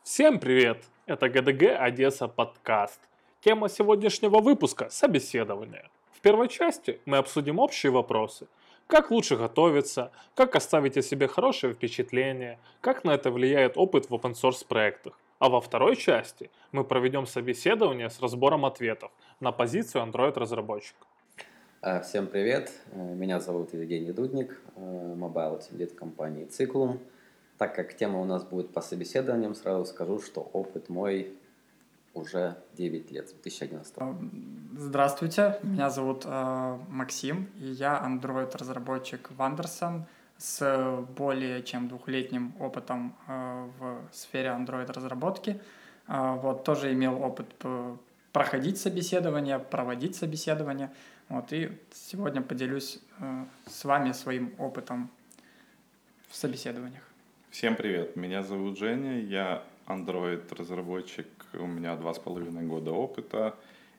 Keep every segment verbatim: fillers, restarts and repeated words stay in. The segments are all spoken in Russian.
Всем привет! Это ГДГ Одесса подкаст. Тема сегодняшнего выпуска – собеседование. В первой части мы обсудим общие вопросы. Как лучше готовиться, как оставить о себе хорошее впечатление, как на это влияет опыт в open-source проектах. А во второй части мы проведем собеседование с разбором ответов на позицию Android-разработчика. Всем привет, меня зовут Евгений Дудник, Mobile Team Lead компании Циклум. Так как тема у нас будет по собеседованиям, сразу скажу, что опыт мой уже девять лет, с две тысячи одиннадцатого. Здравствуйте, меня зовут э, Максим, и я Android-разработчик в Anderson с более чем двухлетним опытом э, в сфере Android-разработки. Э, вот, тоже имел опыт проходить собеседование, проводить собеседование. Вот, и сегодня поделюсь э, с вами своим опытом в собеседованиях. Всем привет, меня зовут Женя, я Android-разработчик, у меня два с половиной года опыта,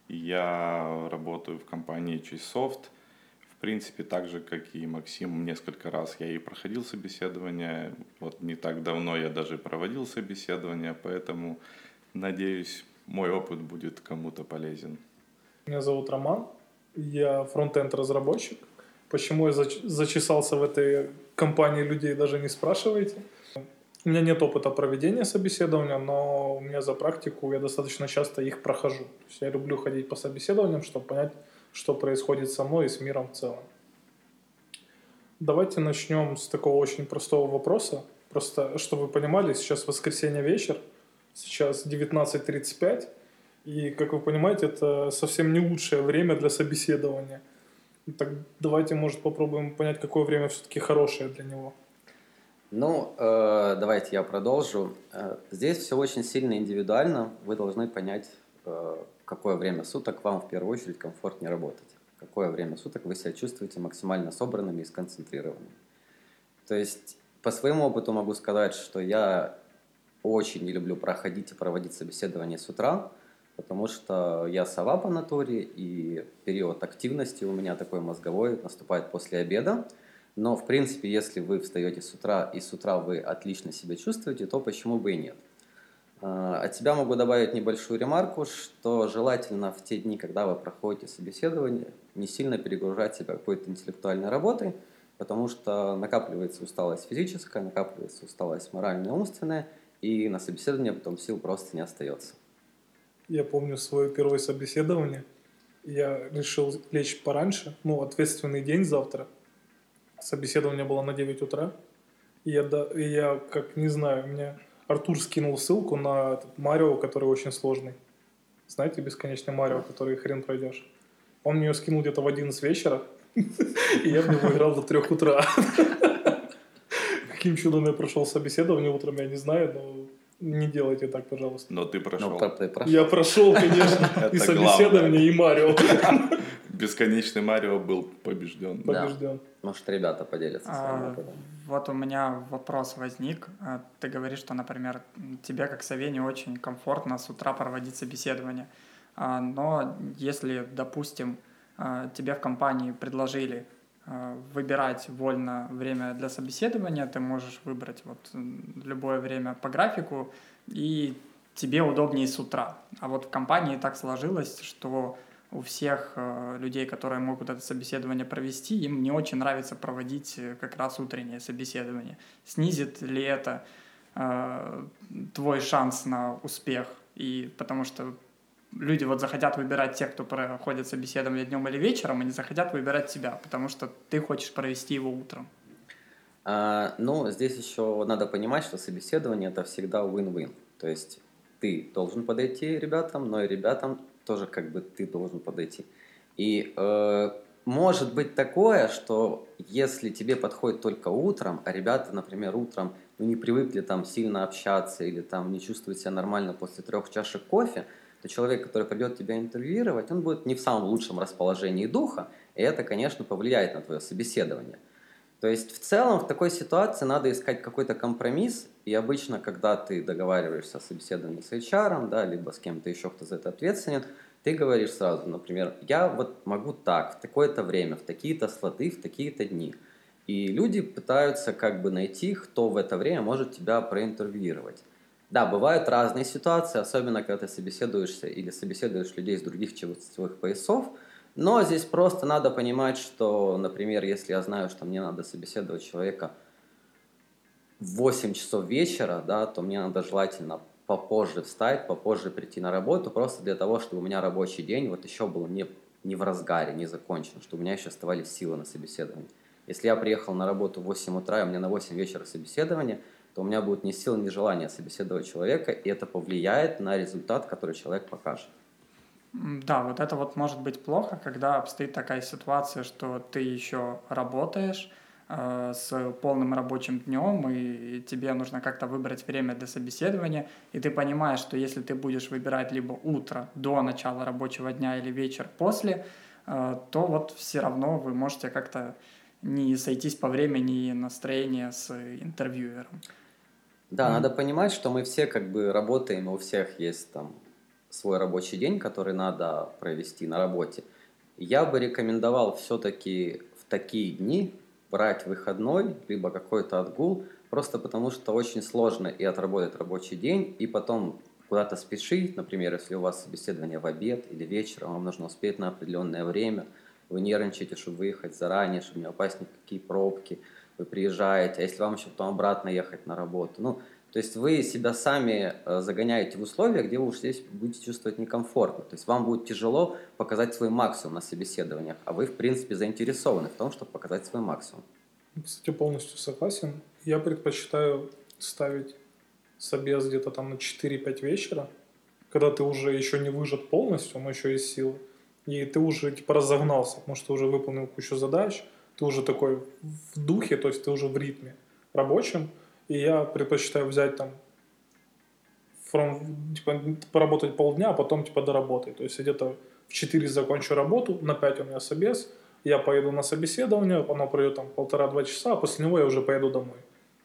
я работаю в компании Chesssoft. В принципе, так же, как и Максим, несколько раз я и проходил собеседование, вот не так давно я даже проводил собеседование, поэтому, надеюсь, мой опыт будет кому-то полезен. Меня зовут Роман, я фронт-энд-разработчик. Почему я зачесался в этой компании людей, даже не спрашивайте. У меня нет опыта проведения собеседования, но у меня за практику я достаточно часто их прохожу. То есть я люблю ходить по собеседованиям, чтобы понять, что происходит со мной и с миром в целом. Давайте начнем с такого очень простого вопроса. Просто, чтобы вы понимали, сейчас воскресенье вечер, сейчас девятнадцать тридцать пять, и, как вы понимаете, это совсем не лучшее время для собеседования. Так давайте, может, попробуем понять, какое время все-таки хорошее для него. Ну, э, давайте я продолжу. Здесь все очень сильно индивидуально. Вы должны понять, э, какое время суток вам в первую очередь комфортнее работать. Какое время суток вы себя чувствуете максимально собранными и сконцентрированными. То есть, по своему опыту могу сказать, что я очень не люблю проходить и проводить собеседование с утра, потому что я сова по натуре, и период активности у меня такой мозговой наступает после обеда. Но, в принципе, если вы встаете с утра, и с утра вы отлично себя чувствуете, то почему бы и нет? От себя могу добавить небольшую ремарку, что желательно в те дни, когда вы проходите собеседование, не сильно перегружать себя какой-то интеллектуальной работой, потому что накапливается усталость физическая, накапливается усталость моральная, умственная, и на собеседование потом сил просто не остается. Я помню свое первое собеседование. Я решил лечь пораньше, ну, ответственный день завтра. Собеседование было на девять утра. И я, да, и я, как не знаю, мне Артур скинул ссылку на этот Марио, который очень сложный. Знаете, бесконечный Марио, который хрен пройдешь. Он мне ее скинул где-то в одиннадцать вечера, и я в него играл до трех утра. Каким чудом я прошел собеседование утром, я не знаю, но не делайте так, пожалуйста. Но ты прошел. Но ты прошел. Я прошел, конечно, и собеседование, и Марио. Бесконечный Марио был побежден. Побежден. Да. Может, ребята поделятся своим опытом. Вот у меня вопрос возник. Ты говоришь, что, например, тебе как сове не очень комфортно с утра проводить собеседование. Но если, допустим, тебе в компании предложили выбирать вольно время для собеседования, ты можешь выбрать вот любое время по графику, и тебе удобнее с утра. А вот в компании так сложилось, что у всех э, людей, которые могут это собеседование провести, им не очень нравится проводить как раз утреннее собеседование. Снизит ли это э, твой шанс на успех? И потому что люди вот захотят выбирать тех, кто проходит собеседование днем или вечером, и не захотят выбирать тебя, потому что ты хочешь провести его утром. А, ну, здесь еще надо понимать, что собеседование – это всегда win-win. То есть ты должен подойти ребятам, но и ребятам тоже как бы ты должен подойти. И э, может быть такое, что если тебе подходит только утром, а ребята, например, утром ну, не привыкли там сильно общаться или там не чувствуют себя нормально после трех чашек кофе, то человек, который придет тебя интервьюировать, он будет не в самом лучшем расположении духа, и это, конечно, повлияет на твое собеседование. То есть в целом в такой ситуации надо искать какой-то компромисс, и обычно, когда ты договариваешься о собеседовании с эйч ар, да, либо с кем-то еще, кто за это ответственен, ты говоришь сразу, например, я вот могу так, в такое-то время, в такие-то слоты, в такие-то дни. И люди пытаются как бы найти, кто в это время может тебя проинтервьюировать. Да, бывают разные ситуации, особенно когда ты собеседуешься или собеседуешь людей из других часовых поясов, но здесь просто надо понимать, что, например, если я знаю, что мне надо собеседовать человека в восемь часов вечера, да, то мне надо желательно попозже встать, попозже прийти на работу, просто для того, чтобы у меня рабочий день вот еще был не, не в разгаре, не закончен, чтобы у меня еще оставались силы на собеседование. Если я приехал на работу в восемь утра, и у меня на восемь вечера собеседование, то у меня будет ни сил, ни желания собеседовать человека, и это повлияет на результат, который человек покажет. М, Да, вот это вот может быть плохо, когда обстоит такая ситуация, что ты еще работаешь э, с полным рабочим днем, и тебе нужно как-то выбрать время для собеседования, и ты понимаешь, что если ты будешь выбирать либо утро до начала рабочего дня или вечер после, э, то вот все равно вы можете как-то не сойтись по времени и настроению с интервьюером. Да, Мгм. надо понимать, что мы все как бы работаем, и у всех есть там свой рабочий день, который надо провести на работе. Я бы рекомендовал все-таки в такие дни брать выходной, либо какой-то отгул, просто потому что очень сложно и отработать рабочий день, и потом куда-то спешить, например, если у вас собеседование в обед или вечером, вам нужно успеть на определенное время, вы нервничаете, чтобы выехать заранее, чтобы не попасть ни в какие пробки, вы приезжаете, а если вам еще потом обратно ехать на работу, ну, то есть вы себя сами э, загоняете в условия, где вы уж здесь будете чувствовать некомфортно. То есть вам будет тяжело показать свой максимум на собеседованиях, а вы, в принципе, заинтересованы в том, чтобы показать свой максимум. Кстати, полностью согласен. Я предпочитаю ставить собес где-то там на четыре-пять вечера, когда ты уже еще не выжат полностью, но еще есть силы. И ты уже типа разогнался, потому что ты уже выполнил кучу задач, ты уже такой в духе, то есть ты уже в ритме рабочем. И я предпочитаю взять там from, типа, поработать полдня, а потом типа доработать. То есть я где-то в четыре закончу работу, на пять у меня собес, я поеду на собеседование, оно пройдет там полтора-два часа, а после него я уже поеду домой.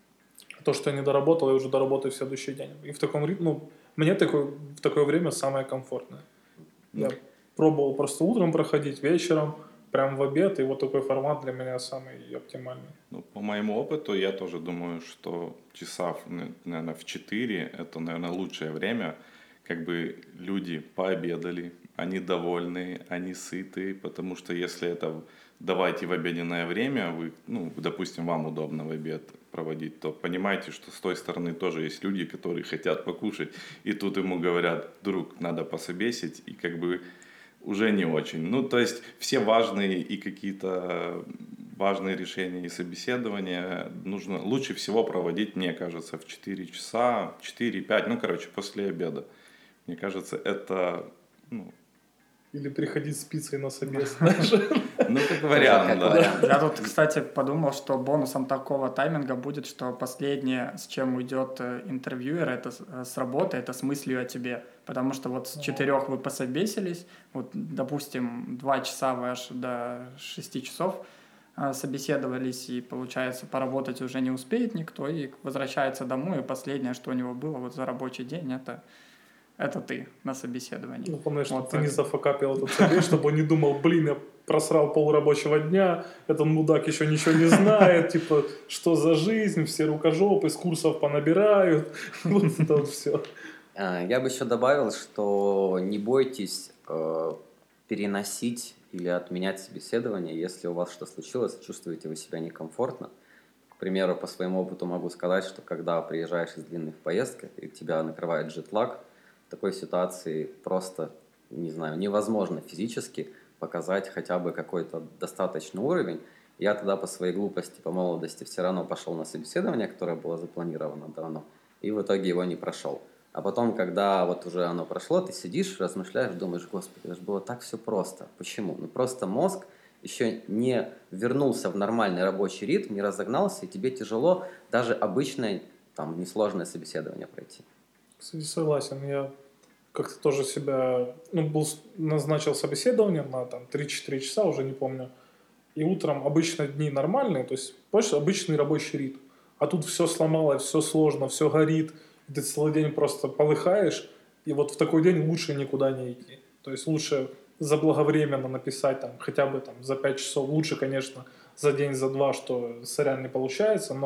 То, что я не доработал, я уже доработаю в следующий день. И в таком ритме, ну, мне такое, в такое время самое комфортное. Я пробовал просто утром проходить, вечером, прям в обед, и вот такой формат для меня самый оптимальный. Ну, по моему опыту, я тоже думаю, что часа, наверное, в четыре это, наверное, лучшее время. Как бы люди пообедали, они довольны, они сыты, потому что если это давайте в обеденное время, вы, ну, допустим, вам удобно в обед проводить, то понимаете, что с той стороны тоже есть люди, которые хотят покушать, и тут ему говорят, друг, надо пособесить, и как бы уже не очень. Ну, то есть все важные и какие-то важные решения и собеседования нужно лучше всего проводить, мне кажется, в четыре часа, четыре-пять, ну, короче, после обеда. Мне кажется, это, ну, Или приходить с пиццей на собес, знаешь. ну, как вариант, Как да. вариант. Я тут, кстати, подумал, что бонусом такого тайминга будет, что последнее, с чем уйдет э, интервьюер, это с э, с работы, это с мыслью о тебе. Потому что вот с четырех вы пособесились, вот, допустим, два часа вы аж до шести часов э, собеседовались, и, получается, поработать уже не успеет никто, и возвращается домой, и последнее, что у него было вот за рабочий день, это, это ты на собеседовании. Ну, помнишь, чтобы Вот ты так. не зафакапил этот собес, чтобы он не думал, блин, я просрал пол рабочего дня, этот мудак еще ничего не знает, типа, что за жизнь, все рукожопы, с курсов понабирают, вот это вот все. А, Я бы еще добавил, что не бойтесь э, переносить или отменять собеседование, если у вас что случилось, чувствуете вы себя некомфортно. К примеру, по своему опыту могу сказать, что когда приезжаешь из длинных поездок и тебя накрывает джетлаг, в такой ситуации просто, не знаю, невозможно физически показать хотя бы какой-то достаточный уровень. Я тогда по своей глупости, по молодости все равно пошел на собеседование, которое было запланировано давно, и в итоге его не прошел. А потом, когда вот уже оно прошло, ты сидишь, размышляешь, думаешь, господи, это же было так все просто. Почему? Ну просто мозг еще не вернулся в нормальный рабочий ритм, не разогнался, и тебе тяжело даже обычное, там, несложное собеседование пройти. Кстати, согласен, я как-то тоже себя, ну, был, назначил собеседование на там три-четыре часа, уже не помню, и утром обычно дни нормальные, то есть больше обычный рабочий ритм, а тут все сломалось, все сложно, все горит, и ты целый день просто полыхаешь, и вот в такой день лучше никуда не идти, то есть лучше заблаговременно написать там хотя бы там за пять часов, лучше, конечно, за день, за два, что сорян не получается, но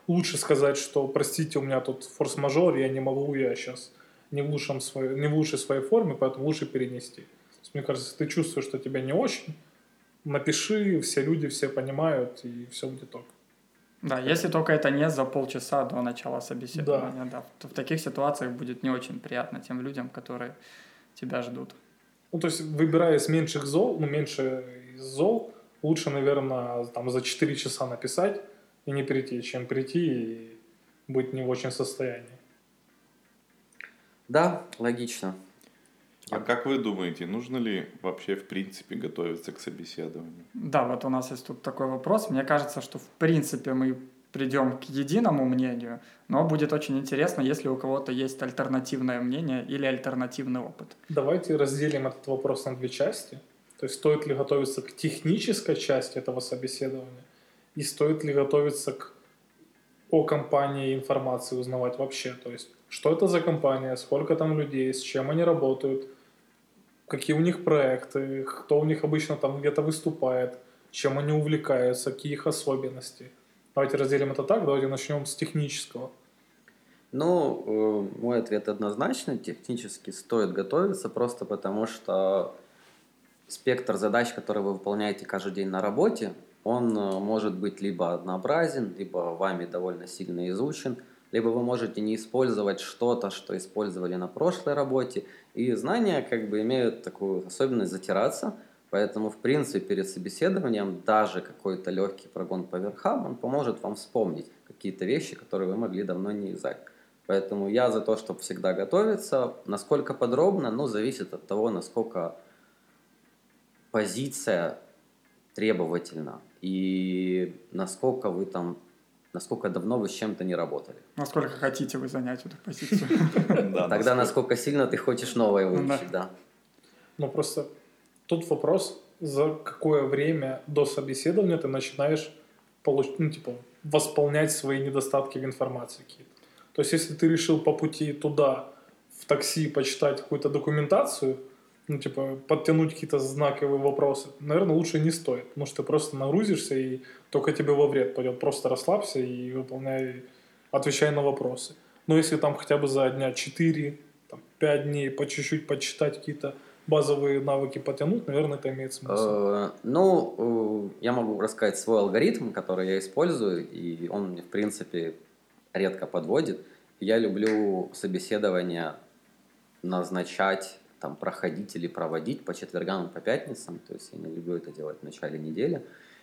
лучше сказать, что, простите, у меня тут форс-мажор, я не могу, я сейчас не в, лучшем своей, не в лучшей своей форме, поэтому лучше перенести. То есть, мне кажется, если ты чувствуешь, что тебя не очень, напиши, все люди, все понимают, и все будет ок. Да, если только это не за полчаса до начала собеседования, да, да то в таких ситуациях будет не очень приятно тем людям, которые тебя ждут. Ну, то есть, выбирая из меньших зол, ну, меньше из зол, лучше, наверное, там за четыре часа написать и не прийти, чем прийти и быть не в очень состоянии. Да, логично. А как вы думаете, нужно ли вообще в принципе готовиться к собеседованию? Да, вот у нас есть тут такой вопрос. Мне кажется, что в принципе мы придем к единому мнению, но будет очень интересно, если у кого-то есть альтернативное мнение или альтернативный опыт. Давайте разделим этот вопрос на две части. То есть, стоит ли готовиться к технической части этого собеседования и стоит ли готовиться к о компании информации узнавать вообще. То есть, что это за компания, сколько там людей, с чем они работают, какие у них проекты, кто у них обычно там где-то выступает, чем они увлекаются, какие их особенности. Давайте разделим это так, давайте начнем с технического. Ну, э, мой ответ однозначно. Технически стоит готовиться, просто потому что спектр задач, которые вы выполняете каждый день на работе, он э, может быть либо однообразен, либо вами довольно сильно изучен, либо вы можете не использовать что-то, что использовали на прошлой работе, и знания как бы имеют такую особенность затираться, поэтому, в принципе, перед собеседованием даже какой-то легкий прогон по верхам, он поможет вам вспомнить какие-то вещи, которые вы могли давно не знать. Поэтому я за то, чтобы всегда готовиться. Насколько подробно, ну, зависит от того, насколько позиция требовательна и насколько вы там, насколько давно вы с чем-то не работали. Насколько хотите вы занять эту позицию. Тогда насколько сильно ты хочешь новое выучить, да. Ну, просто тут вопрос, за какое время до собеседования ты начинаешь получ- ну, типа, восполнять свои недостатки в информации какие-то. То есть, если ты решил по пути туда, в такси, почитать какую-то документацию, ну, типа, подтянуть какие-то знаковые вопросы, наверное, лучше не стоит, потому что ты просто нагрузишься, и только тебе во вред пойдет. Просто расслабься и выполняй, отвечай на вопросы. Но если там хотя бы за дня четыре, пять дней по чуть-чуть почитать какие-то базовые навыки потянуть, наверное, это имеет смысл. Ну, я могу рассказать свой алгоритм, который я использую, и он мне, в принципе, редко подводит. Я люблю собеседование назначать, там, проходить или проводить по четвергам и по пятницам, то есть я не люблю это делать в начале недели.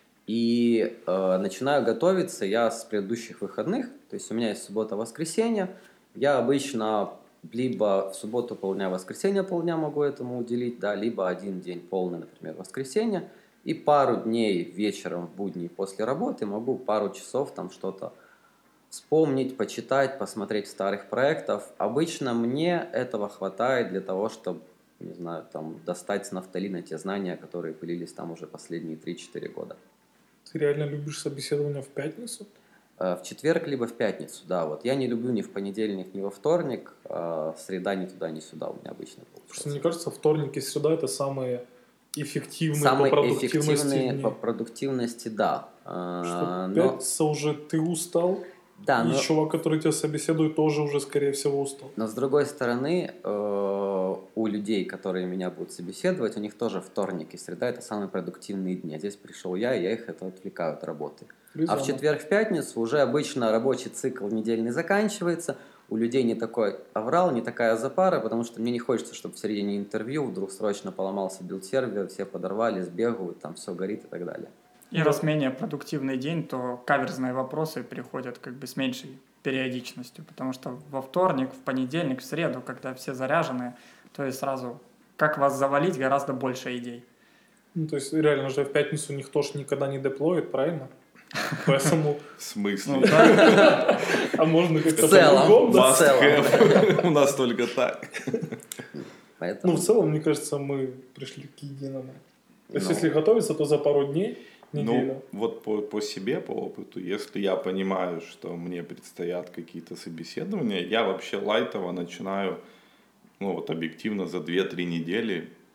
И э, начинаю готовиться я с предыдущих выходных, то есть у меня есть суббота-воскресенье, я обычно либо в субботу полдня, воскресенье полдня могу этому уделить, да, либо один день полный, например, воскресенье, и пару дней вечером в будни после работы могу пару часов там что-то вспомнить, почитать, посмотреть старых проектов. Обычно мне этого хватает для того, чтобы, не знаю, там, достать с нафталина те знания, которые пылились там уже последние три-четыре года. Ты реально любишь собеседование в пятницу? В четверг либо в пятницу, да. Вот я не люблю ни в понедельник, ни во вторник. А среда ни туда, ни сюда у меня обычно получается. Потому что, мне кажется, вторник и среда – это самые эффективные самые по продуктивности эффективные дни. по продуктивности, да. Что Но... пятница уже ты устал, да, и но... чувак, который тебя собеседует, тоже уже, скорее всего, устал. Но, с другой стороны, э, у людей, которые меня будут собеседовать, у них тоже вторник и среда – это самые продуктивные дни. А здесь пришел я, и я их это отвлекаю от работы. Резонно. А в четверг, в пятницу уже обычно рабочий цикл недельный заканчивается, у людей не такой аврал, не такая запара, потому что мне не хочется, чтобы в середине интервью вдруг срочно поломался билд-сервер, все подорвали, сбегают, там все горит и так далее. И раз менее продуктивный день, то каверзные вопросы приходят как бы с меньшей периодичностью, потому что во вторник, в понедельник, в среду, когда все заряжены, то есть сразу как вас завалить гораздо больше идей. Ну, то есть реально же в пятницу никто ж никогда не деплоит, правильно? Поэтому... В смысле? Ну, да. А можно как-то В целом, по-другому, да? в целом. У нас только так. Поэтому... Ну, в целом, мне кажется, мы пришли к единому. То есть, Ну. если готовиться, то за пару дней, неделю. Ну, вот по, по себе, по опыту, если я понимаю, что мне предстоят какие-то собеседования, я вообще лайтово начинаю, ну, вот объективно за две-три недели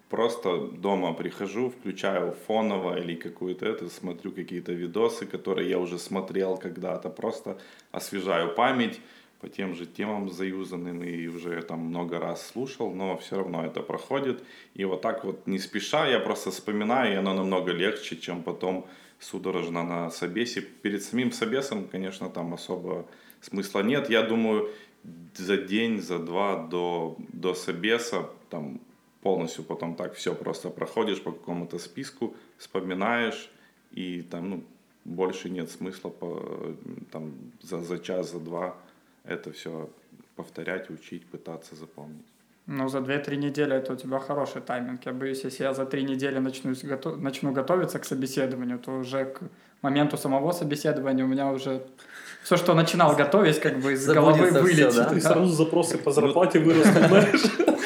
просто дома прихожу, включаю фоново или какую-то это, смотрю какие-то видосы, которые я уже смотрел когда-то, просто освежаю память по тем же темам заюзанным и уже там много раз слушал, но все равно это проходит. И вот так вот не спеша я просто вспоминаю, и оно намного легче, чем потом судорожно на собесе. Перед самим собесом, конечно, там особо смысла нет. Я думаю, за день, за два до, до собеса там полностью потом так все просто проходишь по какому-то списку, вспоминаешь, и там ну, больше нет смысла по, там, за, за час, за два это все повторять, учить, пытаться запомнить. Ну, за две-три недели это у тебя хороший тайминг. Я боюсь, если я за три недели начну, начну готовиться к собеседованию, то уже к моменту самого собеседования у меня уже все, что начинал готовить, как бы из головы вылетит. Все, да? И сразу запросы по зарплате выросли, знаешь.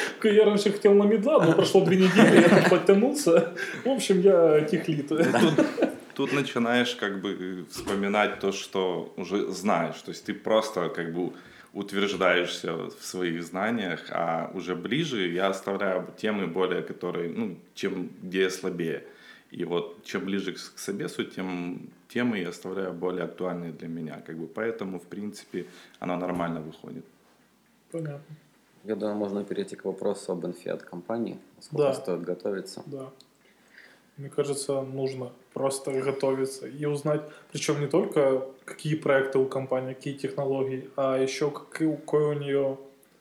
Я раньше хотел на медла, но прошло две недели, я так подтянулся. В общем, я техлит. Тут, тут начинаешь как бы вспоминать то, что уже знаешь. То есть ты просто как бы утверждаешься в своих знаниях, а уже ближе я оставляю темы более, которые, ну, чем где я слабее. И вот чем ближе к собесу, тем темы я оставляю более актуальные для меня. Как бы поэтому, в принципе, оно нормально выходит. Понятно. Я думаю, можно перейти к вопросу об инфе от компании. Сколько Да. стоит готовиться? Да. Мне кажется, нужно просто готовиться и узнать, причем не только какие проекты у компании, какие технологии, а еще какой, какой у нее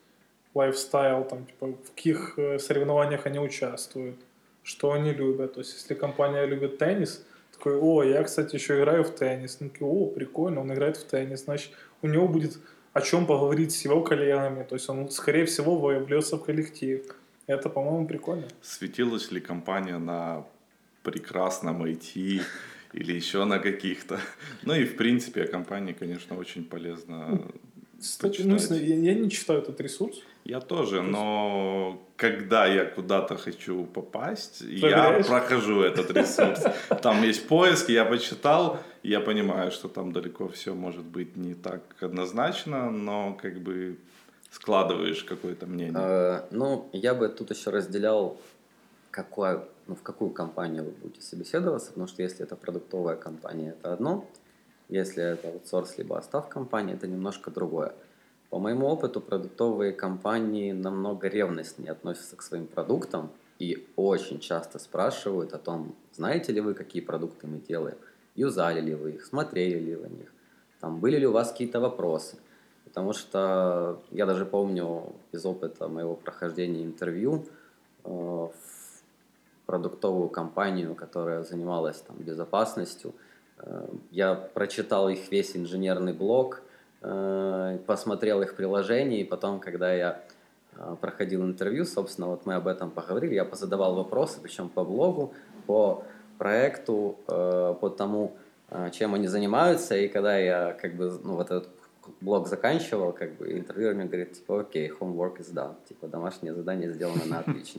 лайфстайл, там, типа, в каких соревнованиях они участвуют, что они любят. То есть, если компания любит теннис, такой, о, я, кстати, еще играю в теннис. Ну, такой, о, прикольно, он играет в теннис, значит, у него будет о чем поговорить с его коллегами, то есть он, скорее всего, вльется в коллектив. Это, по-моему, прикольно. Светилась ли компания на прекрасном ай ти или еще на каких-то? Ну и, в принципе, о компании, конечно, очень полезно Кстати, ну, я, я не читаю этот ресурс. Я тоже, но когда я куда-то хочу попасть, Проверяешь? я прохожу этот ресурс. Там есть поиск, я почитал, я понимаю, что там далеко все может быть не так однозначно, но как бы складываешь какое-то мнение. Э, ну, я бы тут еще разделял, какой, ну, в какую компанию вы будете собеседоваться, потому что если это продуктовая компания, это одно, если это аутсорс либо остав компании, это немножко другое. По моему опыту, продуктовые компании намного ревностнее относятся к своим продуктам и очень часто спрашивают о том, знаете ли вы, какие продукты мы делаем, юзали ли вы их, смотрели ли вы на них, там, были ли у вас какие-то вопросы. Потому что я даже помню из опыта моего прохождения интервью э, в продуктовую компанию, которая занималась там, безопасностью, э, я прочитал их весь инженерный блог, посмотрел их приложение, и потом, когда я проходил интервью, собственно, вот мы об этом поговорили, я позадавал вопросы, причем по блогу, по проекту, по тому, чем они занимаются, и когда я как бы, ну, вот этот блог заканчивал, как бы интервьюер мне говорит, типа, окей, okay, homework is done, типа, домашнее задание сделано на отлично.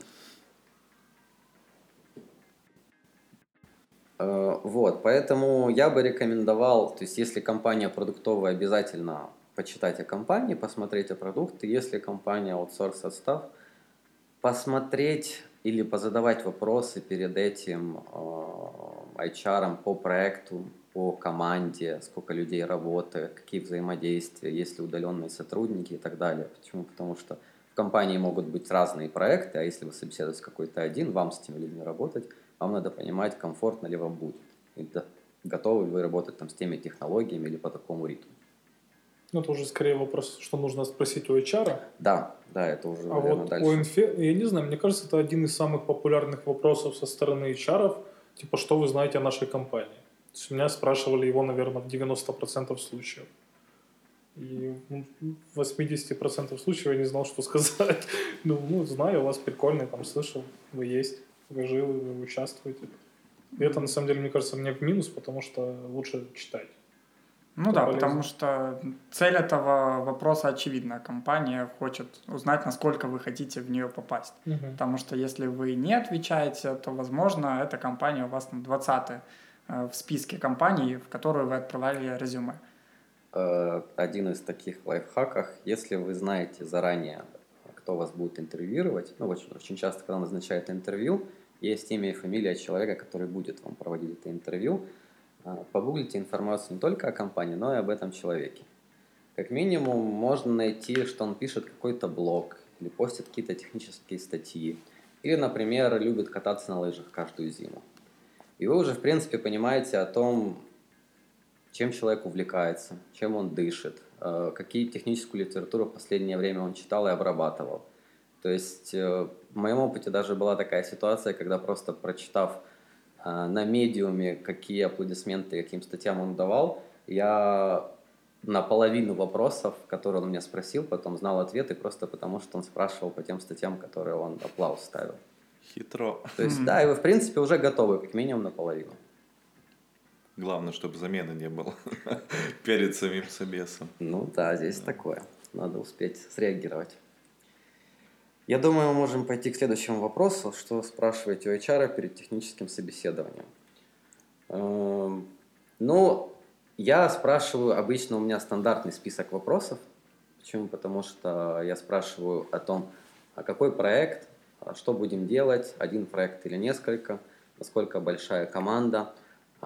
Вот, поэтому я бы рекомендовал, то есть если компания продуктовая, обязательно почитать о компании, посмотреть о продукте. Если компания аутсорс отстав, посмотреть или позадавать вопросы перед этим эйч ар по проекту, по команде, сколько людей работает, какие взаимодействия, есть ли удаленные сотрудники и так далее. Почему? Потому что в компании могут быть разные проекты, а если вы собеседуетесь какой-то один, вам с этими людьми работать, вам надо понимать, комфортно ли вам будет, и готовы ли вы работать там с теми технологиями или по такому ритму. Ну, это уже скорее вопрос, что нужно спросить у эйч ар. Да, да, это уже, а наверное, вот дальше. У инфе, я не знаю, мне кажется, это один из самых популярных вопросов со стороны эйч ар, типа, что вы знаете о нашей компании. То есть меня спрашивали его, наверное, в девяносто процентов случаев. И в восемьдесят процентов случаев я не знал, что сказать. Ну, ну, знаю, у вас прикольный, там, слышал, вы есть, вы живы, вы участвуете. И это, на самом деле, мне кажется, мне в минус, потому что лучше читать. Ну это да, полезно. Потому что цель этого вопроса очевидна. Компания хочет узнать, насколько вы хотите в нее попасть. Угу. Потому что если вы не отвечаете, то, возможно, эта компания у вас на двадцатой в списке компаний, в которую вы отправляли резюме. Один из таких лайфхаков, если вы знаете заранее, кто вас будет интервьюировать. Ну, очень, очень часто, когда назначают интервью, есть имя и фамилия человека, который будет вам проводить это интервью. Погуглите информацию не только о компании, но и об этом человеке. Как минимум, можно найти, что он пишет какой-то блог или постит какие-то технические статьи. Или, например, любит кататься на лыжах каждую зиму. И вы уже, в принципе, понимаете о том, чем человек увлекается, чем он дышит, какие техническую литературу в последнее время он читал и обрабатывал. То есть в моем опыте даже была такая ситуация, когда просто прочитав на медиуме, какие аплодисменты, каким статьям он давал, я на половину вопросов, которые он меня спросил, потом знал ответы просто потому, что он спрашивал по тем статьям, которые он аплаус ставил. Хитро. То есть, да, и вы, в принципе, уже готовы, как минимум, наполовину. Главное, чтобы замены не было перед самим собесом. Ну да, здесь да. такое. Надо успеть среагировать. Я думаю, мы можем пойти к следующему вопросу. Что спрашиваете у эйч ар перед техническим собеседованием? Эм, ну, я спрашиваю, обычно у меня стандартный список вопросов. Почему? Потому что я спрашиваю о том, а какой проект, что будем делать, один проект или несколько, насколько большая команда,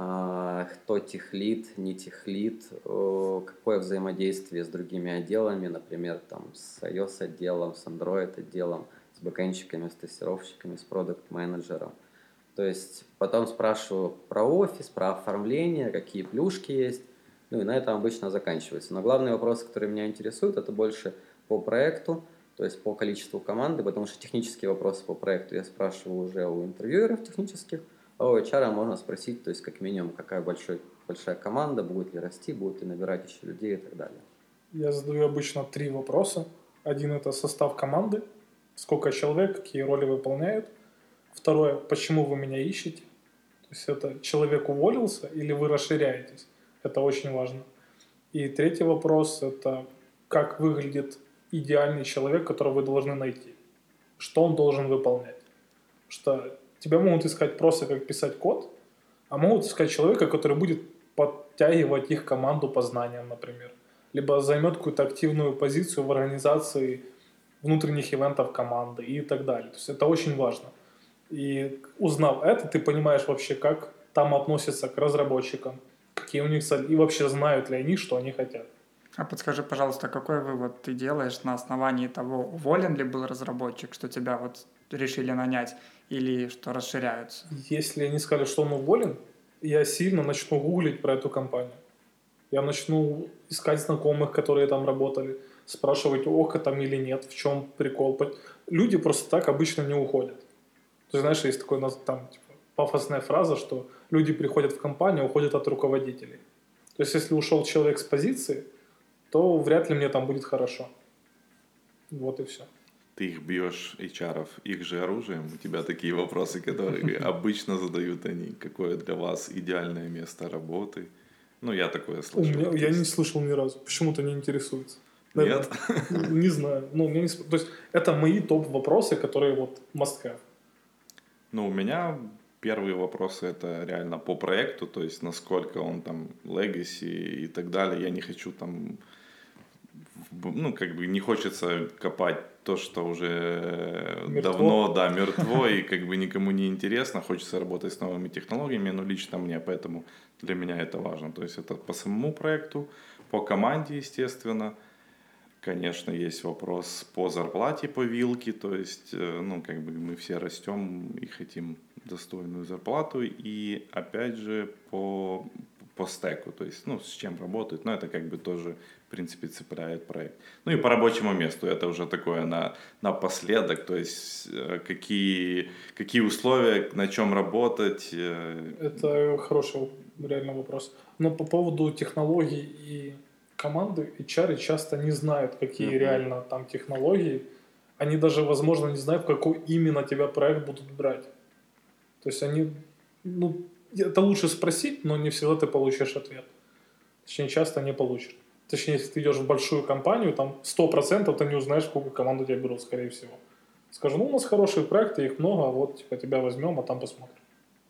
кто техлид, не техлид, какое взаимодействие с другими отделами, например, там, с iOS отделом, с Android отделом, с бэкэндщиками, с тестировщиками, с продакт-менеджером. То есть потом спрашиваю про офис, про оформление, какие плюшки есть, ну и на этом обычно заканчивается. Но главный вопрос, который меня интересует, это больше по проекту, то есть по количеству команды, потому что технические вопросы по проекту я спрашиваю уже у интервьюеров технических, а у эйч ар можно спросить, то есть как минимум, какая большой, большая команда, будет ли расти, будет ли набирать еще людей и так далее. Я задаю обычно три вопроса. Один – это состав команды, сколько человек, какие роли выполняют. Второе – почему вы меня ищете? То есть это человек уволился или вы расширяетесь? Это очень важно. И третий вопрос – это как выглядит идеальный человек, которого вы должны найти. Что он должен выполнять? Что тебя могут искать просто как писать код, а могут искать человека, который будет подтягивать их команду по знаниям, например. Либо займет какую-то активную позицию в организации внутренних ивентов команды и так далее. То есть это очень важно. И узнав это, ты понимаешь вообще, как там относятся к разработчикам, какие у них цели, и вообще знают ли они, что они хотят. А подскажи, пожалуйста, какой вывод ты делаешь на основании того, уволен ли был разработчик, что тебя вот решили нанять, или что расширяются? Если они сказали, что он уволен, я сильно начну гуглить про эту компанию. Я начну искать знакомых, которые там работали, спрашивать, ок, там или нет, в чем прикол. Люди просто так обычно не уходят. То есть, знаешь, есть такая там типа, пафосная фраза, что люди приходят в компанию, уходят от руководителей. То есть, если ушел человек с позиции, то вряд ли мне там будет хорошо. Вот и все. Ты их бьешь, эйч ар-ов, их же оружием. У тебя такие вопросы, которые обычно задают они. Какое для вас идеальное место работы? Ну, я такое слышал. Меня, я не слышал ни разу. Почему-то не интересуется. Нет? Не знаю. Ну, мне не... То есть, это мои топ-вопросы, которые вот must have. Ну, у меня первые вопросы это реально по проекту, то есть насколько он там legacy и так далее. Я не хочу там, ну, как бы не хочется копать то, что уже мертво. давно, да, мертво и как бы никому не интересно. Хочется работать с новыми технологиями, но лично мне, поэтому для меня это важно. То есть это по самому проекту, по команде, естественно. Конечно, есть вопрос по зарплате, по вилке, то есть, ну, как бы мы все растем и хотим достойную зарплату, и, опять же, по, по стеку, то есть, ну, с чем работают, но это как бы тоже, в принципе, цепляет проект. Ну, и по рабочему месту, это уже такое на, напоследок, то есть, какие, какие условия, на чем работать. Это хороший реально вопрос. Но по поводу технологий и команды, эйч ар часто не знают, какие uh-huh. реально там технологии. Они даже, возможно, не знают, в какой именно тебя проект будут брать. То есть они, ну, это лучше спросить, но не всегда ты получишь ответ. Точнее, часто не получишь. Точнее, если ты идешь в большую компанию, там сто процентов ты не узнаешь, сколько команду тебя берут, скорее всего. Скажу, ну, у нас хорошие проекты, их много, а вот типа тебя возьмем, а там посмотрим.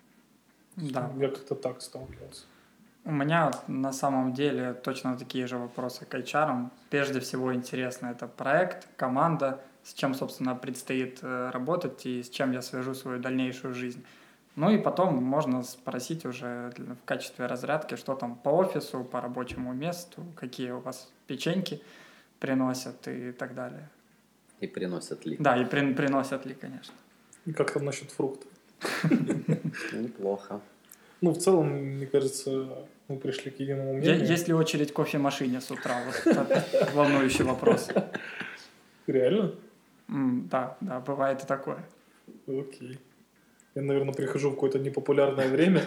Да. Я как-то так сталкивался. У меня на самом деле точно такие же вопросы к эйч ар. Прежде всего интересно это проект, команда, с чем, собственно, предстоит э, работать и с чем я свяжу свою дальнейшую жизнь. Ну и потом можно спросить уже в качестве разрядки, что там по офису, по рабочему месту, какие у вас печеньки приносят и так далее. И приносят ли. Да, и при, приносят ли, конечно. И как там насчет фруктов? Неплохо. Ну, в целом, мне кажется, мы пришли к единому мнению. Есть ли очередь к кофемашине с утра? Вот это волнующий вопрос. Реально? Да, да, бывает и такое. Окей. Я, наверное, прихожу в какое-то непопулярное время.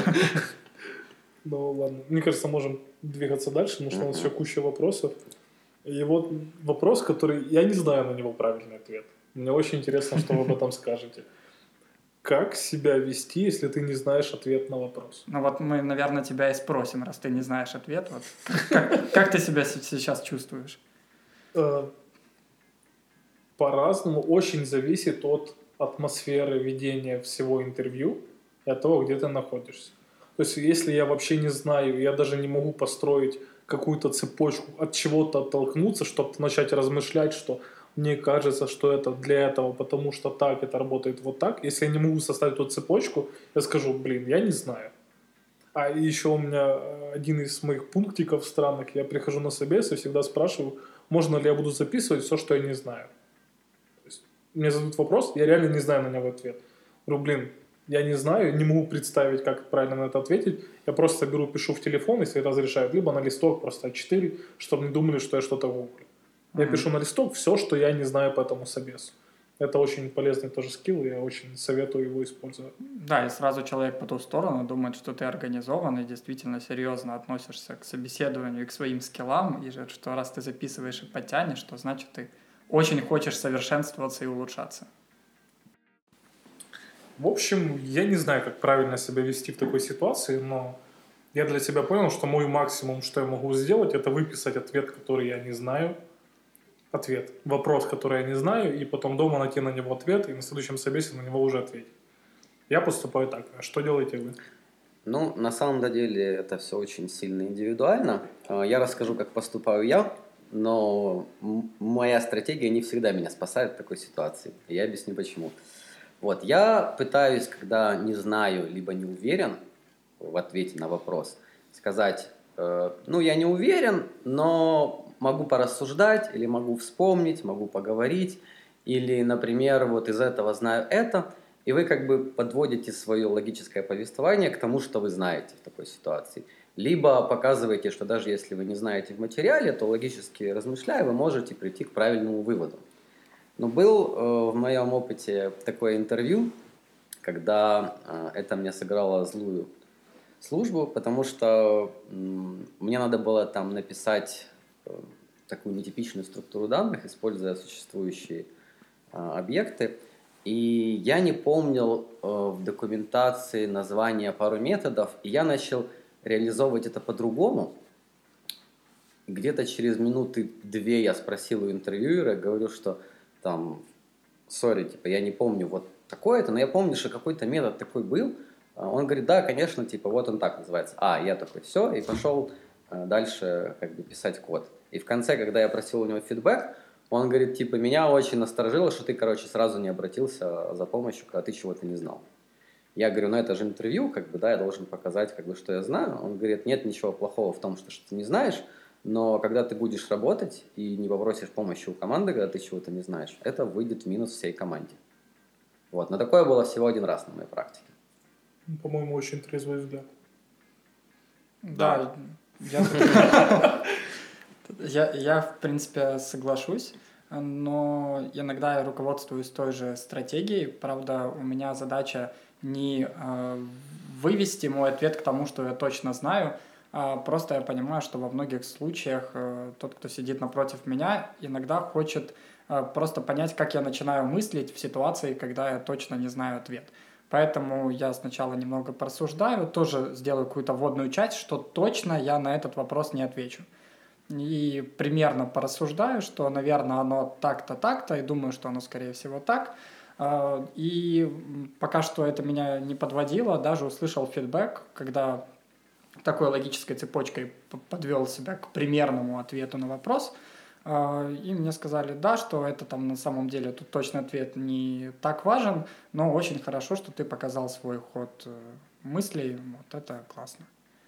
Ну, ладно. Мне кажется, можем двигаться дальше, потому что у нас еще куча вопросов. И вот вопрос, который... Я не знаю на него правильный ответ. Мне очень интересно, что вы об этом скажете. Как себя вести, если ты не знаешь ответ на вопрос? Ну вот мы, наверное, тебя и спросим, раз ты не знаешь ответ. Вот. Как, как ты себя сейчас чувствуешь? По-разному. Очень зависит от атмосферы ведения всего интервью и от того, где ты находишься. То есть, если я вообще не знаю, я даже не могу построить какую-то цепочку, от чего-то оттолкнуться, чтобы начать размышлять, что мне кажется, что это для этого, потому что так, это работает вот так. Если я не могу составить эту цепочку, я скажу, блин, я не знаю. А еще у меня один из моих пунктиков странных, я прихожу на собес и всегда спрашиваю, можно ли я буду записывать все, что я не знаю. То есть, мне задают вопрос, я реально не знаю на него ответ. Говорю, блин, я не знаю, не могу представить, как правильно на это ответить. Я просто беру, пишу в телефон, если разрешают, либо на листок просто а четыре, чтобы не думали, что я что-то гуглю. Я mm-hmm. пишу на листок все, что я не знаю по этому собесу. Это очень полезный тоже скилл, я очень советую его использовать. Да, и сразу человек по ту сторону думает, что ты организован и действительно серьезно относишься к собеседованию и к своим скиллам, и что раз ты записываешь и подтянешь, то значит ты очень хочешь совершенствоваться и улучшаться. В общем, я не знаю, как правильно себя вести в такой ситуации, но я для себя понял, что мой максимум, что я могу сделать, это выписать ответ, который я не знаю, ответ, вопрос, который я не знаю, и потом дома найти на него ответ, и на следующем собесе на него уже ответить. Я поступаю так. А что делаете вы? Ну, на самом деле, это все очень сильно индивидуально. Я расскажу, как поступаю я, но моя стратегия не всегда меня спасает в такой ситуации. И я объясню, почему. Вот, я пытаюсь, когда не знаю, либо не уверен в ответе на вопрос, сказать, э, ну, я не уверен, но могу порассуждать, или могу вспомнить, могу поговорить, или, например, вот из этого знаю это, и вы как бы подводите свое логическое повествование к тому, что вы знаете в такой ситуации. Либо показываете, что даже если вы не знаете в материале, то логически размышляя, вы можете прийти к правильному выводу. Но был э, в моем опыте такое интервью, когда э, это мне сыграло злую службу, потому что э, мне надо было там написать э, такую нетипичную структуру данных, используя существующие э, объекты. И я не помнил э, в документации названия пару методов, и я начал реализовывать это по-другому. Где-то через минуты две я спросил у интервьюера, говорю, что там, сори, типа, я не помню вот такое-то, но я помню, что какой-то метод такой был. Он говорит, да, конечно, типа, вот он так называется. А, я такой, все, и пошел дальше как бы писать код. И в конце, когда я просил у него фидбэк, он говорит, типа, меня очень насторожило, что ты, короче, сразу не обратился за помощью, когда ты чего-то не знал. Я говорю, ну это же интервью, как бы, да, я должен показать, как бы, что я знаю. Он говорит, нет ничего плохого в том, что, что ты не знаешь, но когда ты будешь работать и не попросишь помощи у команды, когда ты чего-то не знаешь, это выйдет в минус всей команде. Вот. Но такое было всего один раз на моей практике. По-моему, очень трезвый взгляд. Да, я, я, я в принципе соглашусь, но иногда я руководствуюсь той же стратегией. Правда, у меня задача не э, вывести мой ответ к тому, что я точно знаю, а просто я понимаю, что во многих случаях э, тот, кто сидит напротив меня, иногда хочет э, просто понять, как я начинаю мыслить в ситуации, когда я точно не знаю ответ. Поэтому я сначала немного порассуждаю, тоже сделаю какую-то вводную часть, что точно я на этот вопрос не отвечу. И примерно порассуждаю, что, наверное, оно так-то, так-то, и думаю, что оно, скорее всего, так. И пока что это меня не подводило, даже услышал фидбэк, когда такой логической цепочкой подвел себя к примерному ответу на вопрос, И мне сказали, да, что это там на самом деле тут точный ответ не так важен, но очень хорошо, что ты показал свой ход мыслей, вот это классно.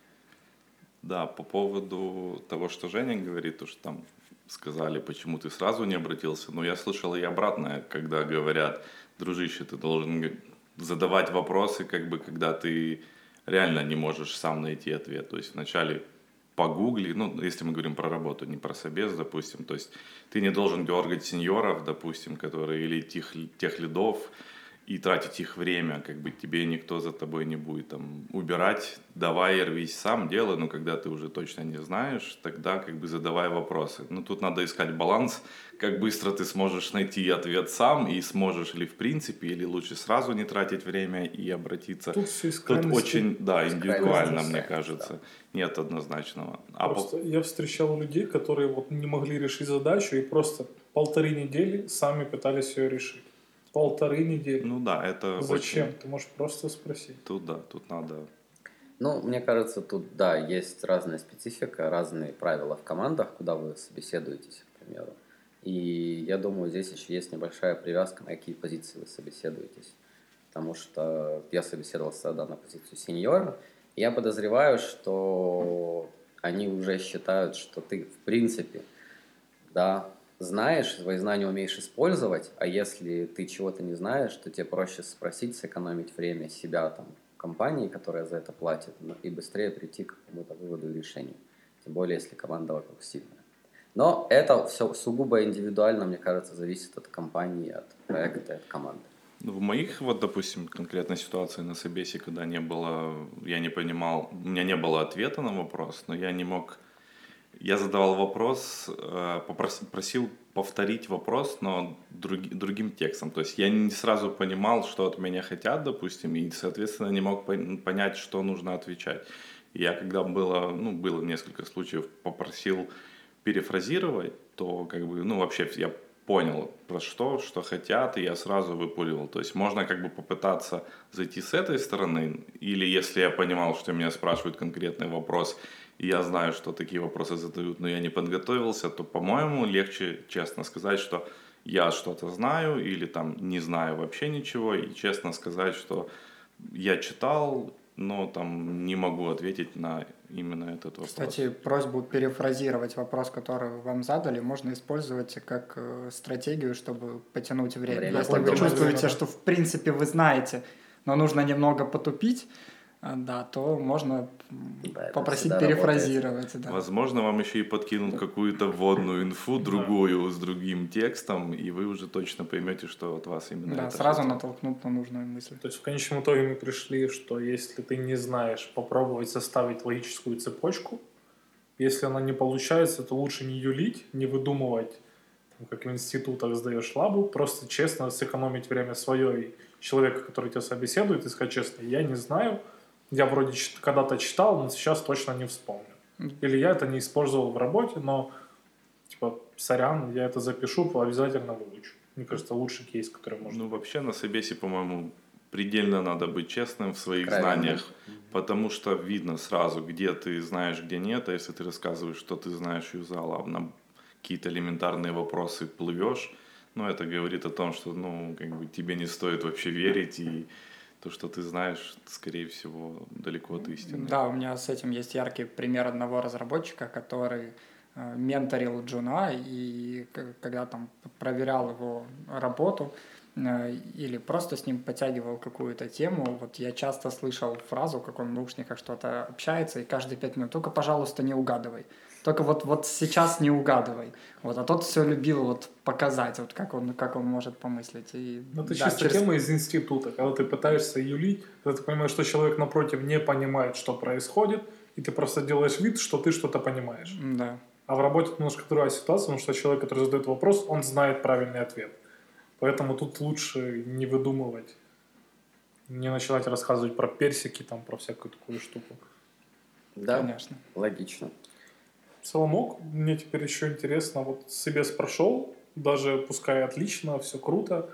Да, по поводу того, что Женя говорит, то, что там сказали, почему ты сразу не обратился, но я слышал и обратное, когда говорят, дружище, ты должен задавать вопросы, как бы, когда ты реально не можешь сам найти ответ. То есть вначале погугли, ну, если мы говорим про работу, не про собес, допустим, то есть ты не должен дергать сеньоров, допустим, которые, или тех, тех лидов, и тратить их время, как бы тебе никто за тобой не будет там убирать, давай рвись сам, делай, но когда ты уже точно не знаешь, тогда как бы задавай вопросы. Ну, тут надо искать баланс, как быстро ты сможешь найти ответ сам, и сможешь ли в принципе, или лучше сразу не тратить время и обратиться. Тут все из Тут очень, да, индивидуально, мне крайности, кажется, да. нет однозначного. А Просто по... я встречал людей, которые вот не могли решить задачу и просто полторы недели сами пытались ее решить. Полторы недели. Ну да, это Зачем? очень... Ты можешь просто спросить. Тут да, тут надо... Ну, мне кажется, тут, да, есть разная специфика, разные правила в командах, куда вы собеседуетесь, к примеру. И я думаю, здесь еще есть небольшая привязка, на какие позиции вы собеседуетесь. Потому что я собеседовался тогда на позицию сеньора, и я подозреваю, что они уже считают, что ты, в принципе, да, знаешь, свои знания умеешь использовать, а если ты чего-то не знаешь, то тебе проще спросить, сэкономить время себя, там, компании, которая за это платит, и быстрее прийти к какому-то выводу и решению. Тем более, если команда вокруг сильная. Но это все сугубо индивидуально, мне кажется, зависит от компании, от проекта, от команды. Ну, в моих, вот, допустим, конкретной ситуации на собесе, когда не было, я не понимал, у меня не было ответа на вопрос, но я не мог, я задавал вопрос, попросил, просил повторить вопрос, но друг, другим текстом. То есть я не сразу понимал, что от меня хотят, допустим, и, соответственно, не мог понять, что нужно отвечать. И я, когда было, ну, было несколько случаев, попросил перефразировать, то, как бы, ну, вообще я понял, про что, что хотят, и я сразу выпуливал. То есть можно как бы попытаться зайти с этой стороны, или если я понимал, что меня спрашивают конкретный вопрос, и я знаю, что такие вопросы задают, но я не подготовился, то, по-моему, легче честно сказать, что я что-то знаю, или там не знаю вообще ничего, и честно сказать, что я читал, но там не могу ответить на именно этот вопрос. Кстати, просьбу перефразировать вопрос, который вам задали, можно использовать как стратегию, чтобы потянуть время. время Если вы чувствуете, что в принципе вы знаете, но нужно немного потупить, да, то можно да, попросить перефразировать. Да. Возможно, вам еще и подкинут какую-то вводную инфу, другую, с другим текстом, и вы уже точно поймете, что от вас именно да, это. Сразу хотят. Натолкнут на нужную мысль. То есть в конечном итоге мы пришли, что если ты не знаешь, попробовать составить логическую цепочку. Если она не получается, то лучше не юлить, не выдумывать, там, как в институтах сдаешь лабу, просто честно сэкономить время свое и человека, который тебя собеседует, и сказать честно, я не знаю, я вроде когда-то читал, но сейчас точно не вспомню. Или я это не использовал в работе, но, типа, сорян, я это запишу, обязательно выучу. Мне кажется, лучший кейс, который можно... Ну, вообще на собесе, по-моему, предельно надо быть честным в своих Правильно. знаниях, mm-hmm. потому что видно сразу, где ты знаешь, где нет, а если ты рассказываешь, что ты знаешь юзал, а на какие-то элементарные вопросы плывешь, ну, это говорит о том, что, ну, как бы тебе не стоит вообще верить, и то, что ты знаешь, скорее всего, далеко от истины. Да, у меня с этим есть яркий пример одного разработчика, который э, менторил Джуна, и когда там проверял его работу э, или просто с ним подтягивал какую-то тему, вот я часто слышал фразу, как он в наушниках что-то общается, и каждые пять минут «только, пожалуйста, не угадывай». Только вот, вот сейчас не угадывай. Вот, а тот все любил вот показать, вот как он, как он может помыслить. И, ну, это да, чисто через... тема из института. Когда ты пытаешься юлить, когда ты понимаешь, что человек напротив не понимает, что происходит, и ты просто делаешь вид, что ты что-то понимаешь. Да. А в работе немножко другая ситуация, потому что человек, который задает вопрос, он знает правильный ответ. Поэтому тут лучше не выдумывать, не начинать рассказывать про персики, там, про всякую такую штуку. Да, конечно. Логично. Соломок, мне теперь еще интересно, вот собес прошел, даже пускай отлично, все круто.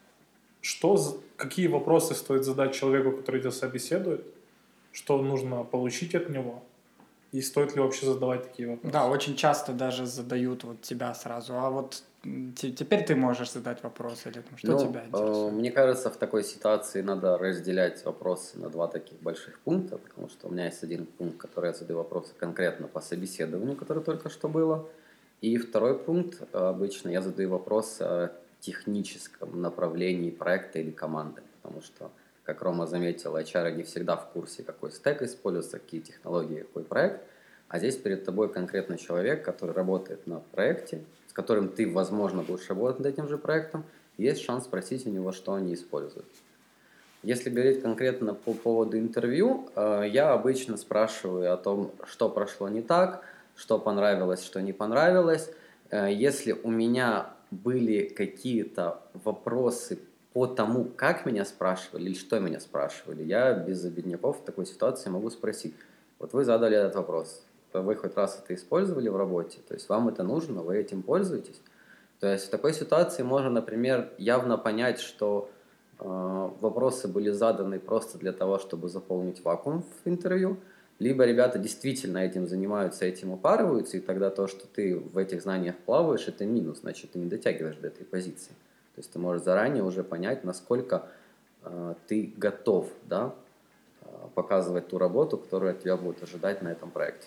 Что, какие вопросы стоит задать человеку, который тебя собеседует? Что нужно получить от него? и стоит ли вообще задавать такие вопросы. Да, очень часто даже задают вот тебя сразу, а вот т- теперь ты можешь задать вопрос, или там, что Ну, тебя э, интересует? мне кажется, в такой ситуации надо разделять вопросы на два таких больших пункта, потому что у меня есть один пункт, который я задаю вопросы конкретно по собеседованию, которое только что было, и второй пункт, э, обычно я задаю вопрос о техническом направлении проекта или команды, потому что, как Рома заметил, эйч ар не всегда в курсе, какой стек используется, какие технологии, какой проект, а здесь перед тобой конкретно человек, который работает на проекте, с которым ты, возможно, будешь работать над этим же проектом, и есть шанс спросить у него, что они используют. Если говорить конкретно по поводу интервью, э, я обычно спрашиваю о том, что прошло не так, что понравилось, что не понравилось. Э, Если у меня были какие-то вопросы по тому, как меня спрашивали или что меня спрашивали, я без обидняков в такой ситуации могу спросить. Вот вы задали этот вопрос, вы хоть раз это использовали в работе, то есть вам это нужно, вы этим пользуетесь? То есть в такой ситуации можно, например, явно понять, что э, вопросы были заданы просто для того, чтобы заполнить вакуум в интервью, либо ребята действительно этим занимаются, этим упарываются, и тогда то, что ты в этих знаниях плаваешь, это минус, значит, ты не дотягиваешь до этой позиции. То есть ты можешь заранее уже понять, насколько э, ты готов, да, э, показывать ту работу, которую от тебя будут ожидать на этом проекте.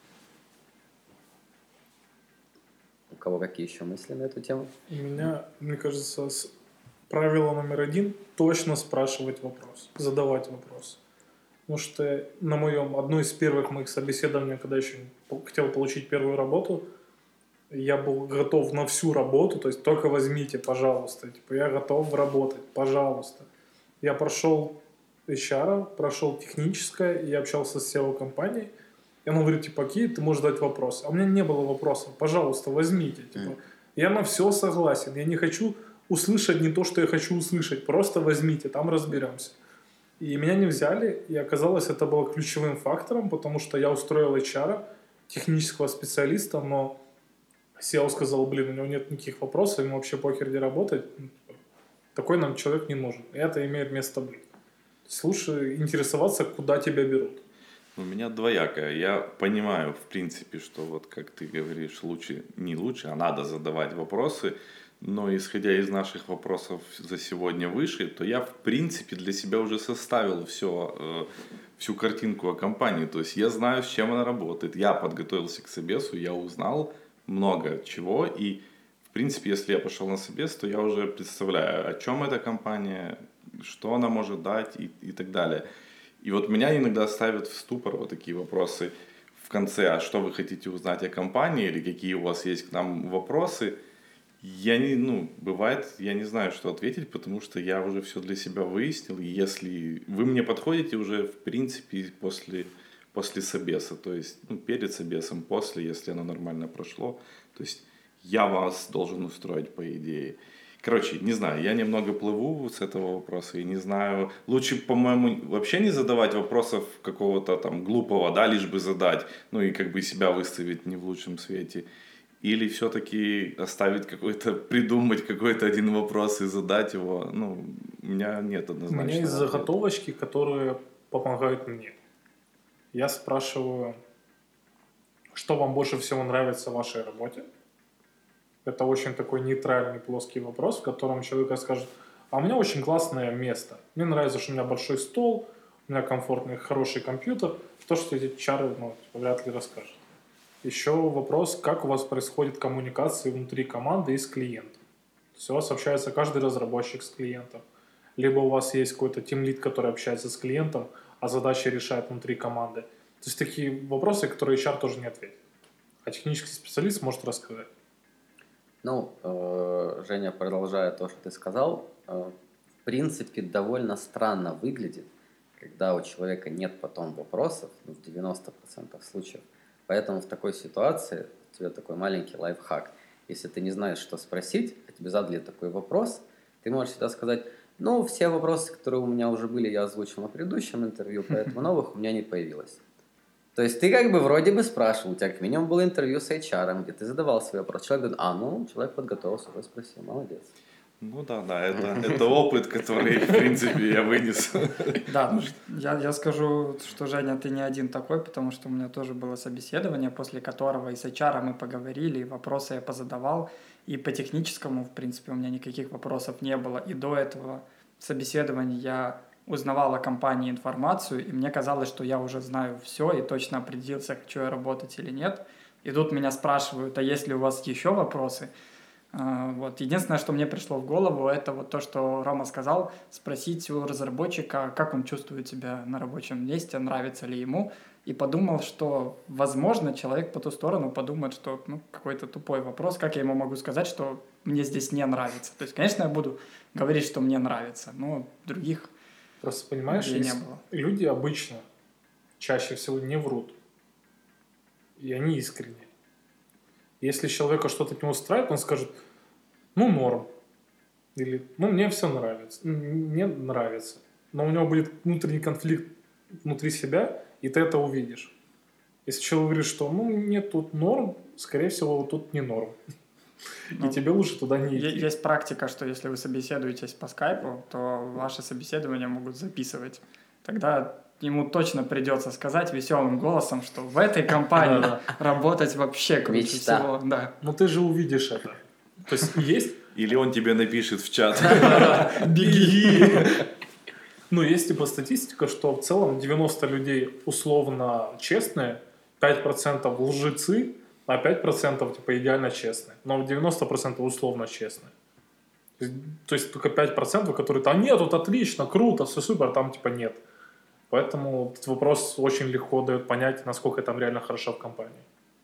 У кого какие еще мысли на эту тему? У меня, мне кажется, с- правило номер один – точно спрашивать вопрос, задавать вопрос. Потому что на моем, одно из первых моих собеседований, когда еще по- хотел получить первую работу, я был готов на всю работу, то есть только возьмите, пожалуйста. Типа, я готов работать, пожалуйста. Я прошел эйч ар, прошел техническое, и я общался с сео компанией. И он говорит, типа, какие ты можешь задать вопросы? А у меня не было вопросов. Пожалуйста, возьмите. Типа, Mm. я на все согласен. Я не хочу услышать не то, что я хочу услышать. Просто возьмите, там разберемся. И меня не взяли, и оказалось, это было ключевым фактором, потому что я устроил эйч ар, технического специалиста, но сео сказал, блин, у него нет никаких вопросов, ему вообще похер где работать. Такой нам человек не нужен. И это имеет место быть. То есть лучше интересоваться, куда тебя берут. У меня двоякое. Я понимаю, в принципе, что вот как ты говоришь, лучше, не лучше, а надо задавать вопросы. Но исходя из наших вопросов за сегодня выше, то я в принципе для себя уже составил все, всю картинку о компании. То есть я знаю, с чем она работает. Я подготовился к собесу, я узнал много чего. И в принципе, если я пошел на собес, то я уже представляю, о чем эта компания, что она может дать и, и так далее. И вот меня иногда ставят в ступор вот такие вопросы в конце, а что вы хотите узнать о компании или какие у вас есть к нам вопросы. Я не, ну, бывает, я не знаю, что ответить, потому что я уже все для себя выяснил. И если вы мне подходите уже, в принципе, после, после собеса, то есть ну, перед собесом, после, если оно нормально прошло, то есть я вас должен устроить, по идее. Короче, не знаю, я немного плыву с этого вопроса и не знаю. Лучше, по-моему, вообще не задавать вопросов какого-то там глупого, да, лишь бы задать, ну и как бы себя выставить не в лучшем свете. Или все-таки оставить какой-то, придумать какой-то один вопрос и задать его. Ну, у меня нет У однозначного меня есть ответа. заготовочки, которые помогают мне. Я спрашиваю, что вам больше всего нравится в вашей работе. Это очень такой нейтральный, плоский вопрос, в котором человек скажет, а у меня очень классное место. Мне нравится, что у меня большой стол, у меня комфортный, хороший компьютер. То, что эти чары ну, вряд ли расскажут. Еще вопрос, как у вас происходит коммуникация внутри команды и с клиентом. То есть у вас общается каждый разработчик с клиентом. Либо у вас есть какой-то тимлид, который общается с клиентом, а задачи решает внутри команды. То есть такие вопросы, которые эйч ар тоже не ответит. А технический специалист может рассказать. Ну, э, Женя, продолжая то, что ты сказал, э, в принципе, довольно странно выглядит, когда у человека нет потом вопросов, ну, в девяноста процентах случаев. Поэтому в такой ситуации у тебя такой маленький лайфхак. Если ты не знаешь, что спросить, а тебе задали такой вопрос, ты можешь всегда сказать, ну, все вопросы, которые у меня уже были, я озвучил на предыдущем интервью, поэтому новых у меня не появилось. То есть ты как бы вроде бы спрашивал, у тебя как минимум было интервью с эйч ар, где ты задавал свой вопрос. Человек говорит, а, ну, человек подготовился, уже спросил, молодец. Ну да, да, это, это опыт, который, в принципе, я вынес. Да, ну, я, я скажу, что, Женя, ты не один такой, потому что у меня тоже было собеседование, после которого и с эйч ар мы поговорили, и вопросы я позадавал, и по техническому, в принципе, у меня никаких вопросов не было, и до этого собеседования я узнавал о компании информацию, и мне казалось, что я уже знаю все и точно определился, хочу я работать или нет. И тут меня спрашивают, а есть ли у вас еще вопросы? Вот. Единственное, что мне пришло в голову, это вот то, что Рома сказал, спросить у разработчика, как он чувствует себя на рабочем месте, нравится ли ему, и подумал, что, возможно, человек по ту сторону подумает, что ну, какой-то тупой вопрос, как я ему могу сказать, что мне здесь не нравится. То есть, конечно, я буду говорить, что мне нравится, но других Просто понимаешь, не было. Люди обычно чаще всего не врут, и они искренне. Если человека что-то не устраивает, он скажет, ну, норм. Или, ну, мне все нравится. Мне нравится. Но у него будет внутренний конфликт внутри себя, и ты это увидишь. Если человек говорит, что, ну, нет, тут норм, скорее всего, тут не норм. Ну, и тебе лучше туда не идти. Есть практика, что если вы собеседуетесь по скайпу, то ваши собеседования могут записывать. Тогда ему точно придется сказать веселым голосом, что в этой компании работать вообще круче всего. Да. Но ты же увидишь это. То есть есть... Или он тебе напишет в чат. Беги! Ну, есть типа статистика, что в целом девяносто людей условно честные, пять процентов лжецы, а пять процентов типа идеально честные. Но девяносто процентов условно честные. То есть, то есть только пять процентов, которые там нет, тут отлично, круто, все супер, там типа нет. Поэтому этот вопрос очень легко дает понять, насколько там реально хорошо в компании.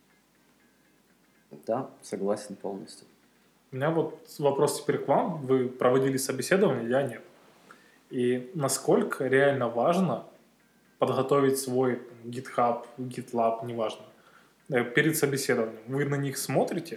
Да, согласен полностью. У меня вот вопрос теперь к вам. Вы проводили собеседование, я нет. И насколько реально важно подготовить свой там, GitHub, GitLab, неважно, перед собеседованием? Вы на них смотрите?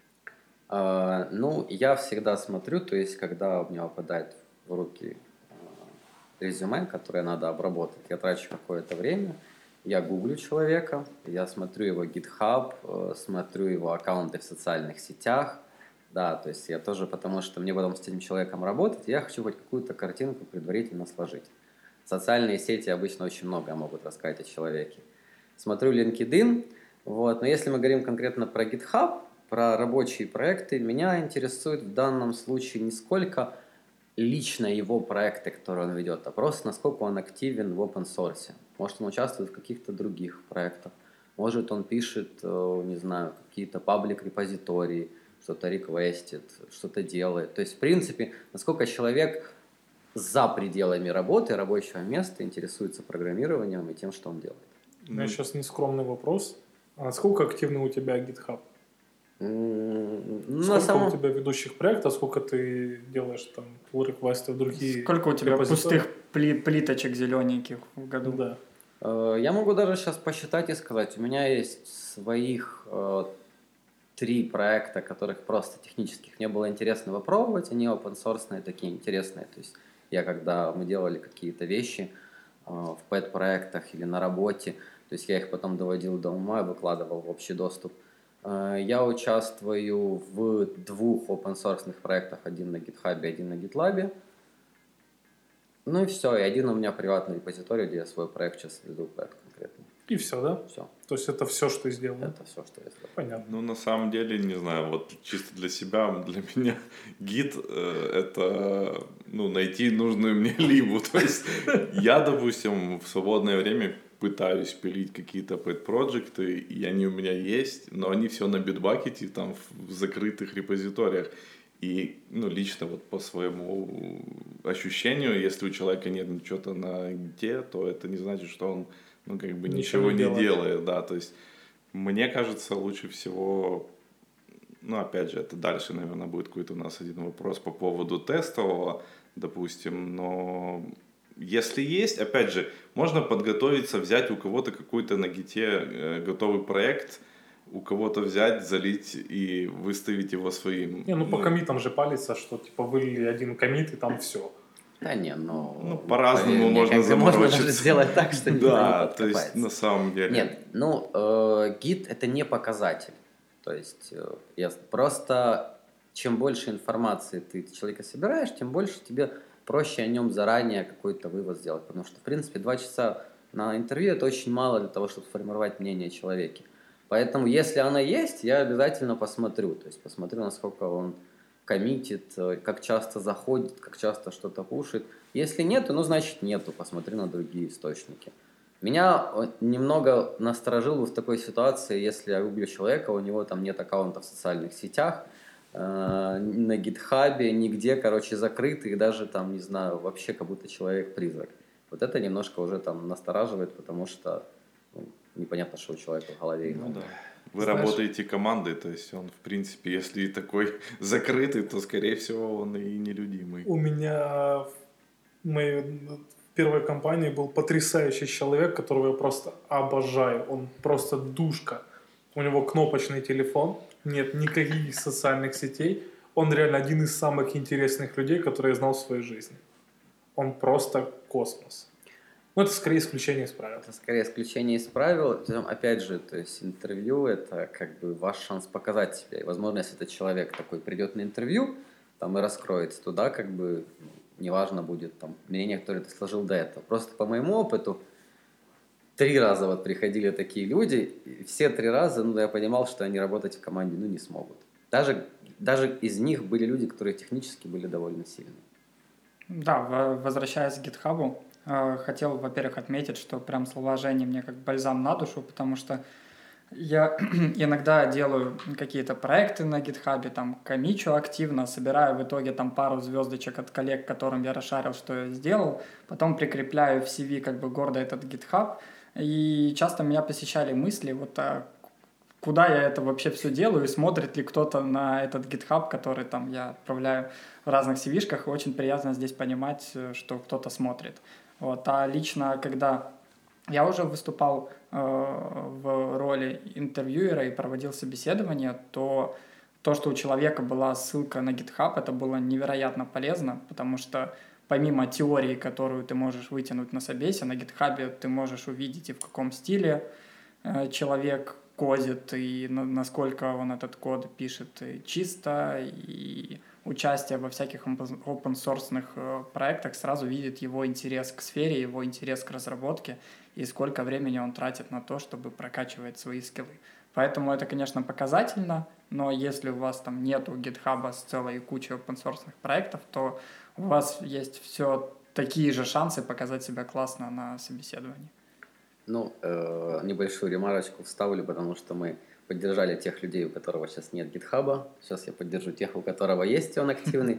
А, ну, я всегда смотрю, то есть, когда у меня попадает в руки резюме, которое надо обработать, я трачу какое-то время, я гуглю человека, я смотрю его GitHub, смотрю его аккаунты в социальных сетях, да, то есть я тоже, потому что мне потом с этим человеком работать, я хочу хоть какую-то картинку предварительно сложить. Социальные сети обычно очень много могут рассказать о человеке. Смотрю LinkedIn, вот, но если мы говорим конкретно про GitHub, про рабочие проекты, меня интересует в данном случае не сколько лично его проекты, которые он ведет, а просто насколько он активен в open source. Может, он участвует в каких-то других проектах, может, он пишет, не знаю, какие-то паблик-репозитории, что-то реквестит, что-то делает. То есть, в принципе, насколько человек за пределами работы, рабочего места интересуется программированием и тем, что он делает. У меня сейчас нескромный вопрос. А насколько активный у тебя GitHub? Mm, сколько самом... у тебя ведущих проектов, сколько ты делаешь там pull реквесты в другие... Сколько у тебя пустых пли- плиточек зелененьких в году? Да. Uh, я могу даже сейчас посчитать и сказать. У меня есть своих uh, три проекта, которых просто технических мне было интересно попробовать. Они open-source, такие интересные. То есть я, когда мы делали какие-то вещи uh, в пэт-проектах или на работе, то есть я их потом доводил до ума и выкладывал в общий доступ. Uh, я участвую в двух open-source проектах. Один на GitHub, один на GitLab. Ну и все. И один у меня приватный репозиторий, где я свой проект сейчас веду проект конкретно. И все, да? Все. То есть это все, что ты сделал? Это все, что я сделал. Понятно. Ну, на самом деле, не знаю, вот чисто для себя, для меня гид э, это, ну, найти нужную мне либу. То есть я, допустим, в свободное время пытаюсь пилить какие-то pet-проекты, и они у меня есть, но они все на Bitbucket, там, в закрытых репозиториях. И, ну, лично вот по своему ощущению, если у человека нет ничего-то на гите, то это не значит, что он, ну, как бы ничего, ничего не делает. делает, да, то есть мне кажется, лучше всего, ну, опять же, это дальше, наверное, будет какой-то у нас один вопрос по поводу тестового, допустим, но если есть, опять же, можно подготовиться, взять у кого-то какой-то на гите готовый проект, у кого-то взять, залить и выставить его своим. Не, ну по ну, коммитам же палится, что типа вылили один коммит и там все. Да не, ну... Ну, по-разному можно заморочиться. Можно даже сделать так, что никто да, не подкопается. То есть, на самом деле... Нет, ну, э, гид — это не показатель. То есть, э, я просто чем больше информации ты человека собираешь, тем больше тебе проще о нем заранее какой-то вывод сделать. Потому что, в принципе, два часа на интервью – это очень мало для того, чтобы сформировать мнение о человеке. Поэтому, если она есть, я обязательно посмотрю. То есть посмотрю, насколько он коммитит, как часто заходит, как часто что-то пушит. Если нету, ну, значит, нету. Посмотрю на другие источники. Меня немного насторожило в такой ситуации, если я гуглю человека, у него там нет аккаунта в социальных сетях, э, на гитхабе, нигде, короче, закрытый, и даже там, не знаю, вообще как будто человек-призрак. Вот это немножко уже там настораживает, потому что ну, непонятно, что у человека в голове. Ну да. Вы Знаешь, работаете командой, то есть он, в принципе, если и такой закрытый, то, скорее всего, он и нелюдимый. У меня в моей первой компании был потрясающий человек, которого я просто обожаю. Он просто душка. У него кнопочный телефон, нет никаких социальных сетей. Он реально один из самых интересных людей, которые я знал в своей жизни. Он просто космос. Ну, это скорее исключение из правил. Это скорее исключение из правил. Опять же, то есть интервью – это как бы ваш шанс показать себя. И, возможно, если этот человек такой придет на интервью, там и раскроется туда, как бы неважно будет там мнение, которое ты сложил до этого. Просто по моему опыту три раза вот приходили такие люди, и все три раза, ну, я понимал, что они работать в команде, ну, не смогут. Даже, даже из них были люди, которые технически были довольно сильные. Да, возвращаясь к GitHub, хотел, во-первых, отметить, что прям слова Жени мне как бальзам на душу, потому что я иногда делаю какие-то проекты на GitHub, там коммичу активно, собираю в итоге там пару звездочек от коллег, которым я расшарил, что я сделал, потом прикрепляю в си ви как бы гордо этот GitHub, и часто меня посещали мысли, вот а куда я это вообще все делаю, и смотрит ли кто-то на этот GitHub, который там я отправляю в разных си ви-шках, и очень приятно здесь понимать, что кто-то смотрит. Вот. А лично, когда я уже выступал э, в роли интервьюера и проводил собеседование, то то, что у человека была ссылка на GitHub, это было невероятно полезно, потому что помимо теории, которую ты можешь вытянуть на собесе, на GitHub ты можешь увидеть и в каком стиле э, человек кодит, и на, насколько он этот код пишет чисто, и участие во всяких open-source э, проектах сразу видит его интерес к сфере, его интерес к разработке, и сколько времени он тратит на то, чтобы прокачивать свои скиллы. Поэтому это, конечно, показательно, но если у вас там нету GitHub с целой кучей open-source проектов, то у вас есть все такие же шансы показать себя классно на собеседовании. Ну, э, небольшую ремарочку вставлю, потому что мы поддержали тех людей, у которого сейчас нет GitHub. Сейчас я поддержу тех, у которого есть он активный.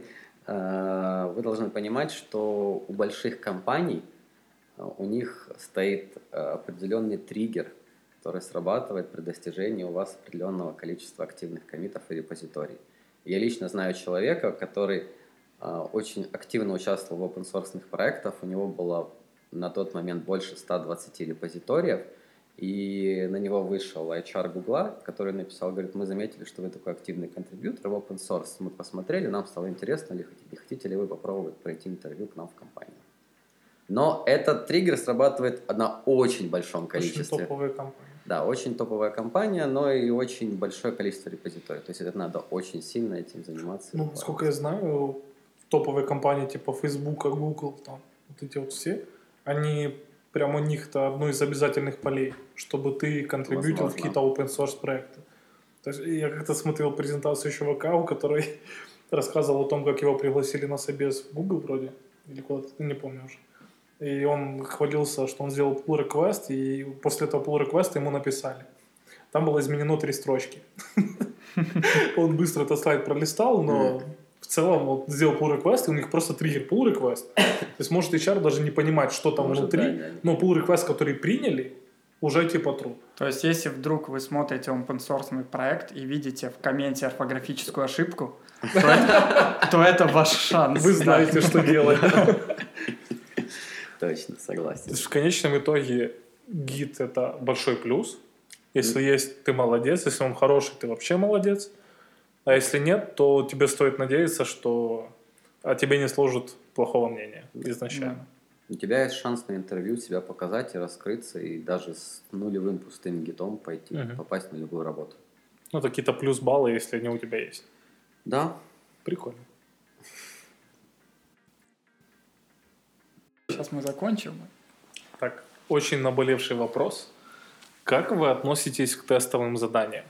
Э, вы должны понимать, что у больших компаний у них стоит определенный триггер, который срабатывает при достижении у вас определенного количества активных коммитов и репозиторий. Я лично знаю человека, который очень активно участвовал в open-source проектах, у него было на тот момент больше ста двадцати репозиториев, и на него вышел эйч ар Гугла, который написал, говорит, мы заметили, что вы такой активный контрибьютор в open source, мы посмотрели, нам стало интересно, ли хотите, хотите ли вы попробовать пройти интервью к нам в компанию. Но этот триггер срабатывает на очень большом количестве. Очень топовая компания. Да, очень топовая компания, но и очень большое количество репозиторий. То есть это надо очень сильно этим заниматься. Ну, насколько я знаю, топовые компании типа Facebook, Google, там, вот эти вот все, они прям у них-то одно из обязательных полей, чтобы ты контрибьютил в какие-то open source проекты. То есть я как-то смотрел презентацию чувака, у которой рассказывал о том, как его пригласили на собес в Google вроде, или куда-то, не помню уже. И он хвалился, что он сделал pull request, и после этого pull request ему написали. Там было изменено три строчки. Он быстро этот слайд пролистал, но в целом он сделал pull request, и у них просто триггер pull request. То есть может эйч ар даже не понимать, что там внутри, но pull request, который приняли, уже типа true. То есть если вдруг вы смотрите open source проект и видите в комменте орфографическую ошибку, то это ваш шанс. Вы знаете, что делать. Точно, согласен. В конечном итоге гид — это большой плюс. Если mm. есть, ты молодец. Если он хороший, ты вообще молодец. А если нет, то тебе стоит надеяться, что о тебе не сложат плохого мнения изначально. Yeah. У тебя есть шанс на интервью себя показать и раскрыться, и даже с нулевым пустым гитом пойти, mm-hmm. попасть на любую работу. Ну, это какие-то плюс-баллы, если они у тебя есть. Да. Прикольно. Сейчас мы закончим. Так, очень наболевший вопрос. Как вы относитесь к тестовым заданиям?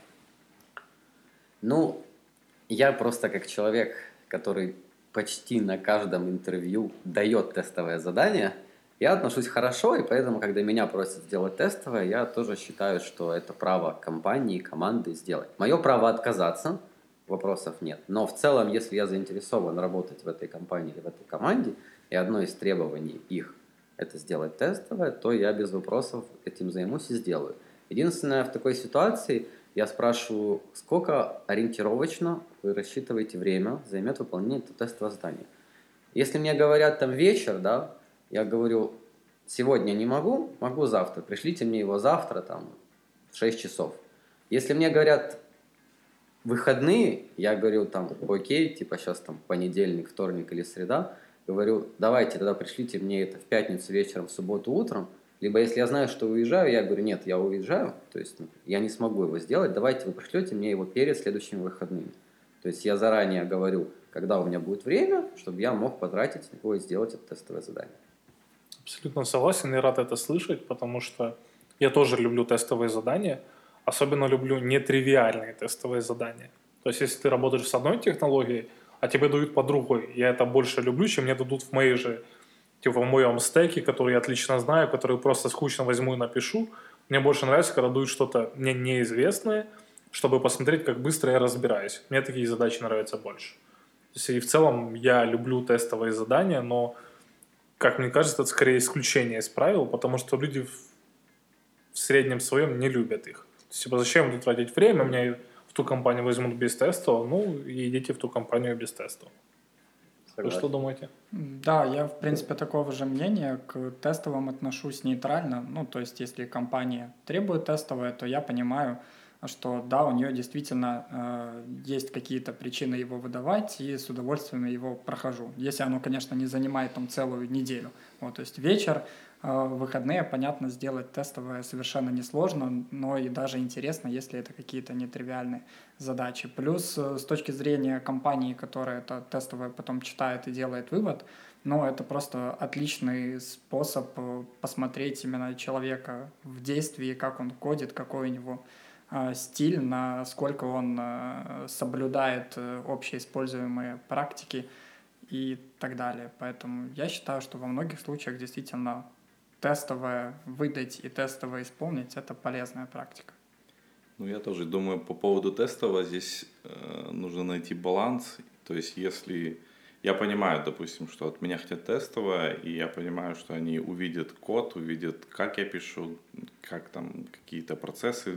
Ну, я просто как человек, который почти на каждом интервью дает тестовое задание, я отношусь хорошо, и поэтому, когда меня просят сделать тестовое, я тоже считаю, что это право компании, команды сделать. Мое право отказаться, вопросов нет. Но в целом, если я заинтересован работать в этой компании или в этой команде, и одно из требований их это сделать тестовое, то я без вопросов этим займусь и сделаю. Единственное, в такой ситуации я спрашиваю, сколько ориентировочно вы рассчитываете время займет выполнение этого тестового задания. Если мне говорят там вечер, да, я говорю, сегодня не могу, могу завтра, пришлите мне его завтра там в шесть часов. Если мне говорят выходные, я говорю там, окей, типа сейчас там понедельник, вторник или среда, говорю, давайте тогда пришлите мне это в пятницу вечером, в субботу утром, либо если я знаю, что уезжаю, я говорю, нет, я уезжаю, то есть ну, я не смогу его сделать, давайте вы пришлете мне его перед следующими выходными. То есть я заранее говорю, когда у меня будет время, чтобы я мог потратить его и сделать это тестовое задание. Абсолютно согласен и рад это слышать, потому что я тоже люблю тестовые задания, особенно люблю нетривиальные тестовые задания. То есть если ты работаешь с одной технологией, а тебе дают по другой, я это больше люблю, чем мне дадут в моей же, типа в моем стеке, который я отлично знаю, который просто скучно возьму и напишу. Мне больше нравится, когда дают что-то мне неизвестное, чтобы посмотреть, как быстро я разбираюсь. Мне такие задачи нравятся больше. То есть и в целом я люблю тестовые задания, но, как мне кажется, это скорее исключение из правил, потому что люди в, в среднем своем не любят их. То есть, типа, зачем тут тратить время, меня в ту компанию возьмут без тестов, ну, и идите в ту компанию без тестов. Вы что думаете? Да, я, в принципе, такого же мнения. К тестовым отношусь нейтрально. Ну, то есть, если компания требует тестовое, то я понимаю, что да, у нее действительно э, есть какие-то причины его выдавать, и с удовольствием его прохожу. Если оно, конечно, не занимает там целую неделю. Вот, то есть вечер, э, выходные, понятно, сделать тестовое совершенно несложно, но и даже интересно, если это какие-то нетривиальные задачи. Плюс э, с точки зрения компании, которая это тестовое потом читает и делает вывод, но это просто отличный способ посмотреть именно человека в действии, как он кодит, какой у него стиль, насколько он соблюдает общеиспользуемые практики и так далее. Поэтому я считаю, что во многих случаях действительно тестовое выдать и тестовое исполнить – это полезная практика. Ну, я тоже думаю, по поводу тестового здесь э, нужно найти баланс. То есть, если я понимаю, допустим, что от меня хотят тестовое, и я понимаю, что они увидят код, увидят, как я пишу, как там какие-то процессы,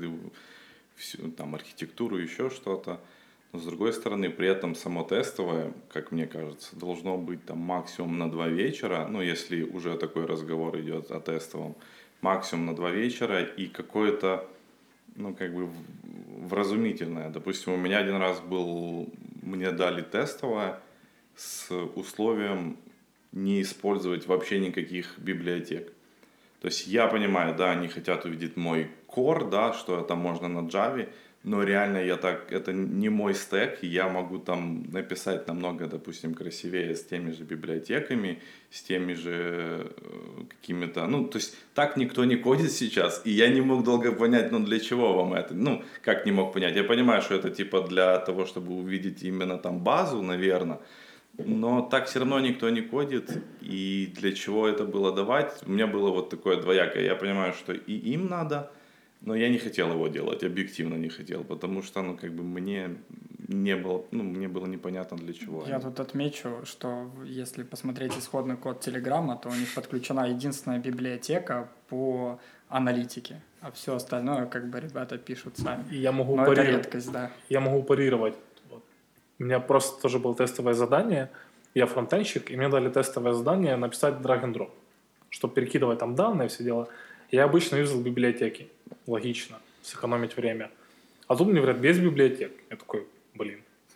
всю там архитектуру, еще что-то. Но с другой стороны, при этом само тестовое, как мне кажется, должно быть там максимум на два вечера, ну, если уже такой разговор идет о тестовом, максимум на два вечера и какое-то, ну, как бы вразумительное. Допустим, у меня один раз был, мне дали тестовое с условием не использовать вообще никаких библиотек. То есть я понимаю, да, они хотят увидеть мой core, да, что это можно на Java, но реально я так, это не мой стек, и я могу там написать намного, допустим, красивее с теми же библиотеками, с теми же какими-то, ну, то есть так никто не кодит сейчас, и я не мог долго понять, ну, для чего вам это, ну, как не мог понять, я понимаю, что это типа для того, чтобы увидеть именно там базу, наверное, но так все равно никто не кодит, и для чего это было давать, у меня было вот такое двоякое, я понимаю, что и им надо, но я не хотел его делать, объективно не хотел, потому что, ну, как бы мне не было, ну, мне было непонятно для чего. Я тут отмечу, что если посмотреть исходный код Телеграма, то у них подключена единственная библиотека по аналитике, а все остальное, как бы, ребята пишут сами. И я могу но парировать. это редкость, да. Я могу парировать. Вот. У меня просто тоже было тестовое задание, я фронтенщик, и мне дали тестовое задание написать drag and drop, чтобы перекидывать там данные, все дела. Я обычно юзал библиотеки. Логично, сэкономить время. А тут мне говорят, без библиотек. Я такой, блин,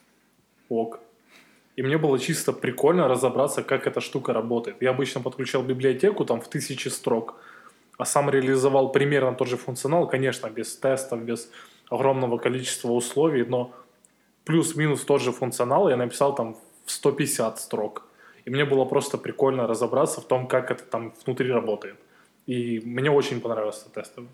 ок. И мне было чисто прикольно разобраться, как эта штука работает. Я обычно подключал библиотеку там в тысячи строк, а сам реализовал примерно тот же функционал, конечно, без тестов, без огромного количества условий, но плюс-минус тот же функционал я написал там в сто пятьдесят строк. И мне было просто прикольно разобраться в том, как это там внутри работает. И мне очень понравилось это тестовое.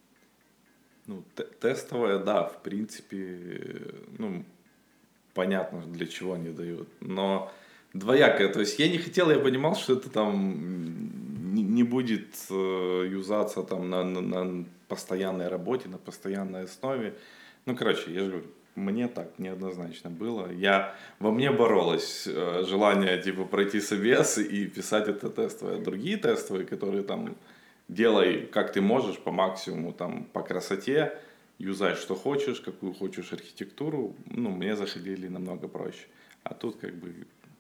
Ну, т- тестовое, да, в принципе, ну, понятно, для чего они дают. Но двоякое. То есть я не хотел, я понимал, что это там не, не будет э, юзаться там на, на, на постоянной работе, на постоянной основе. Ну, короче, я же говорю, мне так неоднозначно было. Я, во мне боролось э, желание, типа, пройти собес и писать это тестовое. Другие тестовые, которые там делай, как ты можешь, по максимуму, там, по красоте, юзай, что хочешь, какую хочешь архитектуру, ну, мне заходили намного проще. А тут как бы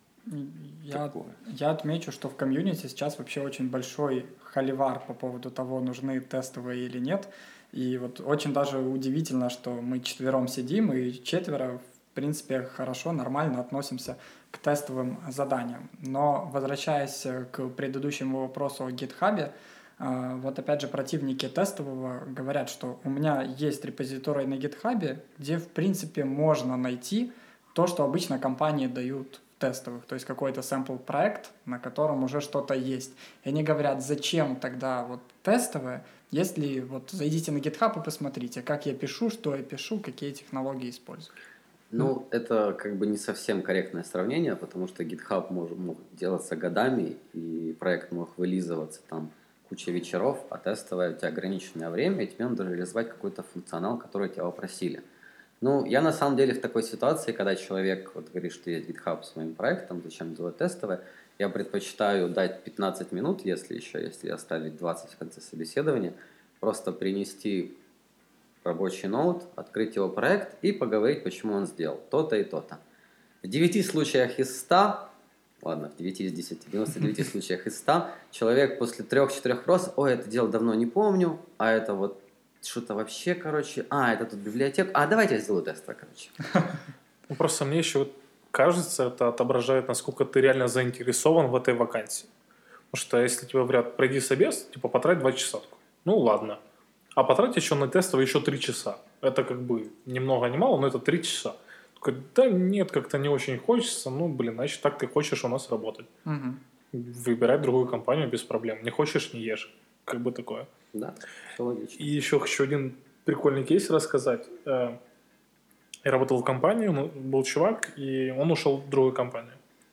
Я, такое. я отмечу, что в комьюнити сейчас вообще очень большой холивар по поводу того, нужны тестовые или нет. И вот очень даже удивительно, что мы четвером сидим, и четверо, в принципе, хорошо, нормально относимся к тестовым заданиям. Но возвращаясь к предыдущему вопросу о GitHub, вот опять же противники тестового говорят, что у меня есть репозиторий на GitHub, где в принципе можно найти то, что обычно компании дают в тестовых, то есть какой-то sample проект, на котором уже что-то есть. И они говорят, зачем тогда вот тестовое, если вот зайдите на GitHub и посмотрите, как я пишу, что я пишу, какие технологии использую. Ну, это как бы не совсем корректное сравнение, потому что GitHub мог, мог делаться годами, и проект мог вылизываться там куча вечеров, а тестовое у тебя ограниченное время, и тебе надо реализовать какой-то функционал, который тебя попросили. Ну, я на самом деле в такой ситуации, когда человек вот говорит, что есть GitHub с моим проектом, зачем делать тестовое, я предпочитаю дать пятнадцать минут, если еще, если оставить двадцать в конце собеседования, просто принести рабочий ноут, открыть его проект и поговорить, почему он сделал то-то и то-то. В девяти случаях из ста, ладно, в девяти из десяти, в девяноста девяти случаях из ста, человек после трех-четырех вопросов, ой, это дело давно не помню, а это вот что-то вообще, короче, а, это тут библиотека, а давайте я сделаю тест, короче. Ну, просто мне еще вот кажется, это отображает, насколько ты реально заинтересован в этой вакансии. Потому что если тебе говорят, пройди собес, типа, потрать два часа. Ну, ладно. А потратить еще на тестовое еще три часа. Это как бы ни много ни мало, но это три часа. Такой, да нет, как-то не очень хочется. Ну, блин, значит, так ты хочешь у нас работать. Угу. Выбирай другую компанию без проблем. Не хочешь, не ешь. Как бы такое. Да, все логично. И еще хочу один прикольный кейс рассказать. Я работал в компании, был чувак, и он ушел в другую компанию.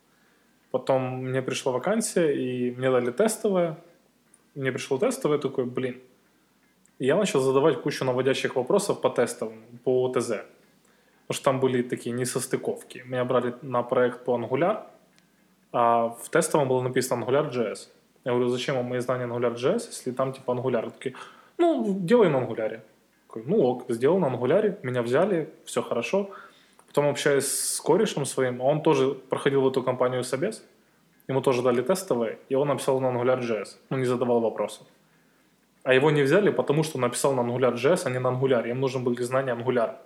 Потом мне пришла вакансия, и мне дали тестовое. Мне пришло тестовое, такой, блин. И я начал задавать кучу наводящих вопросов по тестовым, по ОТЗ. Потому что там были такие несостыковки. Меня брали на проект по Angular, а в тестовом было написано Angular.js. Я говорю, зачем вам мои знания Angular.js, если там типа Angular? Такие, ну, делай на Angular. Такой, ну ок, сделал на Angular, меня взяли, все хорошо. Потом общаюсь с корешем своим, а он тоже проходил в эту компанию собес, ему тоже дали тестовое, и он написал на Angular.js, ну, не задавал вопросов. А его не взяли, потому что он написал на Angular.js, а не на Angular. Им нужны были знания Angular.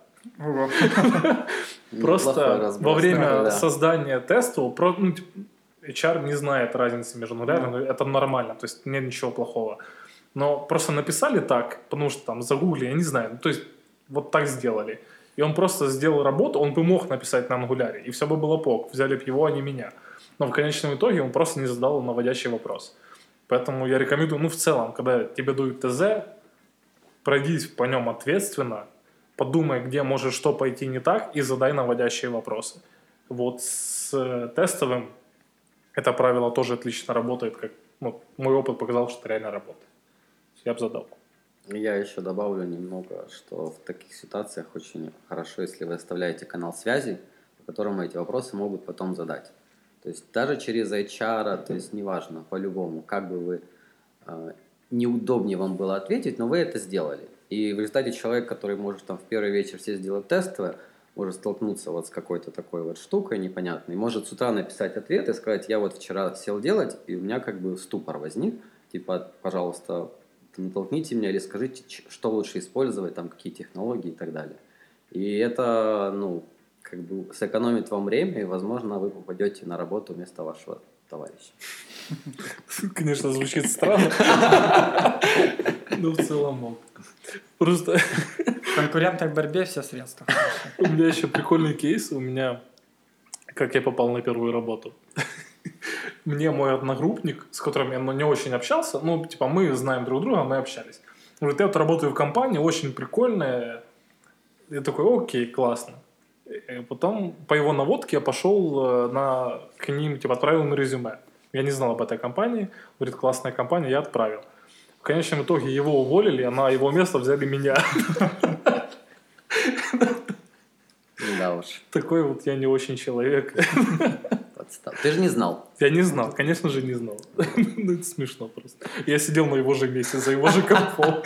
Просто во время создания теста эйч ар не знает разницы между Angular, это нормально, то есть нет ничего плохого. Но просто написали так, потому что там загугли, я не знаю, то есть вот так сделали. И он просто сделал работу, он бы мог написать на Angular, и все бы было пок, взяли бы его, а не меня. Но в конечном итоге он просто не задал наводящий вопрос. Поэтому я рекомендую, ну, в целом, когда тебе дают ТЗ, пройдись по нем ответственно, подумай, где может что пойти не так, и задай наводящие вопросы. Вот с тестовым это правило тоже отлично работает, как ну, мой опыт показал, что это реально работает. Я бы задал. Я еще добавлю немного, что в таких ситуациях очень хорошо, если вы оставляете канал связи, по которому эти вопросы могут потом задать. То есть даже через эйч ар, то есть неважно, по-любому, как бы вы э, неудобнее вам было ответить, но вы это сделали. И в результате человек, который может там в первый вечер все сделать тестовое, может столкнуться вот с какой-то такой вот штукой непонятной, может с утра написать ответ и сказать, я вот вчера сел делать, и у меня как бы ступор возник, типа, пожалуйста, натолкните меня или скажите, что лучше использовать, там, какие технологии и так далее. И это, ну, как бы сэкономит вам время, и, возможно, вы попадете на работу вместо вашего товарищи. Конечно, звучит странно. Но в целом мог. Просто В конкурентной борьбе все средства. у меня еще прикольный кейс. У меня, как я попал на первую работу. Мне мой одногруппник, с которым я ну, не очень общался, ну, типа, мы знаем друг друга, мы общались. Говорит, я вот работаю в компании, очень прикольная. Я такой, окей, классно. И потом по его наводке я пошел на, к ним, типа, отправил им резюме. Я не знал об этой компании. Говорит, классная компания, я отправил. В конечном итоге его уволили, а на его место взяли меня. Да уж. Такой вот я не очень человек. Подстав. Ты же не знал. Я не знал, конечно же не знал. Ну, это смешно просто. Я сидел на его же месте, за его же компом.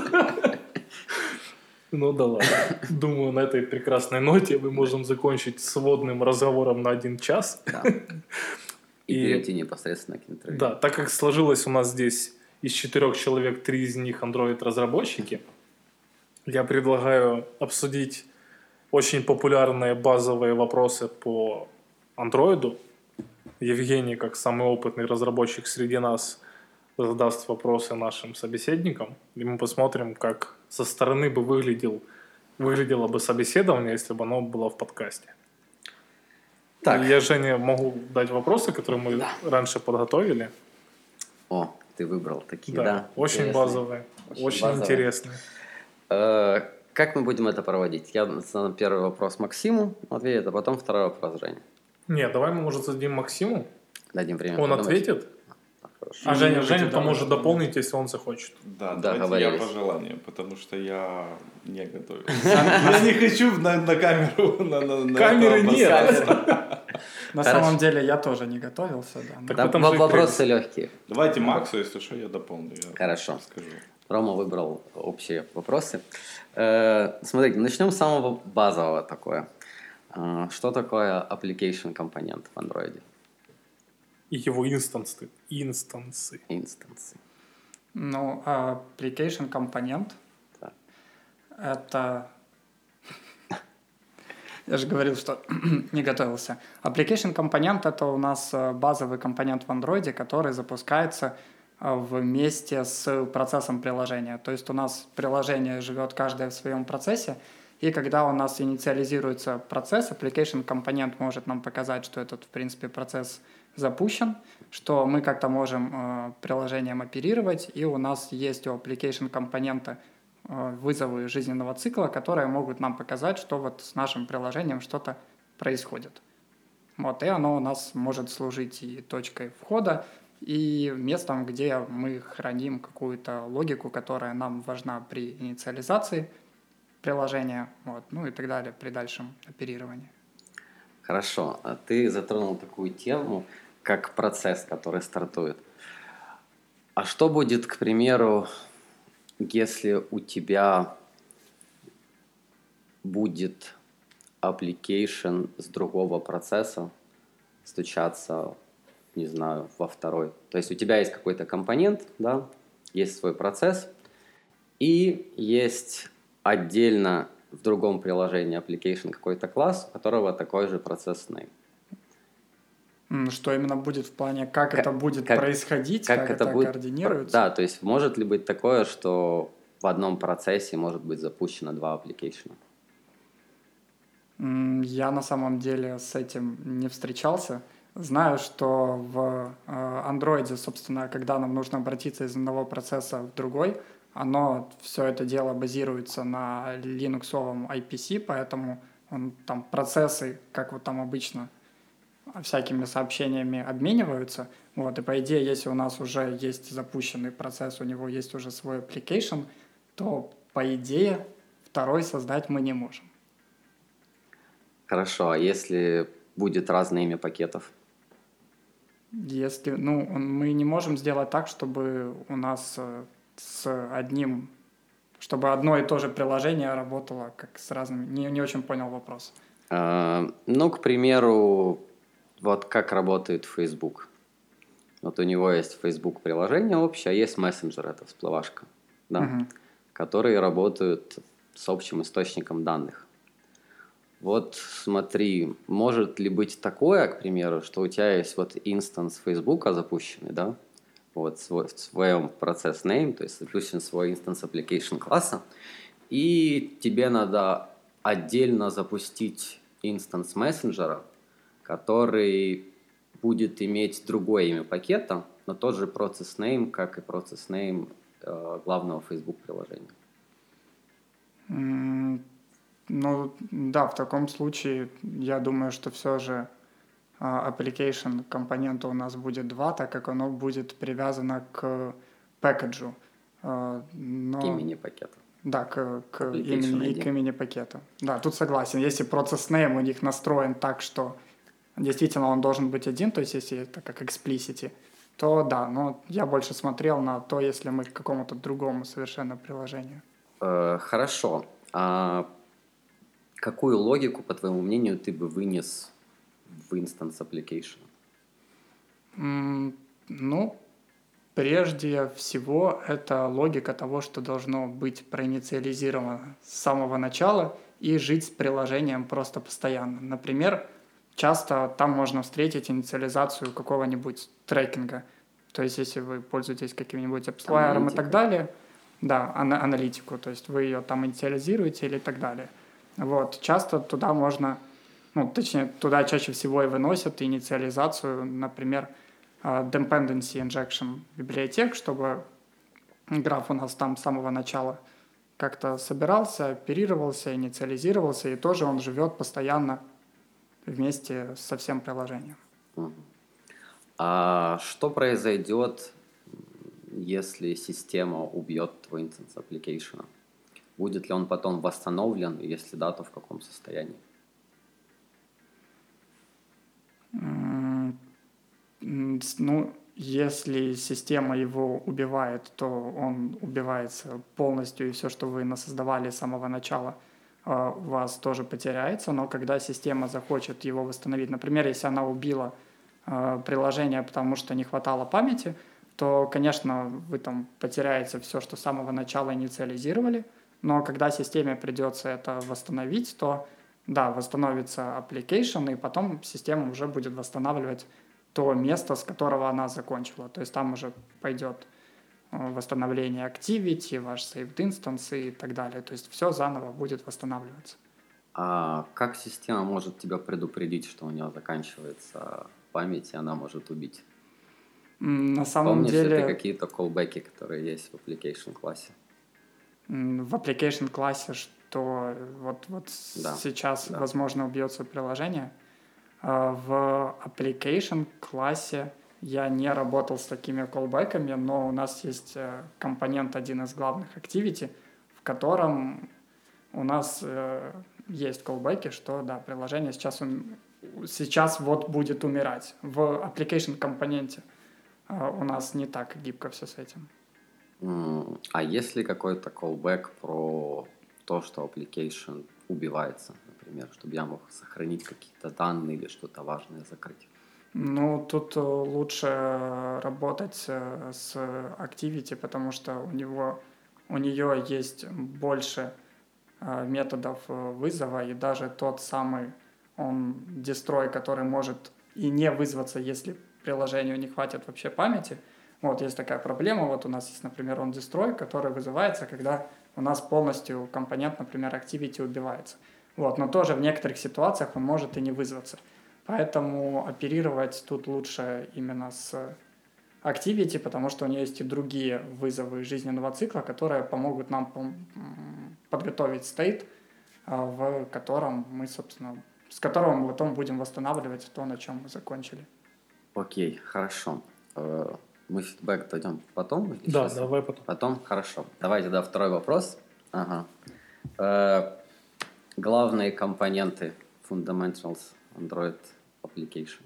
Ну да ладно. Думаю, на этой прекрасной ноте мы можем закончить сводным разговором на один час. Да. И, и перейти непосредственно к интервью. Да, так как сложилось у нас здесь из четырех человек, три из них Android-разработчики, я предлагаю обсудить очень популярные базовые вопросы по Android. Евгений, как самый опытный разработчик среди нас, задаст вопросы нашим собеседникам, и мы посмотрим, как со стороны бы выглядел, выглядело бы собеседование, если бы оно было в подкасте. Так. Я, Жене, могу дать вопросы, которые мы да. раньше подготовили. О, ты выбрал такие, да? Да, очень интересные. базовые, очень, очень базовые. Интересные. Э-э- как мы будем это проводить? Я на первый вопрос Максиму ответит, а потом второй вопрос Жене. Нет, давай мы, может, зададим Максиму. Дадим время Он подумать. Ответит. Хорошо. А Женя, Женя поможет дополнить, если он захочет. Да, да, давайте я по желанию, потому что я не готовился. Я не хочу на камеру. Камеры нет. На самом деле я тоже не готовился. Вопросы легкие. Давайте Максу, если что, я дополню. Хорошо. Рома выбрал общие вопросы. Смотрите, начнем с самого базового такое. Что такое application компонент в Android? И его инстансы. Инстансы. Инстансы. Ну, application компонент да. это... Я же говорил, что не готовился. Application компонент это у нас базовый компонент в Android, который запускается вместе с процессом приложения. То есть у нас приложение живет каждое в своем процессе, и когда у нас инициализируется процесс, application компонент может нам показать, что этот, в принципе, процесс запущен, что мы как-то можем э, приложением оперировать, и у нас есть у application компонента э, вызовы жизненного цикла, которые могут нам показать, что вот с нашим приложением что-то происходит. Вот, и оно у нас может служить и точкой входа, и местом, где мы храним какую-то логику, которая нам важна при инициализации приложения, вот, ну и так далее, при дальшем оперировании. Хорошо. А ты затронул такую тему, как процесс, который стартует. А что будет, к примеру, если у тебя будет application с другого процесса стучаться, не знаю, во второй? То есть у тебя есть какой-то компонент, да, есть свой процесс, и есть отдельно в другом приложении application какой-то класс, у которого такой же процесс name. Что именно будет в плане, как, как это будет как, происходить, как, как это, это будет, координируется? Да, то есть может ли быть такое, что в одном процессе может быть запущено два application? Я на самом деле с этим не встречался. Знаю, что в Android, собственно, когда нам нужно обратиться из одного процесса в другой, оно, все это дело базируется на линуксовом ай пи си, поэтому он, там процессы, как вот там обычно, всякими сообщениями обмениваются. Вот, и по идее, если у нас уже есть запущенный процесс, у него есть уже свой application, то по идее второй создать мы не можем. Хорошо, а если будет разное имя пакетов? Если, ну, мы не можем сделать так, чтобы у нас с одним, чтобы одно и то же приложение работало как с разными. Не, не очень понял вопрос. А, ну, к примеру, вот как работает Facebook. Вот у него есть Facebook приложение общее, а есть мессенджер, это всплывашка, да, угу. которые работают с общим источником данных. Вот смотри, может ли быть такое, к примеру, что у тебя есть вот инстанс Фейсбука запущенный, да, вот свой, в своем процесс name, то есть запущен свой инстанс application класса, и тебе надо отдельно запустить инстанс мессенджера, который будет иметь другое имя пакета, но тот же process name, как и process name э, главного Facebook приложения. М, Ну, да, в таком случае я думаю, что все же а, application компонента у нас будет два, так как оно будет привязано к пэкэджу. А, К Но, имени пакета. да, к, к Application имени и один. к имени пакета. Да, тут согласен. Если process name у них настроен так, что действительно он должен быть один, то есть если это как explicit, то да, но я больше смотрел на то, если мы к какому-то другому совершенно приложению. Э, хорошо. А какую логику, по твоему мнению, ты бы вынес в instance application? М, Ну, прежде всего, это логика того, что должно быть проинициализировано с самого начала и жить с приложением просто постоянно. Например, часто там можно встретить инициализацию какого-нибудь трекинга. То есть, если вы пользуетесь каким-нибудь AppsFlyer и так Аналитика. далее, да, ана- аналитику, то есть вы ее там инициализируете или так далее. Вот, часто туда можно, ну, точнее, туда чаще всего и выносят инициализацию, например, а, dependency injection библиотек, чтобы граф у нас там с самого начала как-то собирался, оперировался, инициализировался, и тоже он живет постоянно вместе со всем приложением. Мгм. А что произойдет, если система убьет твой instance application? Будет ли он потом восстановлен, и если да, то в каком состоянии? М, м, с- Ну, если система его убивает, то он убивается полностью, и все, что вы насоздавали с самого начала, а, у вас тоже потеряется. Но когда система захочет его восстановить, например, если она убила а, приложение, потому что не хватало памяти, то, конечно, вы там потеряете все, что с самого начала инициализировали. Но когда системе придется это восстановить, то да, восстановится application, и потом система уже будет восстанавливать то место, с которого она закончила. То есть там уже пойдет э, восстановление activity, ваш saved instance и так далее. То есть все заново будет восстанавливаться. А как система может тебя предупредить, что у нее заканчивается память, и она может убить? М, На самом Помнишь ли ты деле какие-то callback'и, которые есть в application классе? м, в application классе, что вот, вот Да, сейчас, да. возможно, убьется приложение, а в application классе я не работал с такими callback'ами, но у нас есть э, компонент, один из главных activity, в котором у нас э, есть callback'и, что да, приложение сейчас, ум- сейчас вот будет умирать. В application компоненте э, у нас не так гибко все с этим. М, А есть ли какой-то callback про то, что application убивается, например, чтобы я мог сохранить какие-то данные или что-то важное закрыть? Ну, тут э, лучше э, работать э, с Activity, потому что у него, у нее есть больше э, методов э, вызова, и даже тот самый он destroy, который может и не вызваться, если приложению не хватит вообще памяти. Вот есть такая проблема. Вот у нас есть, например, он destroy, который вызывается, когда у нас полностью компонент, например, Activity убивается. Вот, но тоже в некоторых ситуациях он может и не вызваться. Поэтому оперировать тут лучше именно с Activity, потому что у нее есть и другие вызовы жизненного цикла, которые помогут нам пом- подготовить стейт, а, в котором мы, собственно, с которого мы потом будем восстанавливать то, на чем мы закончили. Окей, хорошо. Э, Мы фидбэк дойдем потом? или Да, сейчас? давай потом. Потом? Хорошо. Давайте, да, второй вопрос. Ага. Э, Главные компоненты Fundamentals Android Application.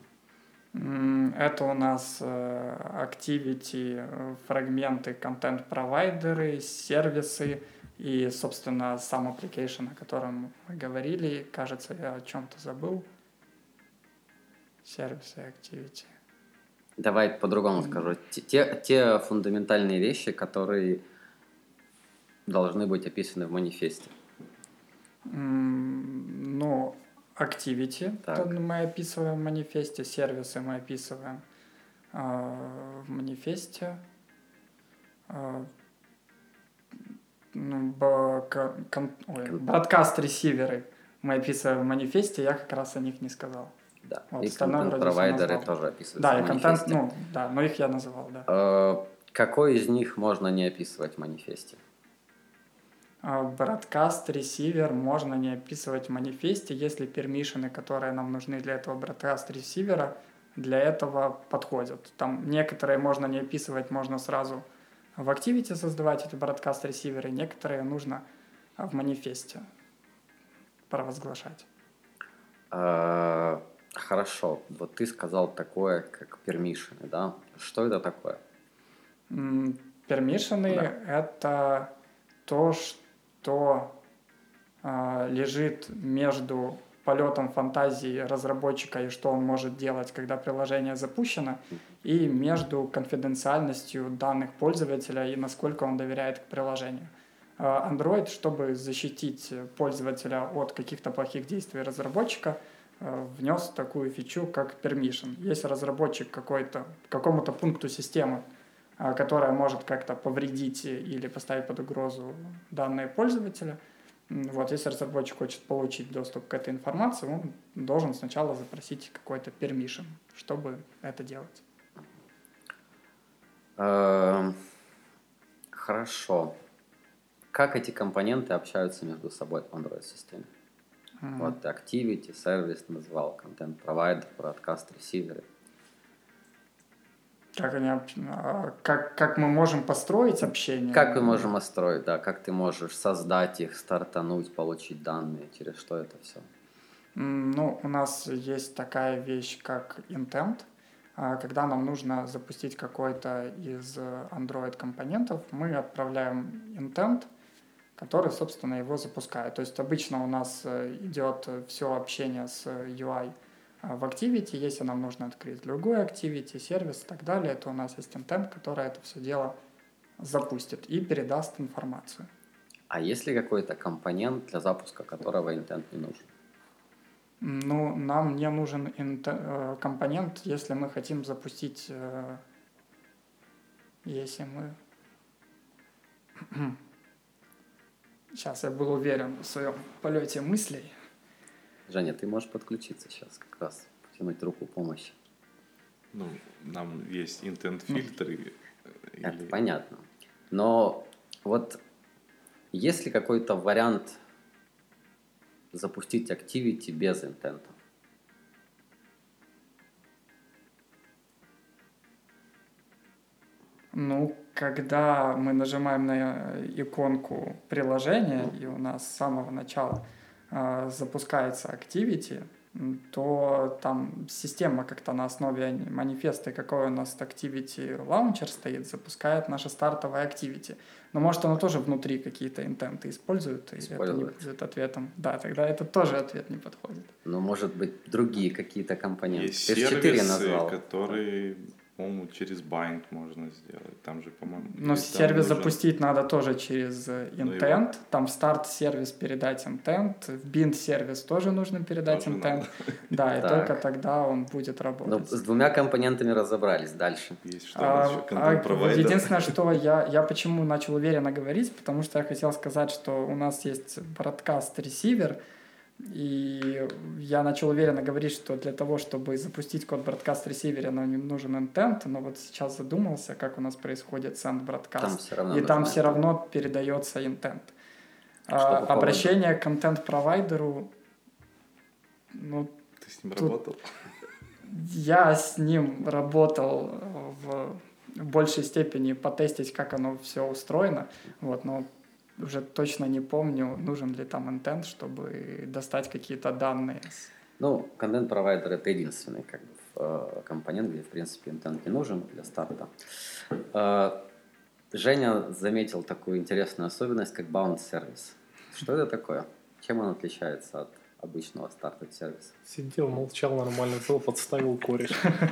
М, Это у нас э, Activity, э, фрагменты, контент-провайдеры, сервисы и, собственно, сам application, о котором мы говорили. Кажется, я о чем-то забыл. Сервисы, Activity. Давай по-другому скажу. Те- Те, те фундаментальные вещи, которые должны быть описаны в манифесте. М, Ну, Activity, Так. то мы описываем в манифесте, сервисы мы описываем э, в манифесте. Э, ну, б- к- кон- ой, бродкаст-ресиверы мы описываем в манифесте, я как раз о них не сказал. Да. Вот, И остальное вроде всё контент-провайдеры назвал. тоже описываются Да, в и контент, манифесте. ну, да, но их я называл, да. Э, Какой из них можно не описывать в манифесте? Бродкаст, ресивер можно не описывать в манифесте, если пермишины, которые нам нужны для этого бродкаст ресивера, для этого подходят. Там некоторые можно не описывать, можно сразу в Activity создавать эти бродкаст ресиверы, некоторые нужно в манифесте провозглашать. Э, Хорошо. Вот ты сказал такое, как пермишины, да? Что это такое? М, Пермишины Да. — это то, что а, лежит между полетом фантазии разработчика и что он может делать, когда приложение запущено, и между конфиденциальностью данных пользователя и насколько он доверяет к приложению. А Android, чтобы защитить пользователя от каких-то плохих действий разработчика, э, внес такую фичу, как permission. Если разработчик какой-то, какому-то пункту системы, а, которая может как-то повредить или поставить под угрозу данные пользователя, м, вот, если разработчик хочет получить доступ к этой информации, он должен сначала запросить какой-то permission, чтобы это делать. Эм, Хорошо. Как эти компоненты общаются между собой в Android-системе? М, Вот Activity, сервис назвал, контент-провайдер, бродкаст, ресиверы. Как, они, об- а, как, как мы можем построить общение? Как мы можем настроить, да, как ты можешь создать их, стартануть, получить данные, через что это все? М, Ну, у нас есть такая вещь, как intent. А, Когда нам нужно запустить какой-то из э, Android-компонентов, мы отправляем intent, который, собственно, его запускает. То есть обычно у нас э, идет все общение с ю ай а, в Activity. Если нам нужно открыть другой Activity, сервис и так далее, то у нас есть intent, который это все дело запустит и передаст информацию. А есть ли какой-то компонент, для запуска которого intent не нужен? Ну, нам не нужен инте- э, компонент, если мы хотим запустить, э, если мы... Сейчас я был уверен в своем полете мыслей. Женя, ты можешь подключиться сейчас как раз, потянуть руку помощи. Ну, нам есть интент-фильтры. Это или- понятно. Но вот есть ли какой-то вариант запустить Activity без интента? Ну, когда мы нажимаем на иконку приложения, и у нас с самого начала э, запускается Activity, м, то там система как-то на основе манифеста, какой у нас Activity Launcher стоит, запускает наше стартовое Activity. Но может оно тоже внутри какие-то интенты использует, и это не Использует. будет ответом. Да, тогда это тоже ответ не подходит. Ну, может быть, другие какие-то компоненты. Есть Ты же четыре сервисы, назвал. которые, по-моему, через bind можно сделать. Там же, по-моему... Но или там сервис нужен- запустить надо тоже через э, Ну, intent. Там в старт сервис передать intent, в bind сервис тоже нужно передать Тоже intent. надо. Да, и Так. только тогда он будет Ну, работать. с двумя компонентами разобрались. Дальше. Есть что А, еще? а Контент-провайдер. единственное, что я, я почему начал уверенно говорить, потому что я хотел сказать, что у нас есть бродкаст ресивер, и я начал уверенно говорить, что для того, чтобы запустить код бродкаст ресивере, нам не нужен intent, но вот сейчас задумался, как у нас происходит send broadcast. Там все равно И там нужен все intent. равно передается intent. А, Что по поводу? обращение к контент-провайдеру, ну, Ты с ним Тут- работал? я с ним работал в большей степени потестить, как оно все устроено, вот, но уже точно не помню, нужен ли там intent, чтобы достать какие-то данные. Ну, контент-провайдер — это единственный как бы, э, компонент, где, в принципе, интент не нужен для старта. Э, Женя заметил такую интересную особенность, как bound сервис. Что это такое? Чем он отличается от обычного старта сервиса? Сидел, молчал нормально, взял, подставил кореш.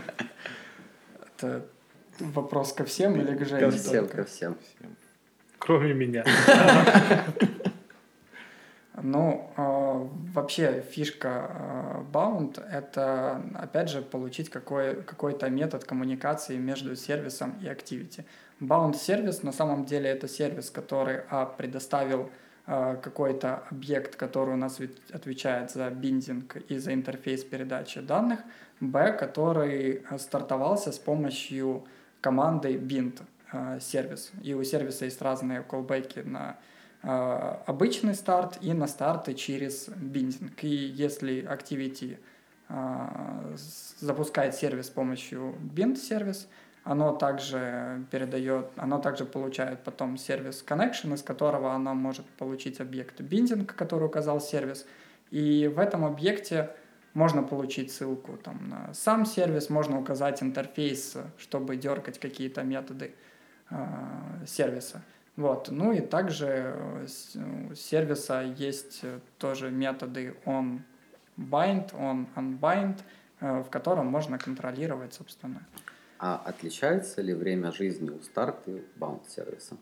Это вопрос ко всем или к Ко Жене всем, только? ко всем. Всем. Кроме меня. Ну, э, вообще фишка Bound — это, опять же, получить какой, какой-то метод коммуникации между сервисом и activity. Bound сервис на самом деле это сервис, который а, предоставил а, какой-то объект, который у нас отвечает за биндинг и за интерфейс передачи данных, б, который стартовался с помощью команды bind а, сервис. И у сервиса есть разные колбеки на обычный старт и на старты через биндинг. И если Activity э, запускает сервис с помощью bind сервис, оно также передает, оно также получает потом сервис connection, из которого оно может получить объект биндинг, который указал сервис. И в этом объекте можно получить ссылку там, на сам сервис, можно указать интерфейс, чтобы дергать какие-то методы э, сервиса. Вот. Ну и также у сервиса есть тоже методы onBind, onUnbind, в котором можно контролировать, собственно. А отличается ли время жизни у старт и bound сервиса?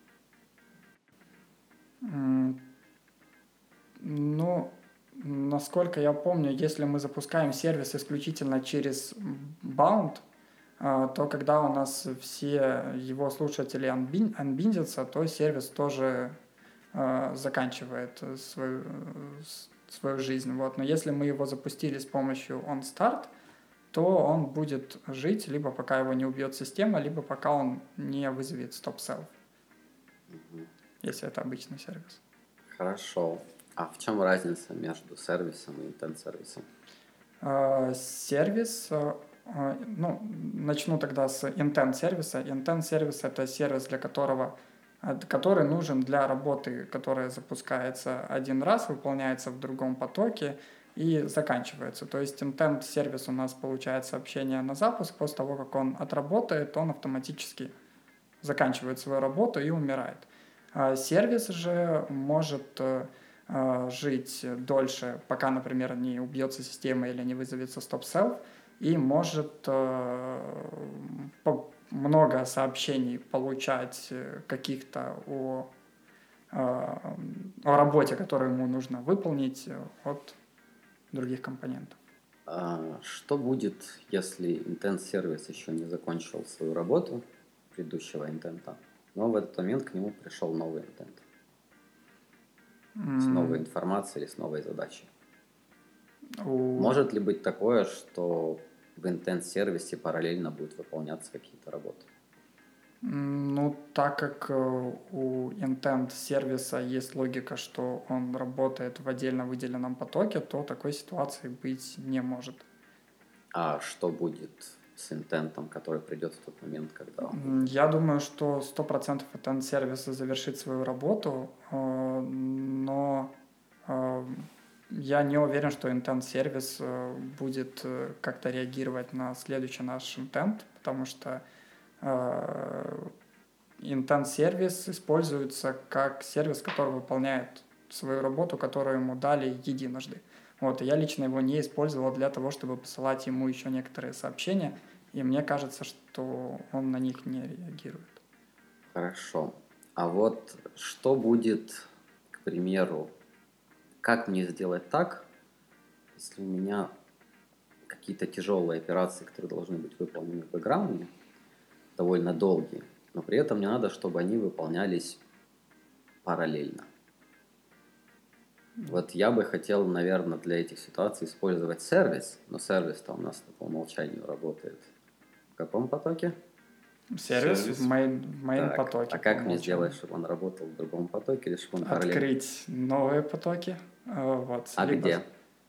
Ну, насколько я помню, если мы запускаем сервис исключительно через bound, то когда у нас все его слушатели анбиндятся, то сервис тоже э, заканчивает свою, свою жизнь. Вот. Но если мы его запустили с помощью onStart, то он будет жить либо пока его не убьет система, либо пока он не вызовет stop-self, угу. Если это обычный сервис. Хорошо. А в чем разница между сервисом и intent-сервисом? Э, сервис... Ну, начну тогда с intent сервиса. Intent сервис — это сервис, для которого, который нужен для работы, которая запускается один раз, выполняется в другом потоке и заканчивается. То есть intent сервис у нас получает сообщение на запуск, после того, как он отработает, он автоматически заканчивает свою работу и умирает. Сервис же может жить дольше, пока, например, не убьется система или не вызовется stop-self, и может э, много сообщений получать каких-то о, э, о работе, которую ему нужно выполнить от других компонентов. А что будет, если intent-сервис еще не закончил свою работу предыдущего интента, но в этот момент к нему пришел новый интент? Mm. С новой информацией или с новой задачей? У... Может ли быть такое, что в intent-сервисе параллельно будут выполняться какие-то работы? Ну, так как у intent-сервиса есть логика, что он работает в отдельно выделенном потоке, то такой ситуации быть не может. А что будет с интентом, который придет в тот момент, когда он... Я думаю, что сто процентов intent-сервис завершит свою работу, но... Я не уверен, что intent-сервис будет как-то реагировать на следующий наш intent, потому что э, intent-сервис используется как сервис, который выполняет свою работу, которую ему дали единожды. Вот, и я лично его не использовал для того, чтобы посылать ему еще некоторые сообщения, и мне кажется, что он на них не реагирует. Хорошо. А вот что будет, к примеру, как мне сделать так, если у меня какие-то тяжелые операции, которые должны быть выполнены в бэкграунде, довольно долгие, но при этом мне надо, чтобы они выполнялись параллельно. Вот я бы хотел, наверное, для этих ситуаций использовать сервис, но сервис-то у нас по умолчанию работает в каком потоке? Сервис, сервис. в main, main так, потоке. А как мне сделать, чтобы он работал в другом потоке или чтобы он параллельно? Открыть новые потоки. Вот, а либо, где?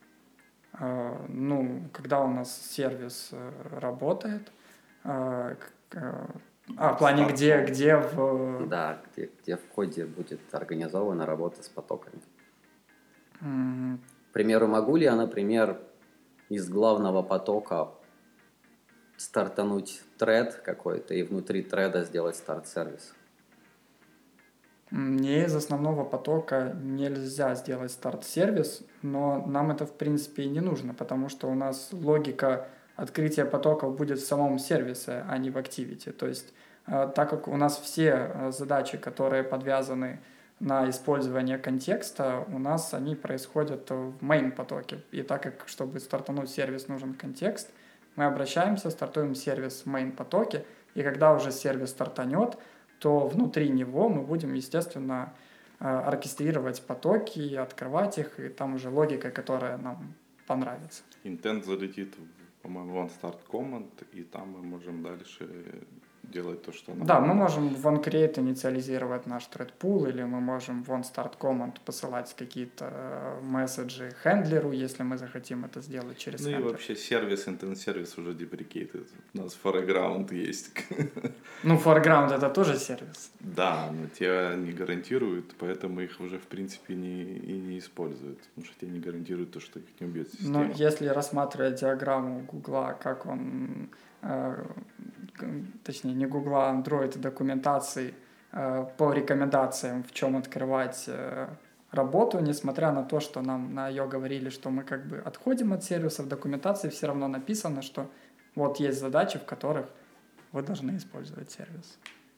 Ну, когда у нас сервис работает. А, в плане, где, где в... Да, где, где в коде будет организована работа с потоками. Mm. К примеру, могу ли я, например, из главного потока стартануть тред какой-то и внутри треда сделать старт-сервис? Не из основного потока нельзя сделать старт-сервис, но нам это в принципе и не нужно, потому что у нас логика открытия потоков будет в самом сервисе, а не в Activity. То есть так как у нас все задачи, которые подвязаны на использование контекста, у нас они происходят в main потоке. И так как, чтобы стартануть сервис, нужен контекст, мы обращаемся, стартуем сервис в main потоке, и когда уже сервис стартанет, то внутри него мы будем, естественно, оркестрировать потоки, открывать их, и там уже логика, которая нам понравится. Intent залетит, по-моему, в start command, и там мы можем дальше делать то, что нам Да, надо. мы можем в onCreate инициализировать наш thread pool, или мы можем в onStartCommand посылать какие-то месседжи хендлеру, если мы захотим это сделать через Ну и хендлер. вообще сервис, интент-сервис уже deprecated. У нас foreground есть. Ну, foreground это тоже сервис. Да, но те не гарантируют, поэтому их уже в принципе не, и не используют. Потому что те не гарантируют то, что их не убьет система. Но если рассматривать диаграмму Гугла, как он, э, точнее не Гугла, а Android документации э, по рекомендациям, в чем открывать э, работу, несмотря на то, что нам на ай о говорили, что мы как бы отходим от сервисов, в документации все равно написано, что вот есть задачи, в которых вы должны использовать сервис.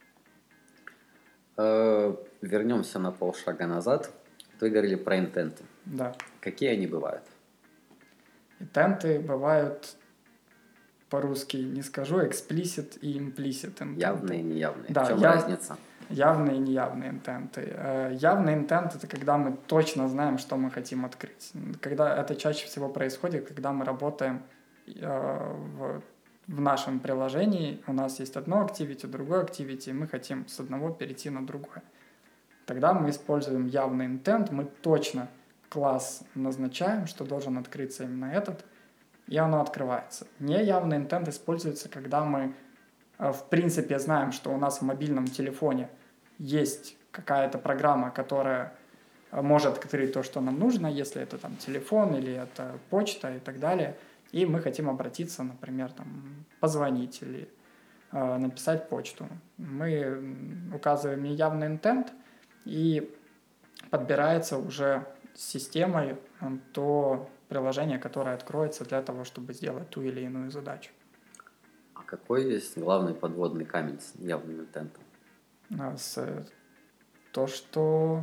Вернемся на полшага назад. Вы говорили про интенты. Да. Какие они бывают? Интенты бывают, по-русски не скажу, explicit и implicit интенты. Явные и неявные. Да, в чем я... разница? Явные и неявные интенты. Явный интент — это когда мы точно знаем, что мы хотим открыть. Когда это чаще всего происходит, когда мы работаем в, в нашем приложении, у нас есть одно activity, другое activity, и мы хотим с одного перейти на другое. Тогда мы используем явный интент, мы точно класс назначаем, что должен открыться именно этот, и оно открывается. Неявный интент используется, когда мы в принципе знаем, что у нас в мобильном телефоне есть какая-то программа, которая может открыть то, что нам нужно, если это там телефон или это почта и так далее, и мы хотим обратиться, например, там, позвонить или э, написать почту. Мы указываем неявный интент, и подбирается уже системой то приложение, которое откроется для того, чтобы сделать ту или иную задачу. А какой есть главный подводный камень с явным интентом? С, то, что...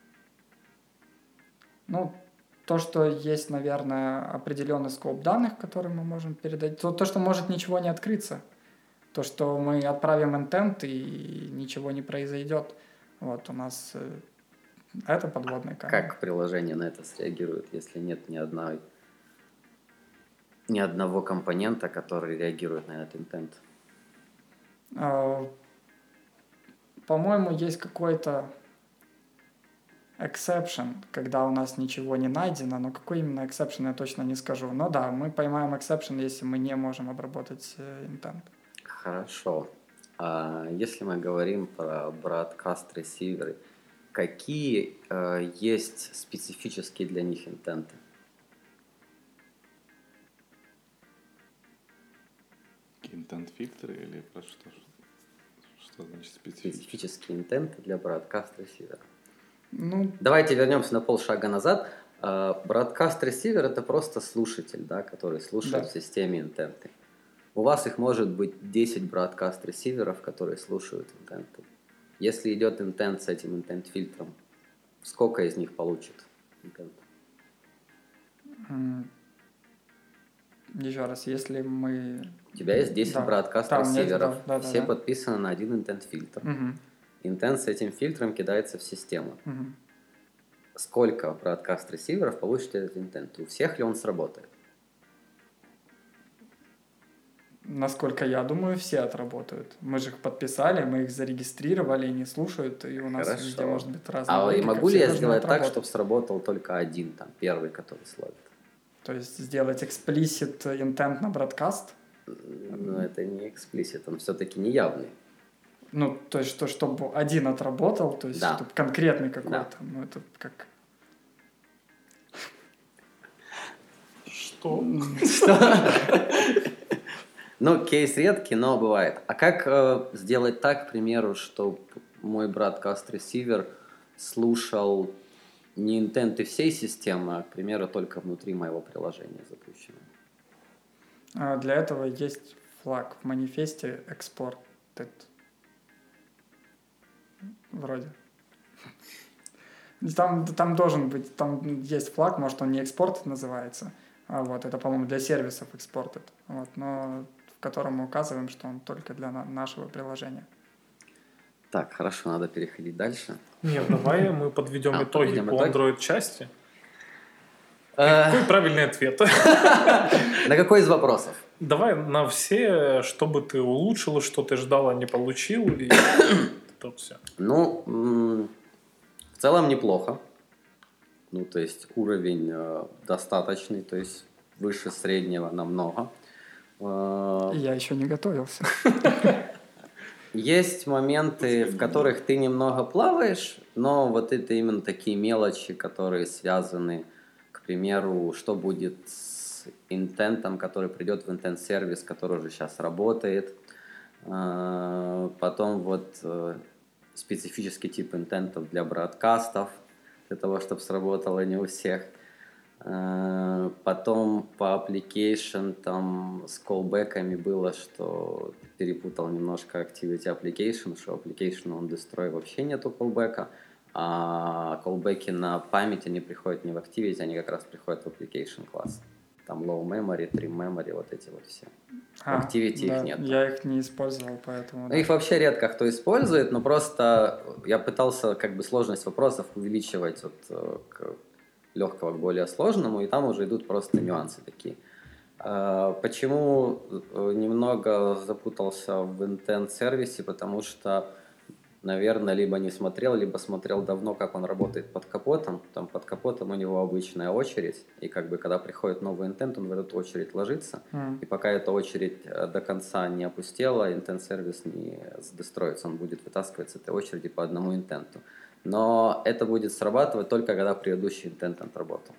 Ну, то, что есть, наверное, определенный скоп данных, который мы можем передать. То, то, что может ничего не открыться. То, что мы отправим интент и ничего не произойдет. Вот у нас это подводный камень. Как приложение на это среагирует, если нет ни одной, ни одного компонента, который реагирует на этот интент? По-моему, есть какой-то exception, когда у нас ничего не найдено, но какой именно exception, я точно не скажу. Но да, мы поймаем exception, если мы не можем обработать intent. Хорошо. А если мы говорим про broadcast ресиверы, какие э, есть специфические для них интенты? Интент-фильтры или про что? Что значит специфические? Специфические интенты для broadcast ресивера. Ну, давайте вернемся на полшага назад. Broadcast ресивер — это просто слушатель, да, который слушает да. в системе интенты. У вас их может быть десять broadcast ресиверов, которые слушают интенты. Если идет интент с этим интент-фильтром, сколько из них получит интент? Еще раз, если мы... У тебя есть десять да. broadcast Там ресиверов, нет, да, да, все да, подписаны на один интент-фильтр. Угу. Интент с этим фильтром кидается в систему. Угу. Сколько broadcast ресиверов получит этот интент? У всех ли он сработает? Насколько я думаю, все отработают. Мы же их подписали, мы их зарегистрировали, они слушают, и у нас Хорошо. везде может быть разная А логика, могу все ли я должны сделать так, отработать. чтобы сработал только один, там, первый, который словит? То есть сделать explicit intent на broadcast? Ну, это не explicit, он все-таки не явный. Ну, то есть, что, чтобы один отработал, то есть, да. чтобы конкретный какой-то, да. ну, это как... Что? Ну, кейс редкий, но бывает. А как э, сделать так, к примеру, чтобы мой broadcast ресивер слушал не интенты всей системы, а, к примеру, только внутри моего приложения запущено? А для этого есть флаг в манифесте exported. Вроде. Там, там должен быть, там есть флаг, может, он не экспорт называется, а вот, это, по-моему, для сервисов экспорт, вот, но в котором мы указываем, что он только для на- нашего приложения. Так, хорошо, надо переходить дальше. Нет, давай мы подведем А, итоги подведем по итоги? Android-части. Э, Какой правильный ответ? На какой из вопросов? Давай на все, что бы ты улучшил, что ты ждал, а не получил, и то все. Ну, м, в целом неплохо. Ну, то есть уровень э, достаточный, то есть выше среднего намного. Э, И я еще не готовился. Есть моменты, в которых ты немного плаваешь, но вот это именно такие мелочи, которые связаны, к примеру, что будет с интентом, который придет в интент-сервис, который уже сейчас работает. А, Потом вот э, специфический тип интентов для бродкастов, для того, чтобы сработало не у всех. Э, Потом по application там с колбеками было, что перепутал немножко activity application, что application on destroy вообще нету колбека, а колбеки на память, они приходят не в activity, они как раз приходят в application класс. Там low memory, trim memory, вот эти вот все. В А, activity да, их нет. я их не использовал, поэтому... Ну, да. их вообще редко кто использует, но просто я пытался как бы сложность вопросов увеличивать от э, к легкого к более сложному, и там уже идут просто нюансы такие. А, Почему э, немного запутался в интент-сервисе? Потому что, наверное, либо не смотрел, либо смотрел давно, как он работает под капотом. Там под капотом у него обычная очередь, и как бы когда приходит новый интент, он в эту очередь ложится, М. и пока эта очередь э, до конца не опустела, интент-сервис не сдестроится, он будет вытаскивать с этой очереди по одному интенту. Но это будет срабатывать только когда предыдущий интент отработал.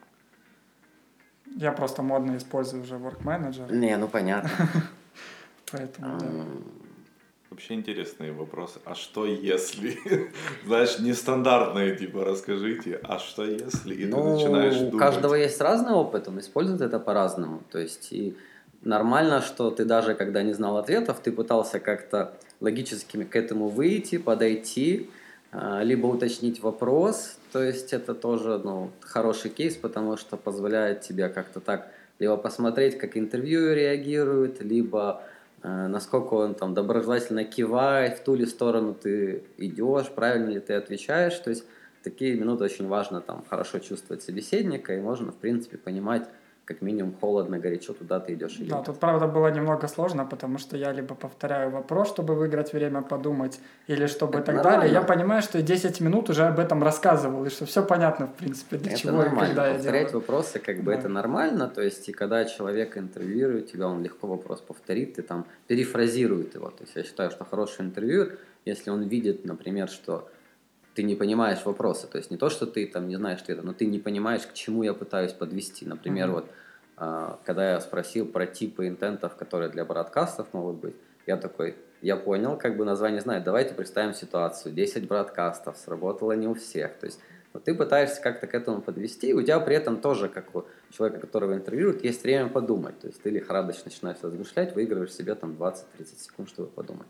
Я просто модно использую уже Work Manager, Не, ну понятно. поэтому... да. М, Вообще интересные вопросы. А что если? Знаешь, нестандартные, типа, расскажите, а что если? И ты начинаешь Ну, у думать. каждого есть разный опыт, он использует это по-разному. То есть и нормально, что ты даже когда не знал ответов, ты пытался как-то логически к этому выйти, подойти, а, либо уточнить вопрос. То есть это тоже ну, хороший кейс, потому что позволяет тебе как-то так либо посмотреть, как интервьюер реагирует, либо э, насколько он там доброжелательно кивает, в ту ли сторону ты идешь, правильно ли ты отвечаешь. То есть в такие минуты очень важно там хорошо чувствовать собеседника, и можно, в принципе, понимать, как минимум холодно, горячо, туда ты идешь или Да, нет. тут, правда, было немного сложно, потому что я либо повторяю вопрос, чтобы выиграть время подумать, или чтобы Это так нормально. далее. Я понимаю, что я десять минут уже об этом рассказывал, и что все понятно, в принципе, для Это чего и нормально. когда я Повторять делаю. вопросы, как бы Да. это нормально. То есть, и когда человек интервьюирует тебя, он легко вопрос повторит и там перефразирует его. То есть, я считаю, что хороший интервьюер, если он видит, например, что ты не понимаешь вопроса, то есть не то, что ты там не знаешь ответа, но ты не понимаешь, к чему я пытаюсь подвести. Например, Мгм. вот а, когда я спросил про типы интентов, которые для бродкастов могут быть, я такой, я понял, как бы название знает, давайте представим ситуацию, десять бродкастов, сработало не у всех, то есть вот ты пытаешься как-то к этому подвести, и у тебя при этом тоже, как у человека, которого интервьюируют, есть время подумать, то есть ты лихорадочно начинаешь размышлять, выигрываешь себе там двадцать-тридцать секунд, чтобы подумать.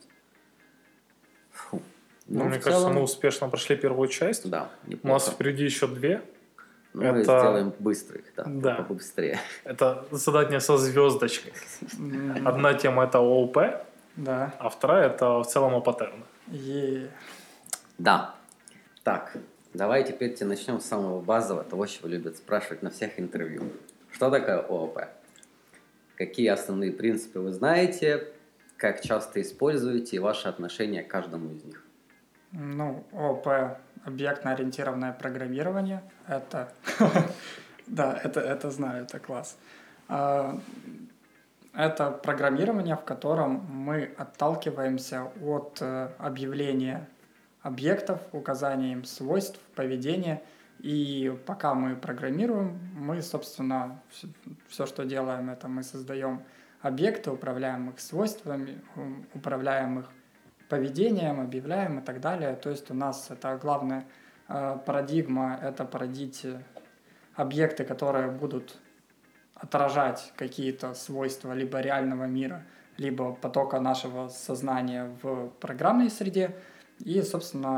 Фу. Ну, Ну, мне в кажется, целом, мы успешно прошли первую часть. да, У нас неплохо. впереди еще две. Ну, мы это- сделаем быстрых, да, Да. побыстрее. Это задание со звездочкой. М, Одна тема это ООП, Да. а вторая это в целом о паттернах. И Да. Так, давай теперь начнем с самого базового, того, чего любят спрашивать на всех интервью. Что такое ООП? Какие основные принципы вы знаете, как часто используете и ваши отношения к каждому из них? Ну, ООП, объектно-ориентированное программирование, это, да, это, это знаю, это класс. А, Это программирование, в котором мы отталкиваемся от э, объявления объектов, указания им свойств, поведения, и пока мы программируем, мы, собственно, все, что делаем, это мы создаем объекты, управляем их свойствами, ум, управляем их поведением, объявляем и так далее. То есть у нас это главная э, парадигма, это породить э, объекты, которые будут отражать какие-то свойства либо реального мира, либо потока нашего сознания в программной среде. И, собственно,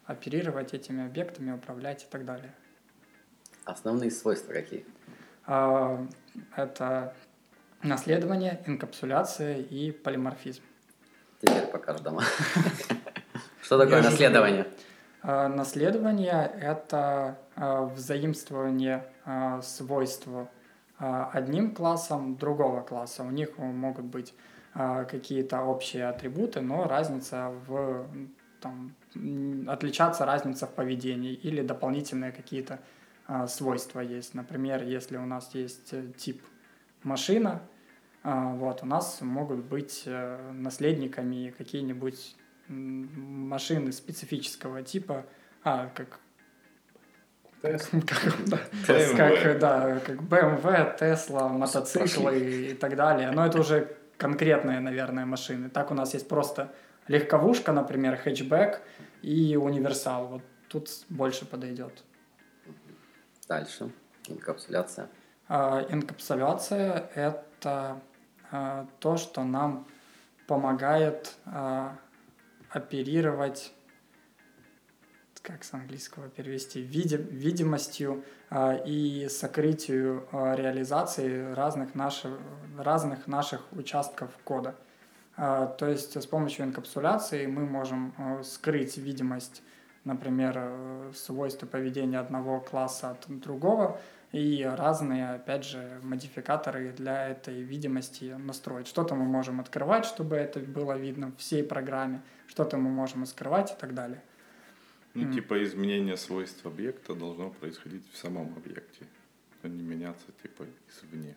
оперировать этими объектами, управлять и так далее. Основные свойства какие? А, Это наследование, инкапсуляция и полиморфизм. Теперь по каждому. Что такое Я наследование? А, Наследование – это а, взаимствование а, свойств а, одним классом другого класса. У них могут быть а, какие-то общие атрибуты, но разница в там, м, отличаться разница в поведении или дополнительные какие-то а, свойства есть. Например, если у нас есть э, тип машина, а, вот, у нас могут быть э, наследниками какие-нибудь м, машины специфического типа, а, как, Тест. как, да, бэ эм вэ. как, да, как бэ эм вэ, Tesla, мотоциклы и так далее. Но это уже конкретные, наверное, машины. Так у нас есть просто легковушка, например, хэтчбэк и универсал. Вот тут больше подойдет. Дальше. Инкапсуляция. А, Инкапсуляция – это а, то, что нам помогает а, оперировать, как с английского перевести, види, видимостью а, и сокрытию а, реализации разных наших, разных наших участков кода. А, то есть с помощью инкапсуляции мы можем а, скрыть видимость, например, э, свойства поведения одного класса от другого, и разные, опять же, модификаторы для этой видимости настроить. Что-то мы можем открывать, чтобы это было видно в всей программе, что-то мы можем скрывать и так далее. Ну, М. типа изменение свойств объекта должно происходить в самом объекте, а не меняться типа извне.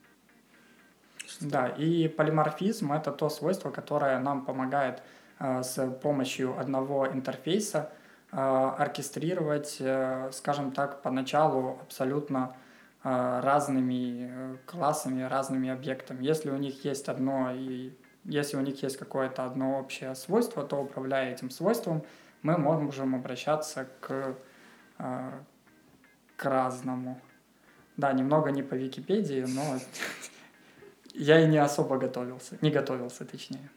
Да, и полиморфизм – это то свойство, которое нам помогает э, с помощью одного интерфейса э, оркестрировать, э, скажем так, поначалу абсолютно э, разными э, классами, разными объектами. Если у них есть одно и если у них есть какое-то одно общее свойство, то, управляя этим свойством, мы можем обращаться к, э, к разному. Да, немного не по Википедии, но я и не особо готовился, не готовился, точнее.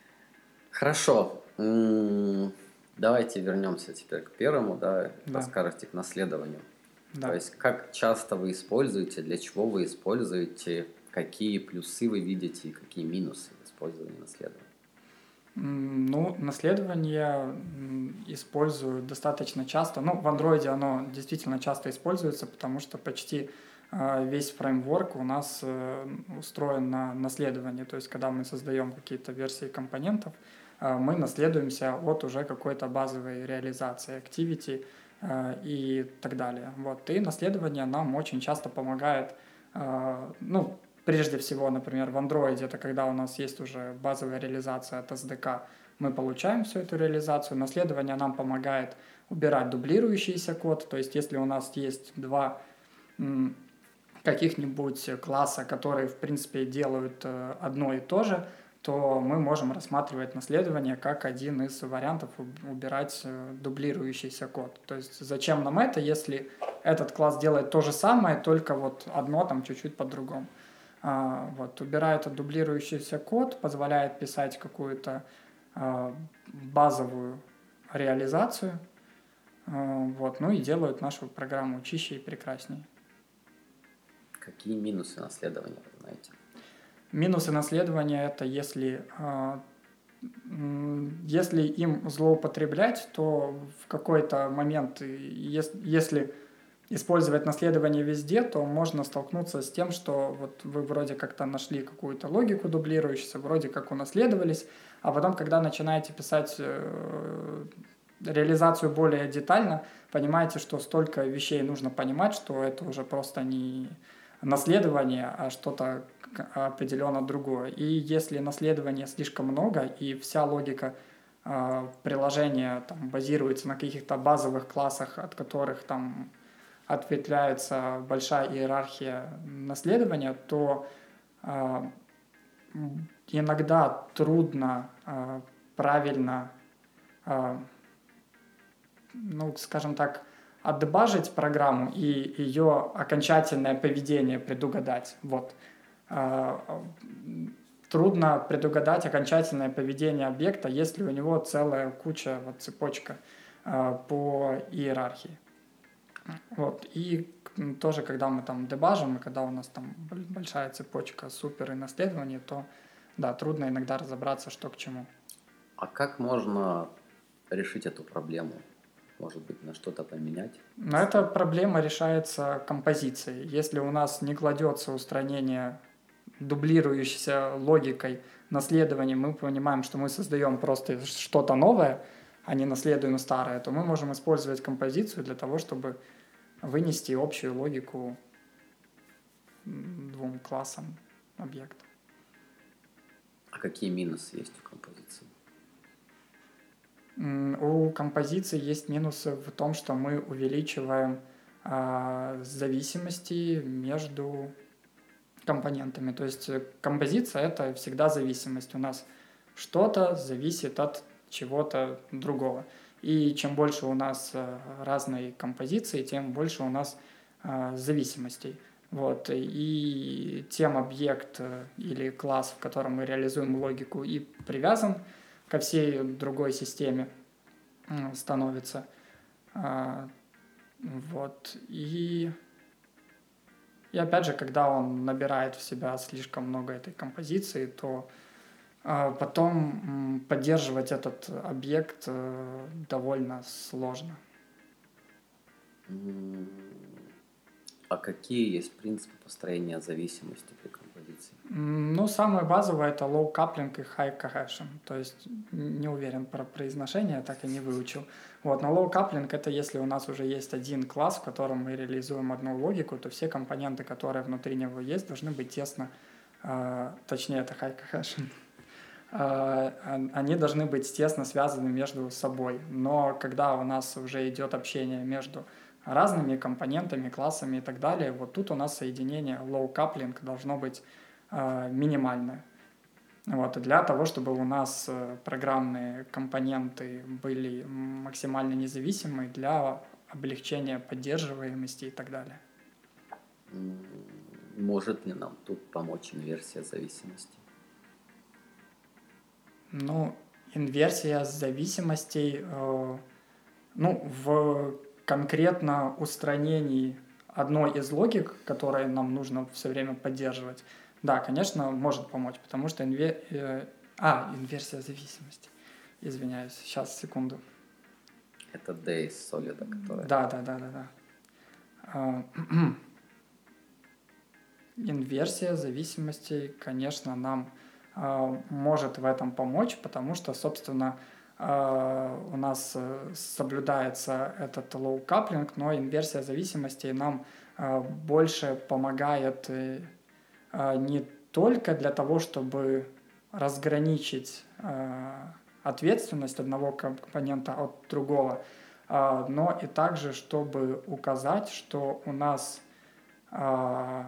Хорошо. М, Давайте вернемся теперь к первому, да, Да. расскажете к наследованию. Да. То есть как часто вы используете, для чего вы используете, какие плюсы вы видите и какие минусы в использовании наследования? М, Ну, наследование м, использую достаточно часто. Ну, в Android оно действительно часто используется, потому что почти а, весь фреймворк у нас э, устроен на наследовании. То есть, когда мы создаем какие-то версии компонентов, а, мы наследуемся от уже какой-то базовой реализации, activity а, и так далее. Вот. И наследование нам очень часто помогает, а, ну, прежде всего, например, в Android, это когда у нас есть уже базовая реализация от эс ди кей, мы получаем всю эту реализацию. Наследование нам помогает убирать дублирующийся код. То есть, если у нас есть два м, каких-нибудь класса, которые, в принципе, делают э, одно и то же, то мы можем рассматривать наследование как один из вариантов уб- убирать э, дублирующийся код. То есть, зачем нам это, если этот класс делает то же самое, только вот одно там чуть-чуть по-другому. А, вот, убирает этот дублирующийся код, позволяет писать какую-то а, базовую реализацию, а, вот, ну и делают нашу программу чище и прекраснее. Какие минусы наследования вы знаете? Минусы наследования – это если, а, м, если им злоупотреблять, то в какой-то момент, и ес- если использовать наследование везде, то можно столкнуться с тем, что вот вы вроде как-то нашли какую-то логику дублирующуюся, вроде как унаследовались, а потом, когда начинаете писать э, реализацию более детально, понимаете, что столько вещей нужно понимать, что это уже просто не наследование, а что-то к- определенно другое. И если наследования слишком много, и вся логика э, приложения там, базируется на каких-то базовых классах, от которых там ответвляется большая иерархия наследования, то э, иногда трудно э, правильно, э, ну, скажем так, отдебажить программу и ее окончательное поведение предугадать. Вот. Э, трудно предугадать окончательное поведение объекта, если у него целая куча, вот, цепочка э, по иерархии. Вот. И тоже, когда мы там дебажим, и когда у нас там большая цепочка супер и наследований, то да, трудно иногда разобраться, что к чему. А как можно решить эту проблему? Может быть, на что-то поменять? Но эта проблема решается композицией. Если у нас не кладется устранение дублирующейся логикой наследования, мы понимаем, что мы создаем просто что-то новое, а не наследуем старое, то мы можем использовать композицию для того, чтобы вынести общую логику двум классам объекта. А какие минусы есть у композиции? У композиции есть минусы в том, что мы увеличиваем а, зависимости между компонентами. То есть композиция — это всегда зависимость. У нас что-то зависит от чего-то другого. И чем больше у нас разной композиции, тем больше у нас а, зависимостей. Вот. И тем объект или класс, в котором мы реализуем логику, и привязан ко всей другой системе, становится. Вот. И, и опять же, когда он набирает в себя слишком много этой композиции, то потом поддерживать этот объект довольно сложно. А какие есть принципы построения зависимости при композиции? Ну, самое базовое — это low coupling и high cohesion. То есть не уверен про произношение, так и не выучил. Вот, но low coupling — это если у нас уже есть один класс, в котором мы реализуем одну логику, то все компоненты, которые внутри него есть, должны быть тесно, э, точнее, это high cohesion, э, они должны быть тесно связаны между собой. Но когда у нас уже идет общение между разными компонентами, классами и так далее, вот тут у нас соединение low coupling должно быть э, минимальное. Вот. И для того, чтобы у нас программные компоненты были максимально независимы для облегчения поддерживаемости и так далее. Может ли нам тут помочь инверсия зависимости? Ну, инверсия зависимостей, э, ну, в конкретно устранении одной из логик, которые нам нужно все время поддерживать, да, конечно, может помочь, потому что инвер... э, а, инверсия зависимости. Извиняюсь, сейчас, секунду. Это D из солида, которая... Да, да, да, да, да. Инверсия зависимостей, конечно, нам э, может в этом помочь, потому что, собственно, Uh, у нас uh, соблюдается этот low coupling, но инверсия зависимостей нам uh, больше помогает uh, uh, не только для того, чтобы разграничить uh, ответственность одного компонента от другого, uh, но и также, чтобы указать, что у нас uh,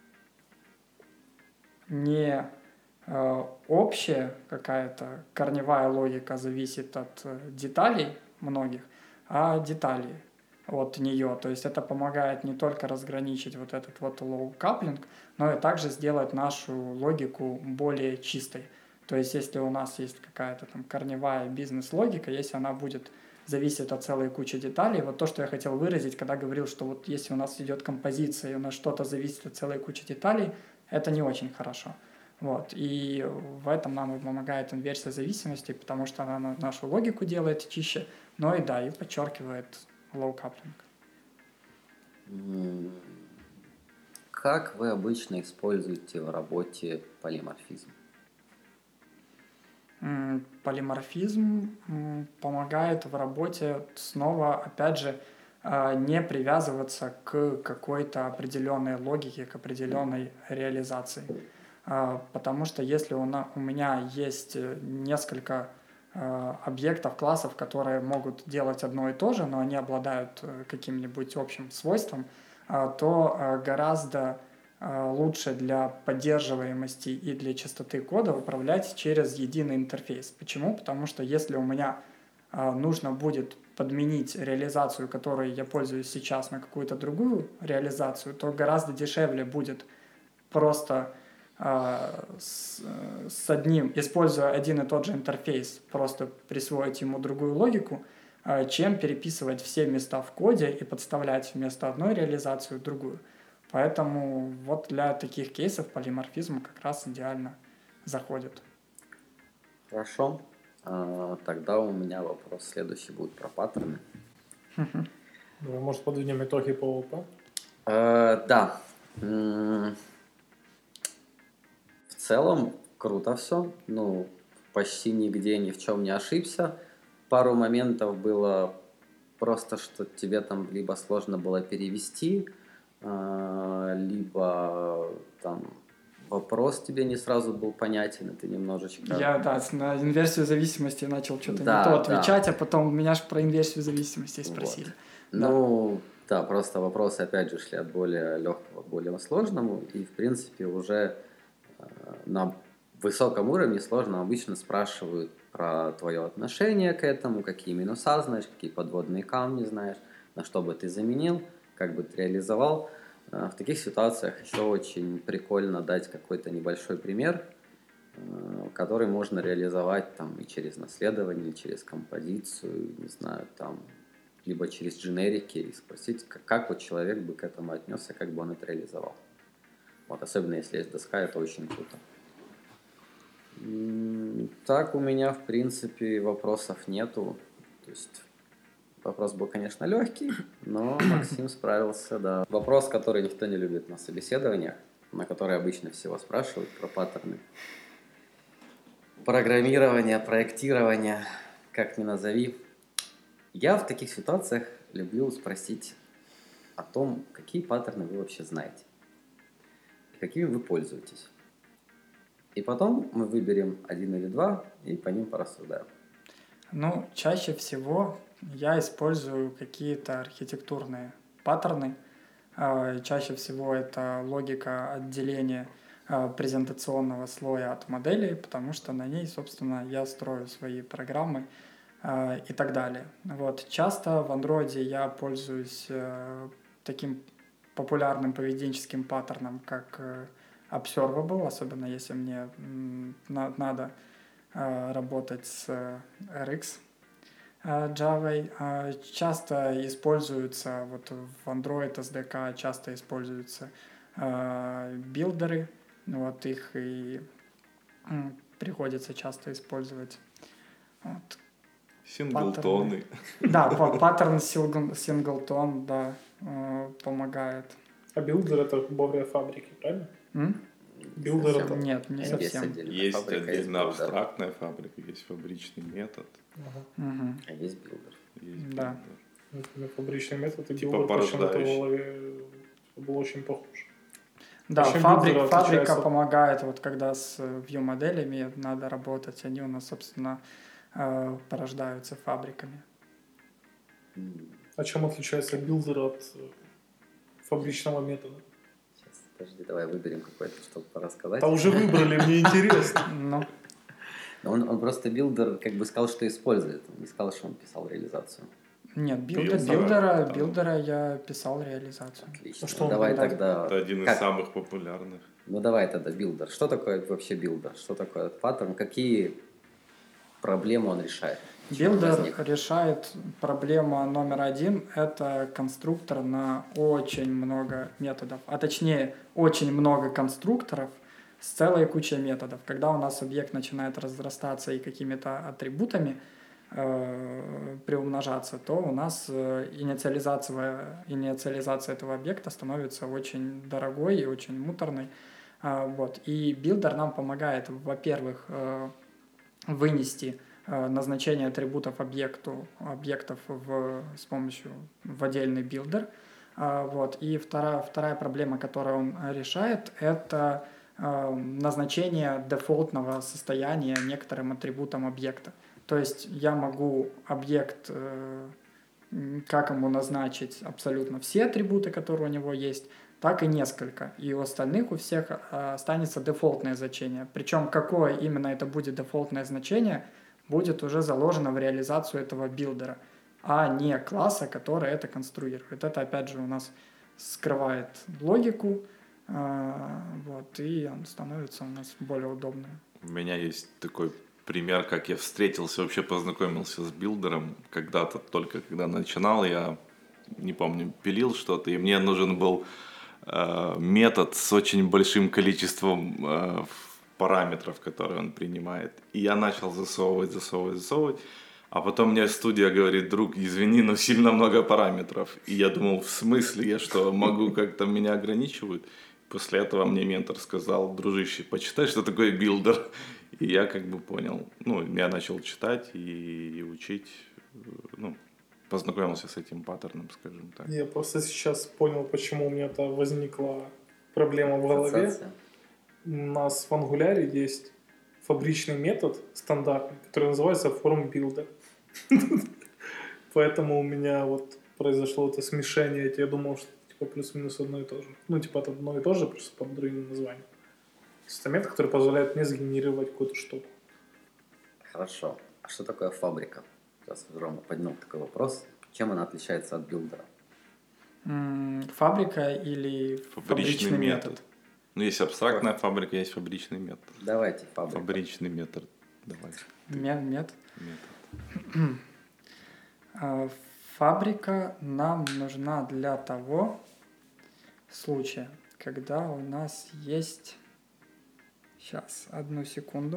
не общая какая-то корневая логика зависит от деталей многих, а детали от нее. То есть это помогает не только разграничить вот этот вот low coupling, но и также сделать нашу логику более чистой. То есть если у нас есть какая-то там корневая бизнес-логика, если она будет зависеть от целой кучи деталей, вот то, что я хотел выразить, когда говорил, что вот если у нас идет композиция, и у нас что-то зависит от целой кучи деталей, это не очень хорошо. Вот. И в этом нам и помогает инверсия зависимости, потому что она нашу логику делает чище, но и да, и подчеркивает low coupling. Как вы обычно используете в работе полиморфизм? Полиморфизм помогает в работе снова, опять же, не привязываться к какой-то определенной логике, к определенной реализации. Потому что если у меня есть несколько объектов, классов, которые могут делать одно и то же, но они обладают каким-нибудь общим свойством, то гораздо лучше для поддерживаемости и для частоты кода управлять через единый интерфейс. Почему? Потому что если у меня нужно будет подменить реализацию, которой я пользуюсь сейчас, на какую-то другую реализацию, то гораздо дешевле будет просто С, с одним, используя один и тот же интерфейс, просто присвоить ему другую логику, э, чем переписывать все места в коде и подставлять вместо одной реализацию другую. Поэтому вот для таких кейсов полиморфизм как раз идеально заходит. Хорошо. А, Тогда у меня вопрос следующий будет про паттерны. Давай, может, подведем итоги по ООП? Э, Да. М, В целом круто все. Ну, почти нигде ни в чем не ошибся. Пару моментов было просто, что тебе там либо сложно было перевести, а, либо там вопрос тебе не сразу был понятен, и ты немножечко... Я, да, с- на инверсию зависимости начал что-то Да, не то да. отвечать, а потом меня же про инверсию зависимости Вот. спросили. Да. Ну, да, просто вопросы опять же шли от более легкого к более сложному, и в принципе уже э, на высоком уровне сложно обычно спрашивают про твое отношение к этому, какие минуса знаешь, какие подводные камни знаешь, на что бы ты заменил, как бы ты реализовал. Э, В таких ситуациях еще очень прикольно дать какой-то небольшой пример, э, который можно реализовать там и через наследование, и через композицию, не знаю, там, либо через дженерики, и спросить, как, как вот человек бы к этому отнесся, как бы он это реализовал. Вот, особенно если есть доска, это очень круто. М, Так у меня, в принципе, вопросов нету. То есть вопрос был, конечно, легкий, но Максим справился, да. Вопрос, который никто не любит на собеседованиях, на который обычно всего спрашивают про паттерны. Программирование, проектирование, как ни назови. Я в таких ситуациях люблю спросить о том, какие паттерны вы вообще знаете, и какими вы пользуетесь. И потом мы выберем один или два и по ним порассуждаем. Ну, чаще всего я использую какие-то архитектурные паттерны. А, Чаще всего это логика отделения а, презентационного слоя от моделей, потому что на ней, собственно, я строю свои программы а, и так далее. Вот. Часто в Android я пользуюсь э, таким популярным поведенческим паттерном, как э, observable, особенно если мне м, на- надо э, работать с э, эр икс э, Java. Э, Часто используются, вот в Android эс ди кей часто используются э, билдеры, вот их и м, приходится часто использовать. Вот. Синглтоны. Да, па- паттерн сингл- синглтон, да, э, помогает. А билдер это боврия фабрики, правильно? М? Билдер Совсем. это... Нет, не Есть совсем. отдельная Есть фабрика, есть отдельно билдер. абстрактная фабрика, есть фабричный метод, Ага. Мгм. А есть билдер. есть Да. билдер. Например, фабричный метод и Типа билдер почему-то в порождающий. голове был очень похож. Да, Чем фабрик, билдер фабрика отличается? помогает, вот когда с view-моделями надо работать, они у нас, собственно, э, порождаются фабриками. М, А чем отличается билдер от э, фабричного метода? Сейчас, подожди, давай выберем какой-то, чтобы порассказать. Да уже выбрали, мне интересно. Ну, Но Он, он просто билдер как бы сказал, что использует. Он не сказал, что он писал реализацию. нет, билдер, Билдера, билдера, да. билдера я писал реализацию. Отлично. Ну, что он давай тогда? тогда... Это один из как? самых популярных. Ну давай тогда билдер. Что такое вообще билдер? Что такое паттерн? Какие проблемы он решает? Почему он Билдер возник? решает проблема номер один. Это конструктор на очень много методов, а точнее очень много конструкторов с целой кучей методов. Когда у нас объект начинает разрастаться и какими-то атрибутами э, приумножаться, то у нас э, инициализация, инициализация этого объекта становится очень дорогой и очень муторной. А, вот. И билдер нам помогает, во-первых, э, вынести э, назначение атрибутов объекту, объектов в, с помощью в отдельный билдер. А, вот. И вторая, вторая проблема, которую он решает, это э, назначение дефолтного состояния некоторым атрибутом объекта. То есть я могу объект, э, как ему назначить абсолютно все атрибуты, которые у него есть, так и несколько. И у остальных у всех э, останется дефолтное значение. Причем какое именно это будет дефолтное значение, будет уже заложено в реализацию этого билдера, а не класса, который это конструирует. Это опять же у нас скрывает логику, э, вот, и он становится у нас более удобным. У меня есть такой пример, как я встретился, вообще познакомился с билдером. Когда-то, только когда начинал, я, не помню, пилил что-то, и мне нужен был э, метод с очень большим количеством э, параметров, которые он принимает. И я начал засовывать, засовывать, засовывать. А потом мне студия говорит: друг, извини, но сильно много параметров. И я думал, в смысле, я что, могу как-то, меня ограничивают? После этого мне ментор сказал: дружище, почитай, что такое билдер. И я как бы понял, ну, я начал читать и, и учить, ну, познакомился с этим паттерном, скажем так. Я просто сейчас понял, почему у меня-то возникла проблема в голове. Ассоциация. У нас в Angular есть фабричный метод стандартный, который называется FormBuilder. Поэтому у меня вот произошло это смешение. Я думал, что типа плюс-минус одно и то же. Ну, типа это одно и то же, просто под другим названием. То есть это метод, который позволяет мне сгенерировать какую-то штуку. Хорошо. А что такое фабрика? Сейчас Рома поднял такой вопрос. Чем она отличается от билдера? М, Фабрика или Фабричный фабричный метод. метод? Ну, есть абстрактная фабрика, есть фабричный метод. Давайте фабрика. Фабричный метод. Давай. Ме- Метод. Метод. А, Фабрика нам нужна для того случая, когда у нас есть... Сейчас, одну секунду.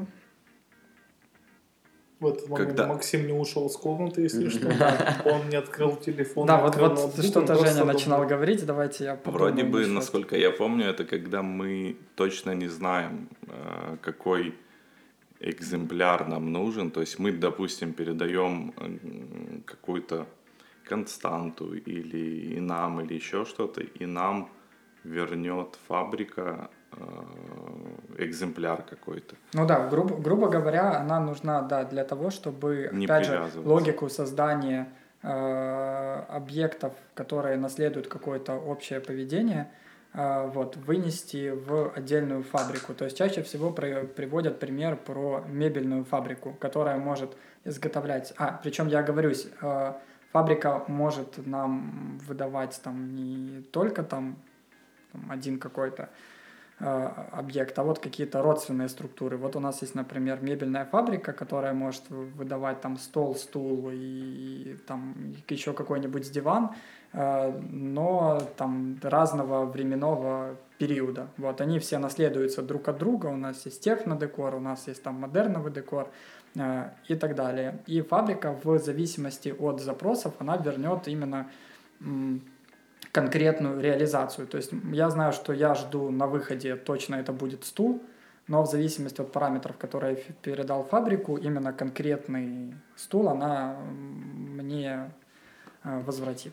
В этот момент Когда? Максим не ушел с комнаты, если что. Он не открыл телефон. Да, не вот, открыл вот ноутбук, что-то он Женя просто начинал думал. говорить, давайте я подумаю. Вроде бы, насчет. насколько я помню, это когда мы точно не знаем, э, какой экземпляр нам нужен. То есть мы, допустим, передаем м, какую-то константу или и нам, или еще что-то, и нам вернет фабрика э, экземпляр какой-то. Ну да, грубо, грубо говоря, она нужна, да, для того, чтобы, Не опять же, привязываться. логику создания э, объектов, которые наследуют какое-то общее поведение, э, вот, вынести в отдельную фабрику. То есть чаще всего при- приводят пример про мебельную фабрику, которая может изготовлять... А, причем я оговорюсь, э, фабрика может нам выдавать там не только там, там один какой-то э, объект, а вот какие-то родственные структуры. Вот у нас есть, например, мебельная фабрика, которая может выдавать там стол, стул и, и там еще какой-нибудь диван, э, но там разного временного периода. Вот они все наследуются друг от друга. У нас есть технодекор, у нас есть там модерновый декор э, и так далее. И фабрика в зависимости от запросов она вернет именно м, конкретную реализацию. То есть я знаю, что я жду на выходе точно это будет стул, но в зависимости от параметров, которые я передал в фабрику, именно конкретный стул она мне возвратит.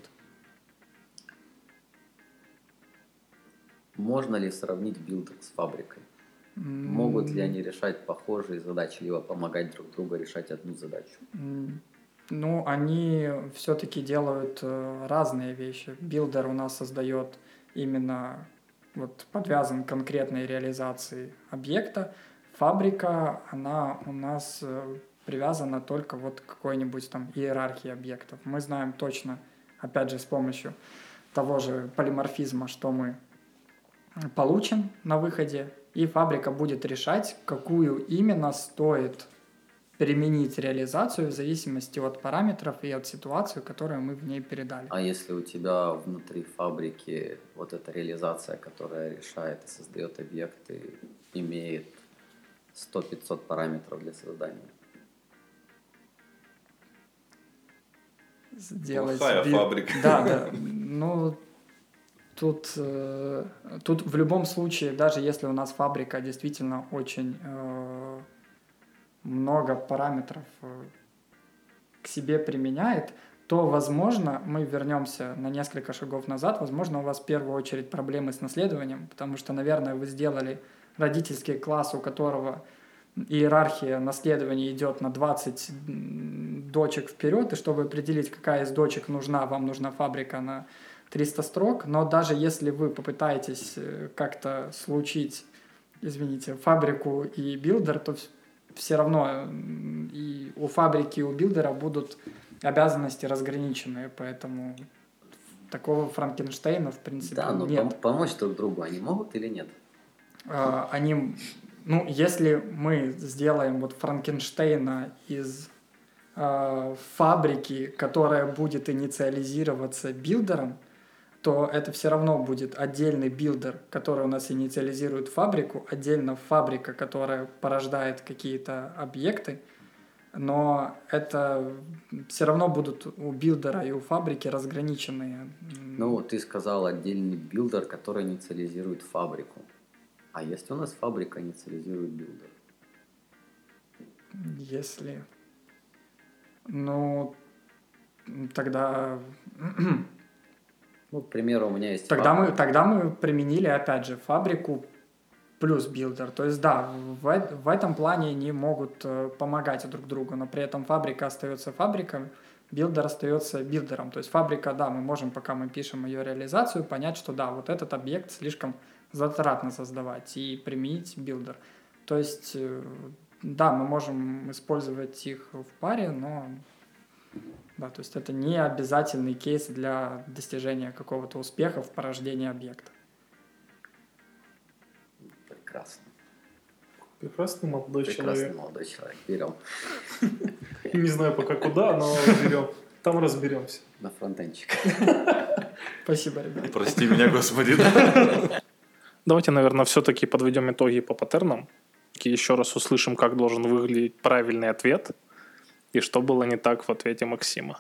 Можно ли сравнить билдер с фабрикой? Могут ли они решать похожие задачи, либо помогать друг другу решать одну задачу? Ну, они все-таки делают э, разные вещи. Билдер у нас создает именно вот подвязан к конкретной реализации объекта. Фабрика, она у нас э, привязана только вот к какой-нибудь там иерархии объектов. Мы знаем точно, опять же, с помощью того же полиморфизма, что мы получим на выходе, и фабрика будет решать, какую именно стоит применить реализацию в зависимости от параметров и от ситуации, которую мы в ней передали. А если у тебя внутри фабрики вот эта реализация, которая решает и создает объекты, имеет сто-пятьсот параметров для создания? Сделать Плохая би- фабрика. Да, да. Ну, тут, э, тут в любом случае, даже если у нас фабрика действительно очень э, много параметров э, к себе применяет, то, возможно, мы вернемся на несколько шагов назад, возможно, у вас в первую очередь проблемы с наследованием, потому что, наверное, вы сделали родительский класс, у которого иерархия наследования идет на двадцать дочек вперед, и чтобы определить, какая из дочек нужна, вам нужна фабрика на триста строк, но даже если вы попытаетесь как-то случить, извините, фабрику и билдер, то все равно и у фабрики, и у билдера будут обязанности разграниченные, поэтому такого Франкенштейна, в принципе, Да, но нет. пом- помочь друг другу они могут или нет? Они ну, если мы сделаем вот Франкенштейна из э, фабрики, которая будет инициализироваться билдером, то это все равно будет отдельный билдер, который у нас инициализирует фабрику, отдельно фабрика, которая порождает какие-то объекты, но это все равно будут у билдера и у фабрики разграниченные. Ну, ты сказал отдельный билдер, который инициализирует фабрику. А если у нас фабрика инициализирует билдер? Если... Ну, тогда... Ну, к примеру, у меня есть Тогда мы, фабрика. тогда мы применили, опять же, фабрику плюс билдер. То есть, да, в, в этом плане они могут э, помогать друг другу, но при этом фабрика остается фабрикой, билдер остается билдером. То есть фабрика, да, мы можем, пока мы пишем ее реализацию, понять, что да, вот этот объект слишком затратно создавать и применить билдер. То есть, э, да, мы можем использовать их в паре, но... Да, то есть это не обязательный кейс для достижения какого-то успеха в порождении объекта. Прекрасно. Прекрасный молодой Прекрасный человек. молодой человек. Берем. Не знаю пока куда, но берем. Там разберемся. На фронтенчик. Спасибо, ребята. Прости меня, Господи. Давайте, наверное, все-таки подведем итоги по паттернам. И еще раз услышим, как должен выглядеть правильный ответ и что было не так в ответе Максима.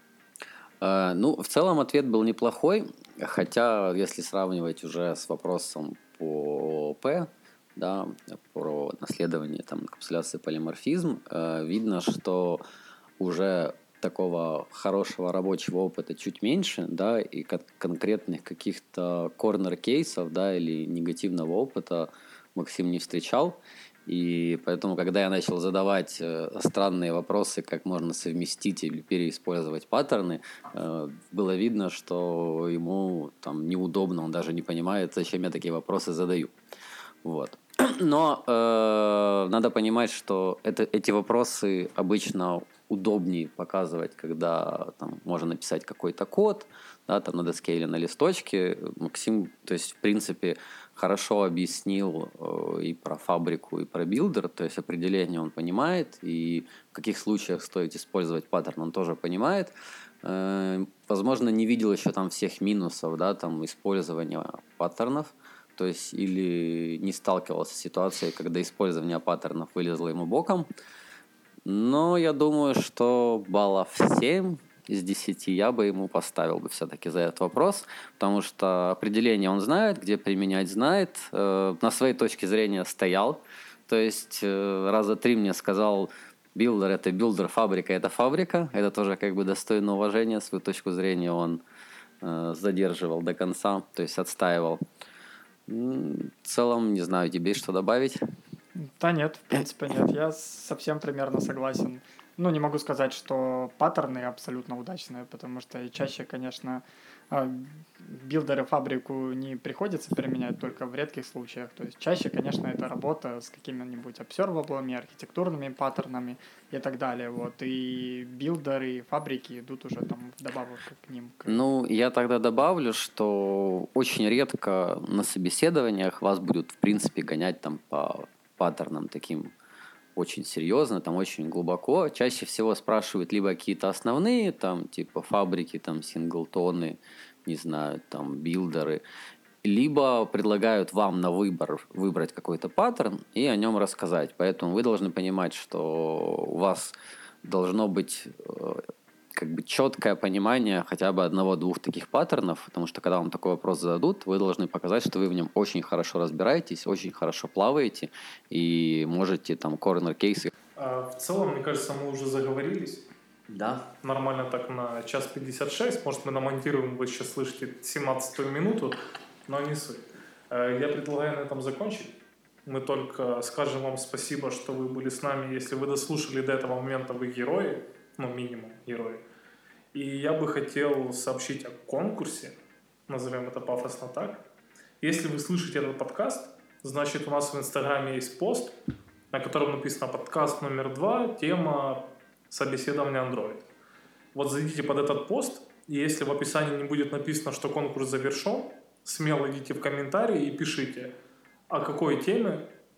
Uh, ну, в целом ответ был неплохой, хотя, если сравнивать уже с вопросом по П, да, про наследование, там, капсуляции, полиморфизм, uh, видно, что уже такого хорошего рабочего опыта чуть меньше, да, и кон- конкретных каких-то корнер-кейсов, да, или негативного опыта Максим не встречал. И поэтому, когда я начал задавать э, странные вопросы, как можно совместить или переиспользовать паттерны, э, было видно, что ему там неудобно, он даже не понимает, зачем я такие вопросы задаю. Вот. Но э, надо понимать, что это, эти вопросы обычно удобнее показывать, когда там можно написать какой-то код, да, там на доске или на листочке. Максим, то есть, в принципе, хорошо объяснил э, и про фабрику, и про билдер, то есть определение он понимает, и в каких случаях стоит использовать паттерн, он тоже понимает. Э, возможно, не видел еще там всех минусов, да, там использования паттернов, то есть или не сталкивался с ситуацией, когда использование паттернов вылезло ему боком. Но я думаю, что баллов семь из десяти я бы ему поставил бы все-таки за этот вопрос, потому что определение он знает, где применять знает, э, на своей точке зрения стоял, то есть э, раза три мне сказал, билдер это билдер, фабрика это фабрика, это тоже как бы достойно уважения, свою точку зрения он э, задерживал до конца, то есть отстаивал. В целом, не знаю, тебе что добавить? Да нет, в принципе нет, я совсем примерно согласен. Ну, не могу сказать, что паттерны абсолютно удачные, потому что чаще, конечно, билдеры фабрику не приходится применять только в редких случаях. То есть чаще, конечно, это работа с какими-нибудь обсерваблами, архитектурными паттернами и так далее. Вот. И билдеры, и фабрики идут уже там вдобавок к ним. Ну, я тогда добавлю, что очень редко на собеседованиях вас будут, в принципе, гонять там по паттернам таким очень серьезно, там очень глубоко. Чаще всего спрашивают либо какие-то основные, там типа фабрики, там синглтоны, не знаю, там билдеры, либо предлагают вам на выбор выбрать какой-то паттерн и о нем рассказать. Поэтому вы должны понимать, что у вас должно быть как бы четкое понимание хотя бы одного-двух таких паттернов, потому что когда вам такой вопрос зададут, вы должны показать, что вы в нем очень хорошо разбираетесь, очень хорошо плаваете и можете там корнер-кейсы. А в целом, мне кажется, мы уже заговорились. Да. Нормально так на час пятьдесят шесть. Может, мы намонтируем, вы сейчас слышите семнадцатую минуту, но не суть. Я предлагаю на этом закончить. Мы только скажем вам спасибо, что вы были с нами. Если вы дослушали до этого момента, вы герои. Ну, минимум герои. И я бы хотел сообщить о конкурсе, назовем это пафосно так. Если вы слышите этот подкаст, значит, у нас в Инстаграме есть пост, на котором написано подкаст номер два, тема собеседования Android. Вот зайдите под этот пост, и если в описании не будет написано, что конкурс завершен, смело идите в комментарии и пишите, о какой теме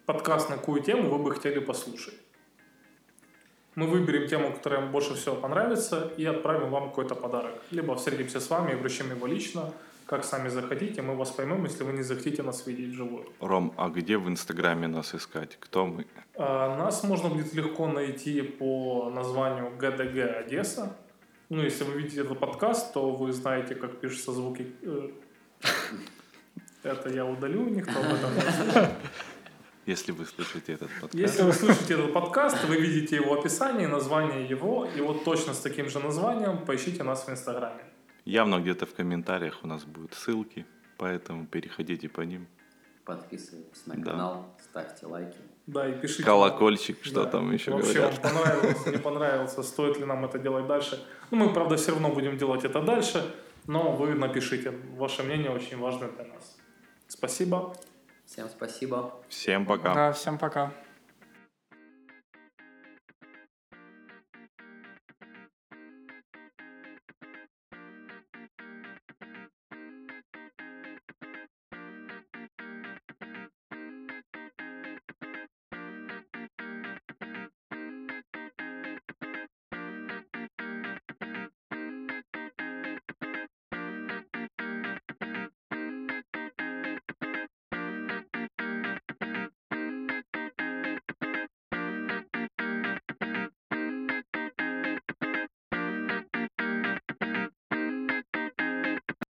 подкаст, на какую тему вы бы хотели послушать. Мы выберем тему, которая вам больше всего понравится, и отправим вам какой-то подарок. Либо встретимся с вами и вручим его лично, как сами захотите. Мы вас поймем, если вы не захотите нас видеть вживую. Ром, а где в Инстаграме нас искать? Кто мы? А, нас можно будет легко найти по названию гэ дэ гэ Одесса. Ну, если вы видите этот подкаст, то вы знаете, как пишутся звуки. Это я удалю, никто об этом не слышит. Если вы слышите этот подкаст. Если вы слышите этот подкаст, вы видите его описание, название его, и вот точно с таким же названием поищите нас в Инстаграме. Явно где-то в комментариях у нас будут ссылки, поэтому переходите по ним. Подписывайтесь на Да. канал, ставьте лайки. Да, и пишите. Колокольчик, что Да. там еще Вообще говорят. вам понравилось, не понравился, стоит ли нам это делать дальше. Ну, мы, правда, все равно будем делать это дальше, но вы напишите. Ваше мнение очень важно для нас. Спасибо. Всем спасибо. Всем пока. Да, всем пока.